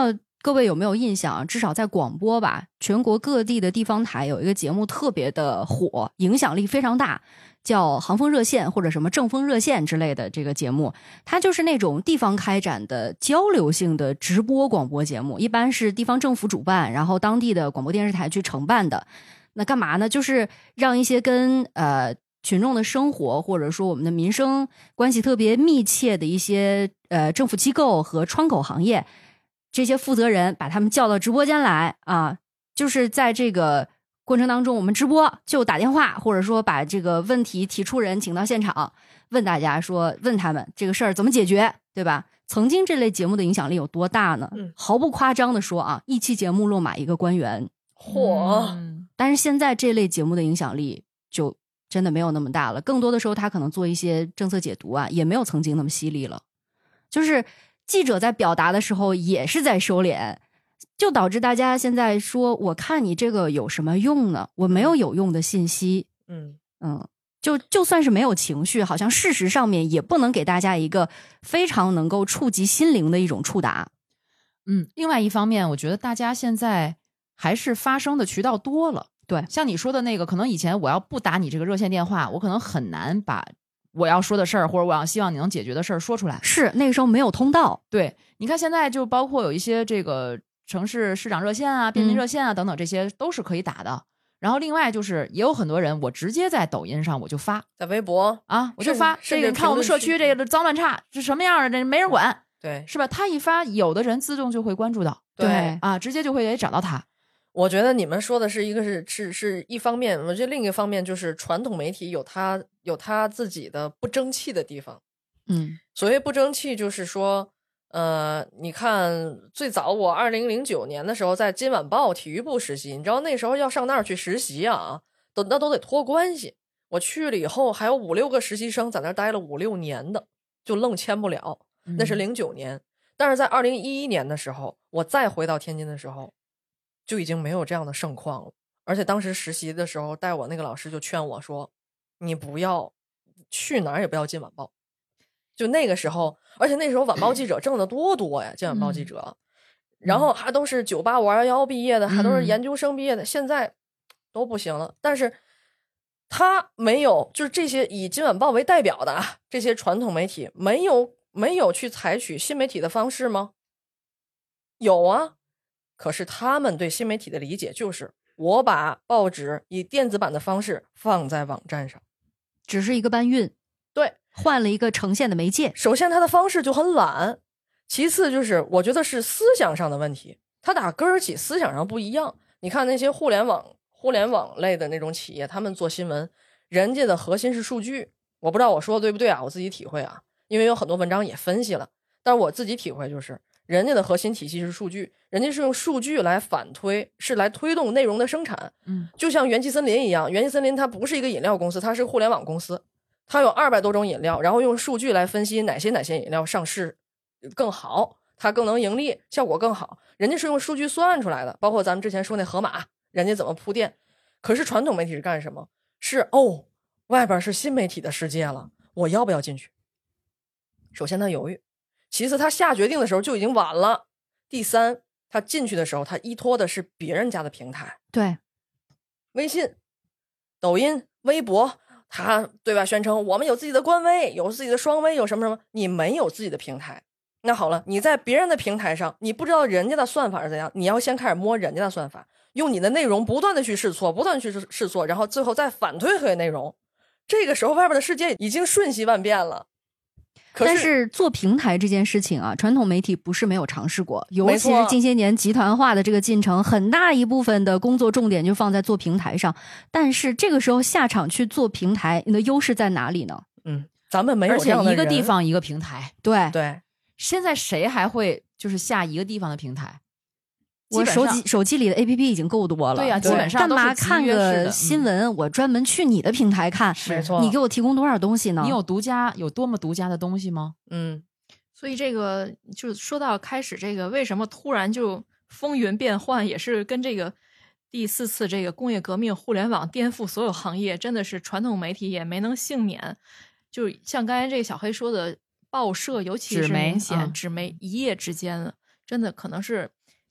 各位有没有印象？至少在广播吧，全国各地的地方台有一个节目特别的火，影响力非常大，叫航风热线或者什么正风热线之类的这个节目，它就是那种地方开展的交流性的直播广播节目，一般是地方政府主办，然后当地的广播电视台去承办的。那干嘛呢？就是让一些跟群众的生活或者说我们的民生关系特别密切的一些政府机构和窗口行业，这些负责人把他们叫到直播间来啊，就是在这个过程当中，我们直播就打电话，或者说把这个问题提出人请到现场，问大家说，问他们这个事儿怎么解决，对吧？曾经这类节目的影响力有多大呢？毫不夸张的说啊，一期节目落马一个官员，但是现在这类节目的影响力就真的没有那么大了，更多的时候他可能做一些政策解读啊，也没有曾经那么犀利了。就是记者在表达的时候也是在收敛，就导致大家现在说，我看你这个有什么用呢？我没有有用的信息。就算是没有情绪，好像事实上面也不能给大家一个非常能够触及心灵的一种触达。 另外一方面，我觉得大家现在还是发声的渠道多了。 对， 像你说的那个，可能以前我要不打你这个热线电话，我可能很难把我要说的事儿，或者我要希望你能解决的事儿说出来。 是那个时候没有通道。 对，你看现在就包括有一些这个城市市长热线啊、便民热线啊等等，这些都是可以打的。然后另外就是也有很多人，我直接在抖音上我就发， 在微博啊，我就发这个，你看我们社区这个脏乱差是什么样的，这没人管， 对， 是吧？他一发，有的人自动就会关注到， 对啊，直接就会找到他。 我觉得你们说的是一个是一方面，我觉得另一个方面就是传统媒体有他自己的不争气的地方。所谓不争气就是说你看最早我2009年的时候在今晚报体育部实习，你知道那时候要上那儿去实习啊，那都得托关系。我去了以后还有5-6个实习生在那儿待了5-6年的，就愣签不了。那是09年，但是在2011年的时候，我再回到天津的时候就已经没有这样的盛况了。而且当时实习的时候带我那个老师就劝我说，你不要去哪儿也不要进晚报。就那个时候，而且那时候晚报记者挣的多呀，进晚报记者，然后还都是98511毕业的，还都是研究生毕业的，现在都不行了。但是他没有，就是这些以今晚报为代表的这些传统媒体没有去采取新媒体的方式吗？有啊，可是他们对新媒体的理解就是我把报纸以电子版的方式放在网站上， 只是一个搬运。 对， 换了一个呈现的媒介。 首先他的方式就很懒，其次就是我觉得是思想上的问题，他打根儿起思想上不一样。你看那些互联网类的那种企业，他们做新闻，人家的核心是数据。我不知道我说的对不对啊，我自己体会啊，因为有很多文章也分析了，但是我自己体会就是人家的核心体系是数据，人家是用数据来反推，是来推动内容的生产。就像元气森林一样，元气森林它不是一个饮料公司，它是互联网公司，它有200多种饮料，然后用数据来分析哪些饮料上市更好，它更能盈利，效果更好。人家是用数据算出来的，包括咱们之前说那盒马，人家怎么铺垫。可是传统媒体是干什么？是外边是新媒体的世界了，我要不要进去？首先他犹豫，其次他下决定的时候就已经晚了，第三他进去的时候他依托的是别人家的平台。 对， 微信、抖音、微博，他对外宣称我们有自己的官微，有自己的双微，有什么什么，你没有自己的平台。那好了，你在别人的平台上，你不知道人家的算法是怎样，你要先开始摸人家的算法，用你的内容不断的去试错，不断去试错，然后最后再反推回内容。这个时候外边的世界已经瞬息万变了。 但是做平台这件事情啊，传统媒体不是没有尝试过，尤其是近些年集团化的这个进程，很大一部分的工作重点就放在做平台上。但是这个时候下场去做平台，你的优势在哪里呢？ 咱们没有这样的人， 而且一个地方一个平台。 对， 现在谁还会就是下一个地方的平台？ 我手机里的 APP 已经够多了。 对呀，基本上都是干嘛看个新闻？我专门去你的平台看， 没错， 你给我提供多少东西呢？ 你有多么独家的东西吗？ 所以这个就说到开始这个为什么突然就风云变幻，也是跟这个第4次这个工业革命、互联网颠覆所有行业，真的是传统媒体也没能幸免。就像刚才这个小黑说的，报社尤其是明显，纸媒一夜之间了，真的可能是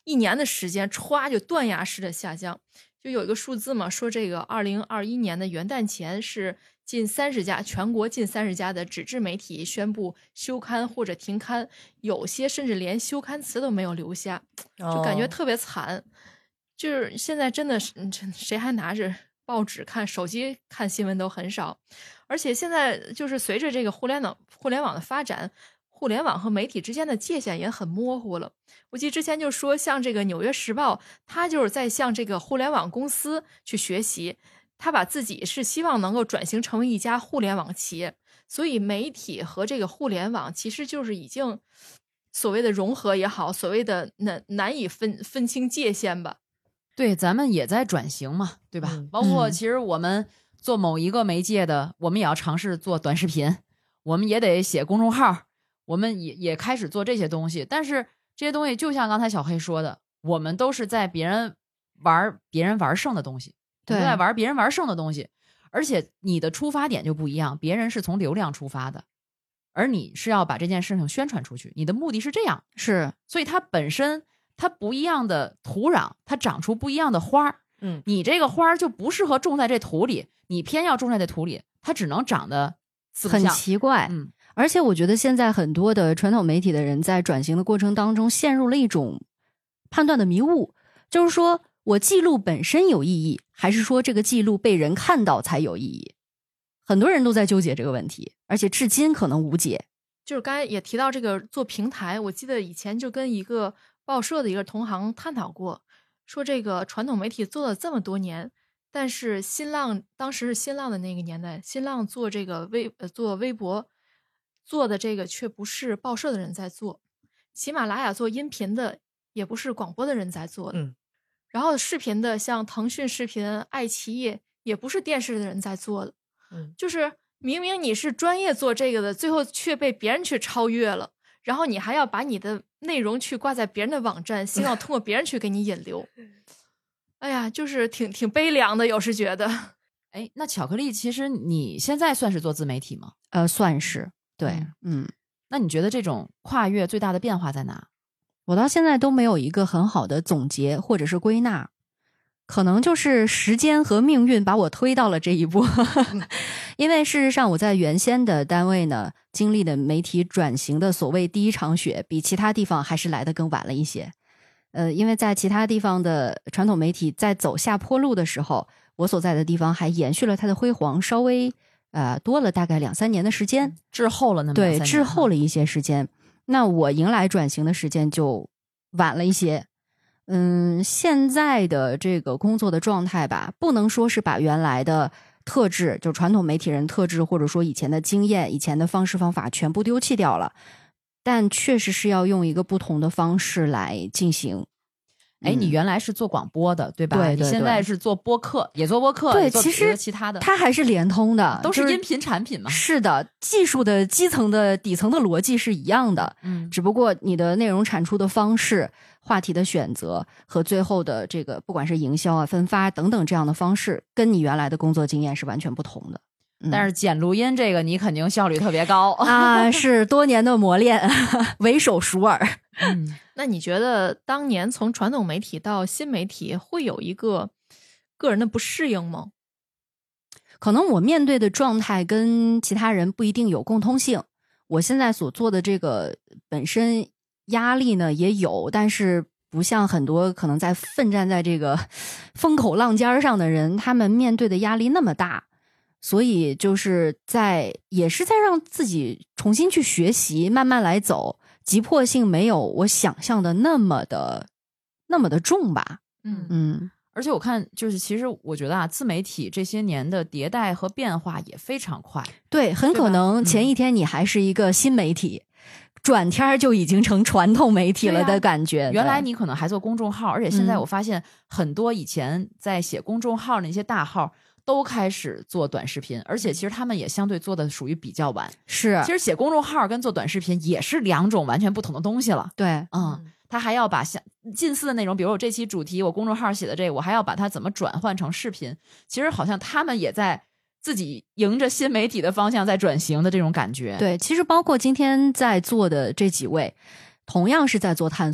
1年的时间歘就断崖式的下降。就有一个数字嘛，说这个2021年的元旦前是近30家，全国近30家的纸质媒体宣布休刊或者停刊，有些甚至连休刊词都没有留下，就感觉特别惨。就是现在真的是谁还拿着报纸看，手机看新闻都很少。而且现在就是随着这个互联网的发展，互联网和媒体之间的界限也很模糊了。我记得之前就说，像这个《纽约时报》，它就是在向这个互联网公司去学习，它把自己是希望能够转型成为一家互联网企业，所以媒体和这个互联网其实就是已经所谓的融合也好，所谓的难以分清界限吧。 对，咱们也在转型嘛，对吧？包括其实我们做某一个媒介的，我们也要尝试做短视频，我们也得写公众号，我们也开始做这些东西。但是这些东西就像刚才小黑说的，我们都是在别人玩剩的东西，对，在玩别人玩剩的东西，而且你的出发点就不一样，别人是从流量出发的，而你是要把这件事情宣传出去，你的目的是这样， 是， 所以它本身它不一样的土壤，它长出不一样的花儿。你这个花儿就不适合种在这土里，你偏要种在这土里，它只能长得很奇怪。而且我觉得现在很多的传统媒体的人在转型的过程当中陷入了一种判断的迷雾，就是说我记录本身有意义，还是说这个记录被人看到才有意义？很多人都在纠结这个问题，而且至今可能无解。 就是刚才也提到这个做平台，我记得以前就跟一个报社的一个同行探讨过，说这个传统媒体做了这么多年，但是新浪当时是新浪的那个年代，新浪做这个做微博做的这个却不是报社的人在做，喜马拉雅做音频的也不是广播的人在做的，然后视频的像腾讯视频、爱奇艺也不是电视的人在做的，就是明明你是专业做这个的，最后却被别人去超越了，然后你还要把你的内容去挂在别人的网站，希望通过别人去给你引流。哎呀，就是挺悲凉的，有时觉得。 哎，那巧克力，其实你现在算是做自媒体吗？ 算是，对， 那你觉得这种跨越最大的变化在哪？ 我到现在都没有一个很好的总结或者是归纳，可能就是时间和命运把我推到了这一步。因为事实上我在原先的单位呢，经历的媒体转型的所谓第一场雪，比其他地方还是来得更晚了一些。因为在其他地方的传统媒体在走下坡路的时候，我所在的地方还延续了它的辉煌，稍微多了大概2-3年的时间， 滞后了那么2-3年， 对，滞后了一些时间。那我迎来转型的时间就晚了一些。现在的这个工作的状态吧，不能说是把原来的特质，就传统媒体人特质，或者说以前的经验、以前的方式方法全部丢弃掉了，但确实是要用一个不同的方式来进行。 你原来是做广播的，对吧？ 对， 你现在是做播客，也做播客， 对， 也做其实其他的， 它还是连通的， 都是音频产品嘛。 是的，技术的基层的底层的逻辑是一样的，只不过你的内容产出的方式、话题的选择和最后的这个不管是营销啊、分发等等这样的方式，跟你原来的工作经验是完全不同的。 但是剪录音这个你肯定效率特别高啊，是多年的磨练，为手熟耳。 那你觉得当年从传统媒体到新媒体会有一个个人的不适应吗？ 可能我面对的状态跟其他人不一定有共通性。我现在所做的这个本身压力呢也有，但是不像很多可能在奋战在这个风口浪尖上的人，他们面对的压力那么大。所以就是也是在让自己重新去学习，慢慢来走，急迫性没有我想象的那么的重吧。 而且我看就是其实我觉得自媒体这些年的迭代和变化也非常快。 对，很可能前一天你还是一个新媒体，转天就已经成传统媒体了的感觉。 原来你可能还做公众号，而且现在我发现很多以前在写公众号的那些大号都开始做短视频，而且其实他们也相对做的属于比较晚。 是， 其实写公众号跟做短视频也是2种完全不同的东西了。 对， 他还要把近似的内容，比如我这期主题我公众号写的这个，我还要把它怎么转换成视频。其实好像他们也在自己迎着新媒体的方向在转型的这种感觉。 对，其实包括今天在做的这几位，同样是在做探索。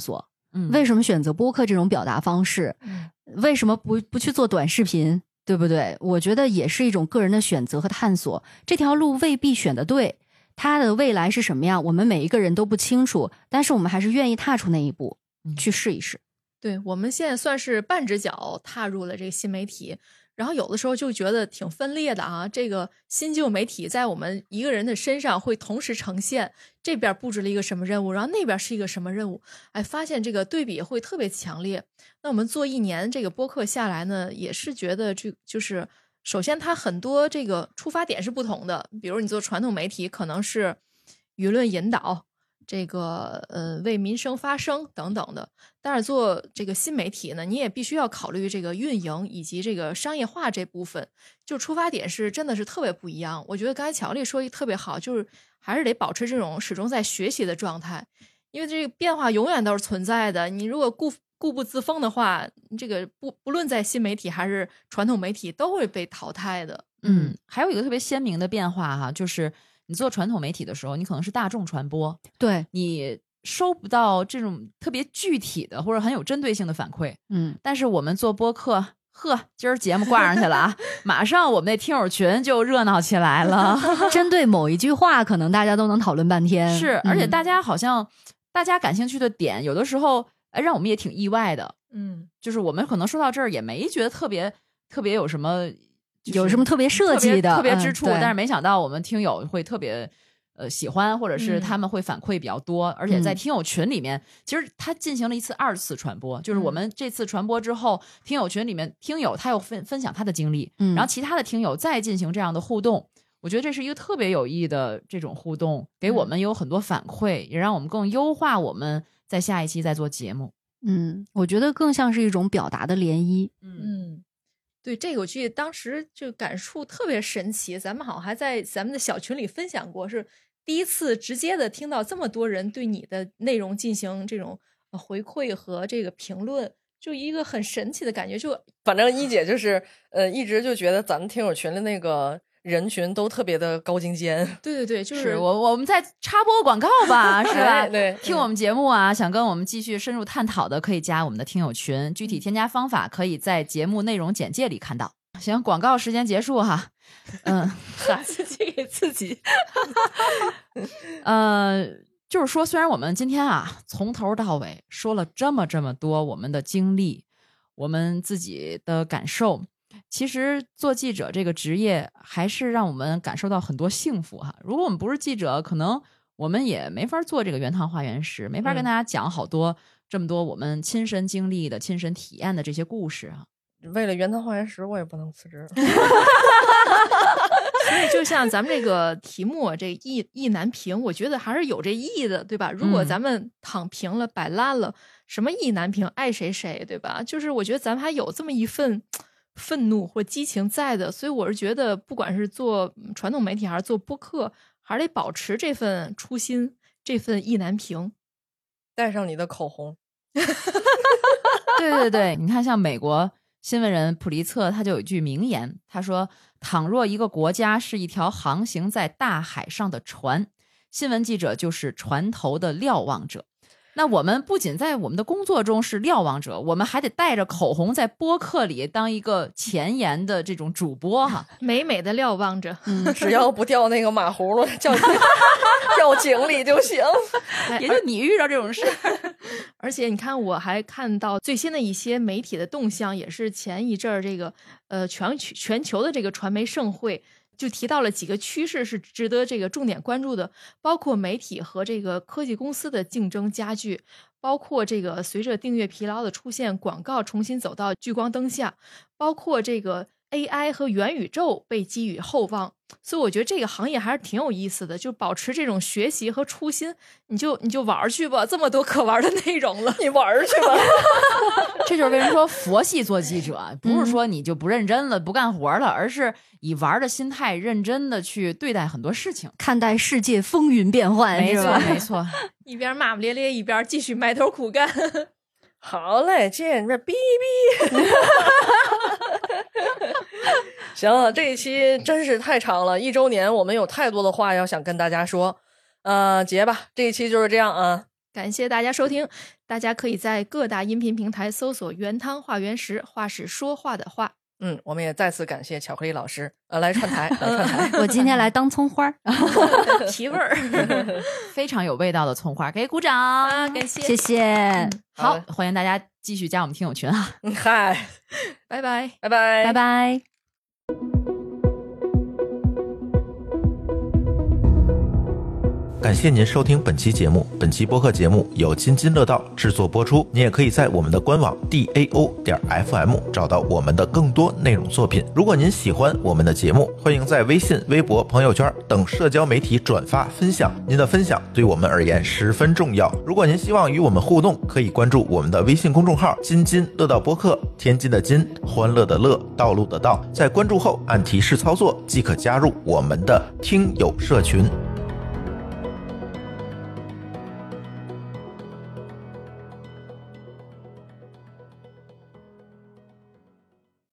为什么选择播客这种表达方式？为什么不去做短视频？对不对？我觉得也是一种个人的选择和探索。这条路未必选得对，它的未来是什么样，我们每一个人都不清楚，但是我们还是愿意踏出那一步，去试一试。 对，我们现在算是半只脚踏入了这个新媒体，然后有的时候就觉得挺分裂的啊。这个新旧媒体在我们一个人的身上会同时呈现，这边布置了一个什么任务，然后那边是一个什么任务，哎，发现这个对比会特别强烈。那我们做1年这个播客下来呢，也是觉得就是首先它很多这个出发点是不同的，比如你做传统媒体可能是舆论引导，这个为民生发声等等的，但是做这个新媒体呢，你也必须要考虑这个运营以及这个商业化这部分，就出发点是真的是特别不一样。我觉得刚才乔丽说的特别好，就是还是得保持这种始终在学习的状态，因为这个变化永远都是存在的。你如果固步自封的话，这个不论在新媒体还是传统媒体都会被淘汰的。 还有一个特别鲜明的变化哈，就是你做传统媒体的时候，你可能是大众传播， 对， 你收不到这种特别具体的或者很有针对性的反馈。但是我们做播客，今儿节目挂上去了啊，马上我们那听友群就热闹起来了。 针对某一句话，可能大家都能讨论半天。 是，而且大家好像大家感兴趣的点，有的时候让我们也挺意外的。就是我们可能说到这儿也没觉得特别有什么。 有什么特别设计的特别之处，但是没想到我们听友会特别喜欢，或者是他们会反馈比较多，而且在听友群里面，其实他进行了一次2次传播，就是我们这次传播之后，听友群里面听友他又分享他的经历，然后其他的听友再进行这样的互动，我觉得这是一个特别有意义的这种互动，给我们有很多反馈，也让我们更优化我们在下一期再做节目。 我觉得更像是一种表达的涟漪。 对，这个我记得当时就感触特别神奇，咱们好像还在咱们的小群里分享过，是第一次直接的听到这么多人对你的内容进行这种回馈和这个评论，就一个很神奇的感觉。就反正一姐就是一直就觉得咱们听友群的那个人群都特别的高精尖。 对，就是我们在插播广告吧，是吧？ 对， 听我们节目啊，想跟我们继续深入探讨的，可以加我们的听友群，具体添加方法可以在节目内容简介里看到。行，广告时间结束哈。 自己给自己。 就是说，虽然我们今天啊从头到尾说了这么多我们的经历，我们自己的感受。其实做记者这个职业还是让我们感受到很多幸福哈。如果我们不是记者，可能我们也没法做这个原汤化原食，没法跟大家讲这么多我们亲身经历的、亲身体验的这些故事啊。 为了原汤化原食，我也不能辞职。 所以就像咱们这个题目，这意难平，我觉得还是有这意义的，对吧？如果咱们躺平了、摆烂了，什么意难平，爱谁谁，对吧？就是我觉得咱们还有这么一份愤怒或激情在的，所以我是觉得，不管是做传统媒体还是做播客，还是得保持这份初心，这份意难平。 带上你的口红。 对，你看，像美国新闻人普利策，他就有一句名言，他说：倘若一个国家是一条航行在大海上的船，新闻记者就是船头的瞭望者。那我们不仅在我们的工作中是瞭望者，我们还得带着口红在播客里当一个前沿的这种主播哈， 美美的瞭望者。 只要不掉那个马葫芦，掉井里就行。 也就你遇到这种事。 而且你看，我还看到最新的一些媒体的动向，也是前一阵儿这个全球的这个传媒盛会，就提到了几个趋势是值得这个重点关注的，包括媒体和这个科技公司的竞争加剧，包括这个随着订阅疲劳的出现，广告重新走到聚光灯下，包括这个 AI 和元宇宙被寄予厚望。所以我觉得这个行业还是挺有意思的，就保持这种学习和初心，你就玩去吧，这么多可玩的内容了， 你玩去吧。 这就是为什么说佛系做记者，不是说你就不认真了、不干活了，而是以玩的心态认真的去对待很多事情， 看待世界风云变幻。 没错。 一边骂骂咧咧，一边继续埋头苦干。 好嘞，见面哔哔。行了，这一期真是太长了，1周年，我们有太多的话要想跟大家说。结吧，这一期就是这样啊。 感谢大家收听，大家可以在各大音频平台搜索原汤化原食，话是说话的话。 我们也再次感谢巧克力老师来串台，来串台。 我今天来当葱花提味儿， 非常有味道的葱花，给鼓掌啊！感谢， 谢谢。 好，欢迎大家继续加我们听友群啊！ 嗨， 拜拜， 拜拜， 拜拜。 感谢您收听本期节目。本期播客节目由津津乐道制作播出。你也可以在我们的官网 DAO.FM 找到我们的更多内容作品。如果您喜欢我们的节目，欢迎在微信、微博、朋友圈等社交媒体转发分享。您的分享对我们而言十分重要。如果您希望与我们互动，可以关注我们的微信公众号津津乐道播客，天津的津，欢乐的乐，道路的道。在关注后按提示操作即可加入我们的听友社群。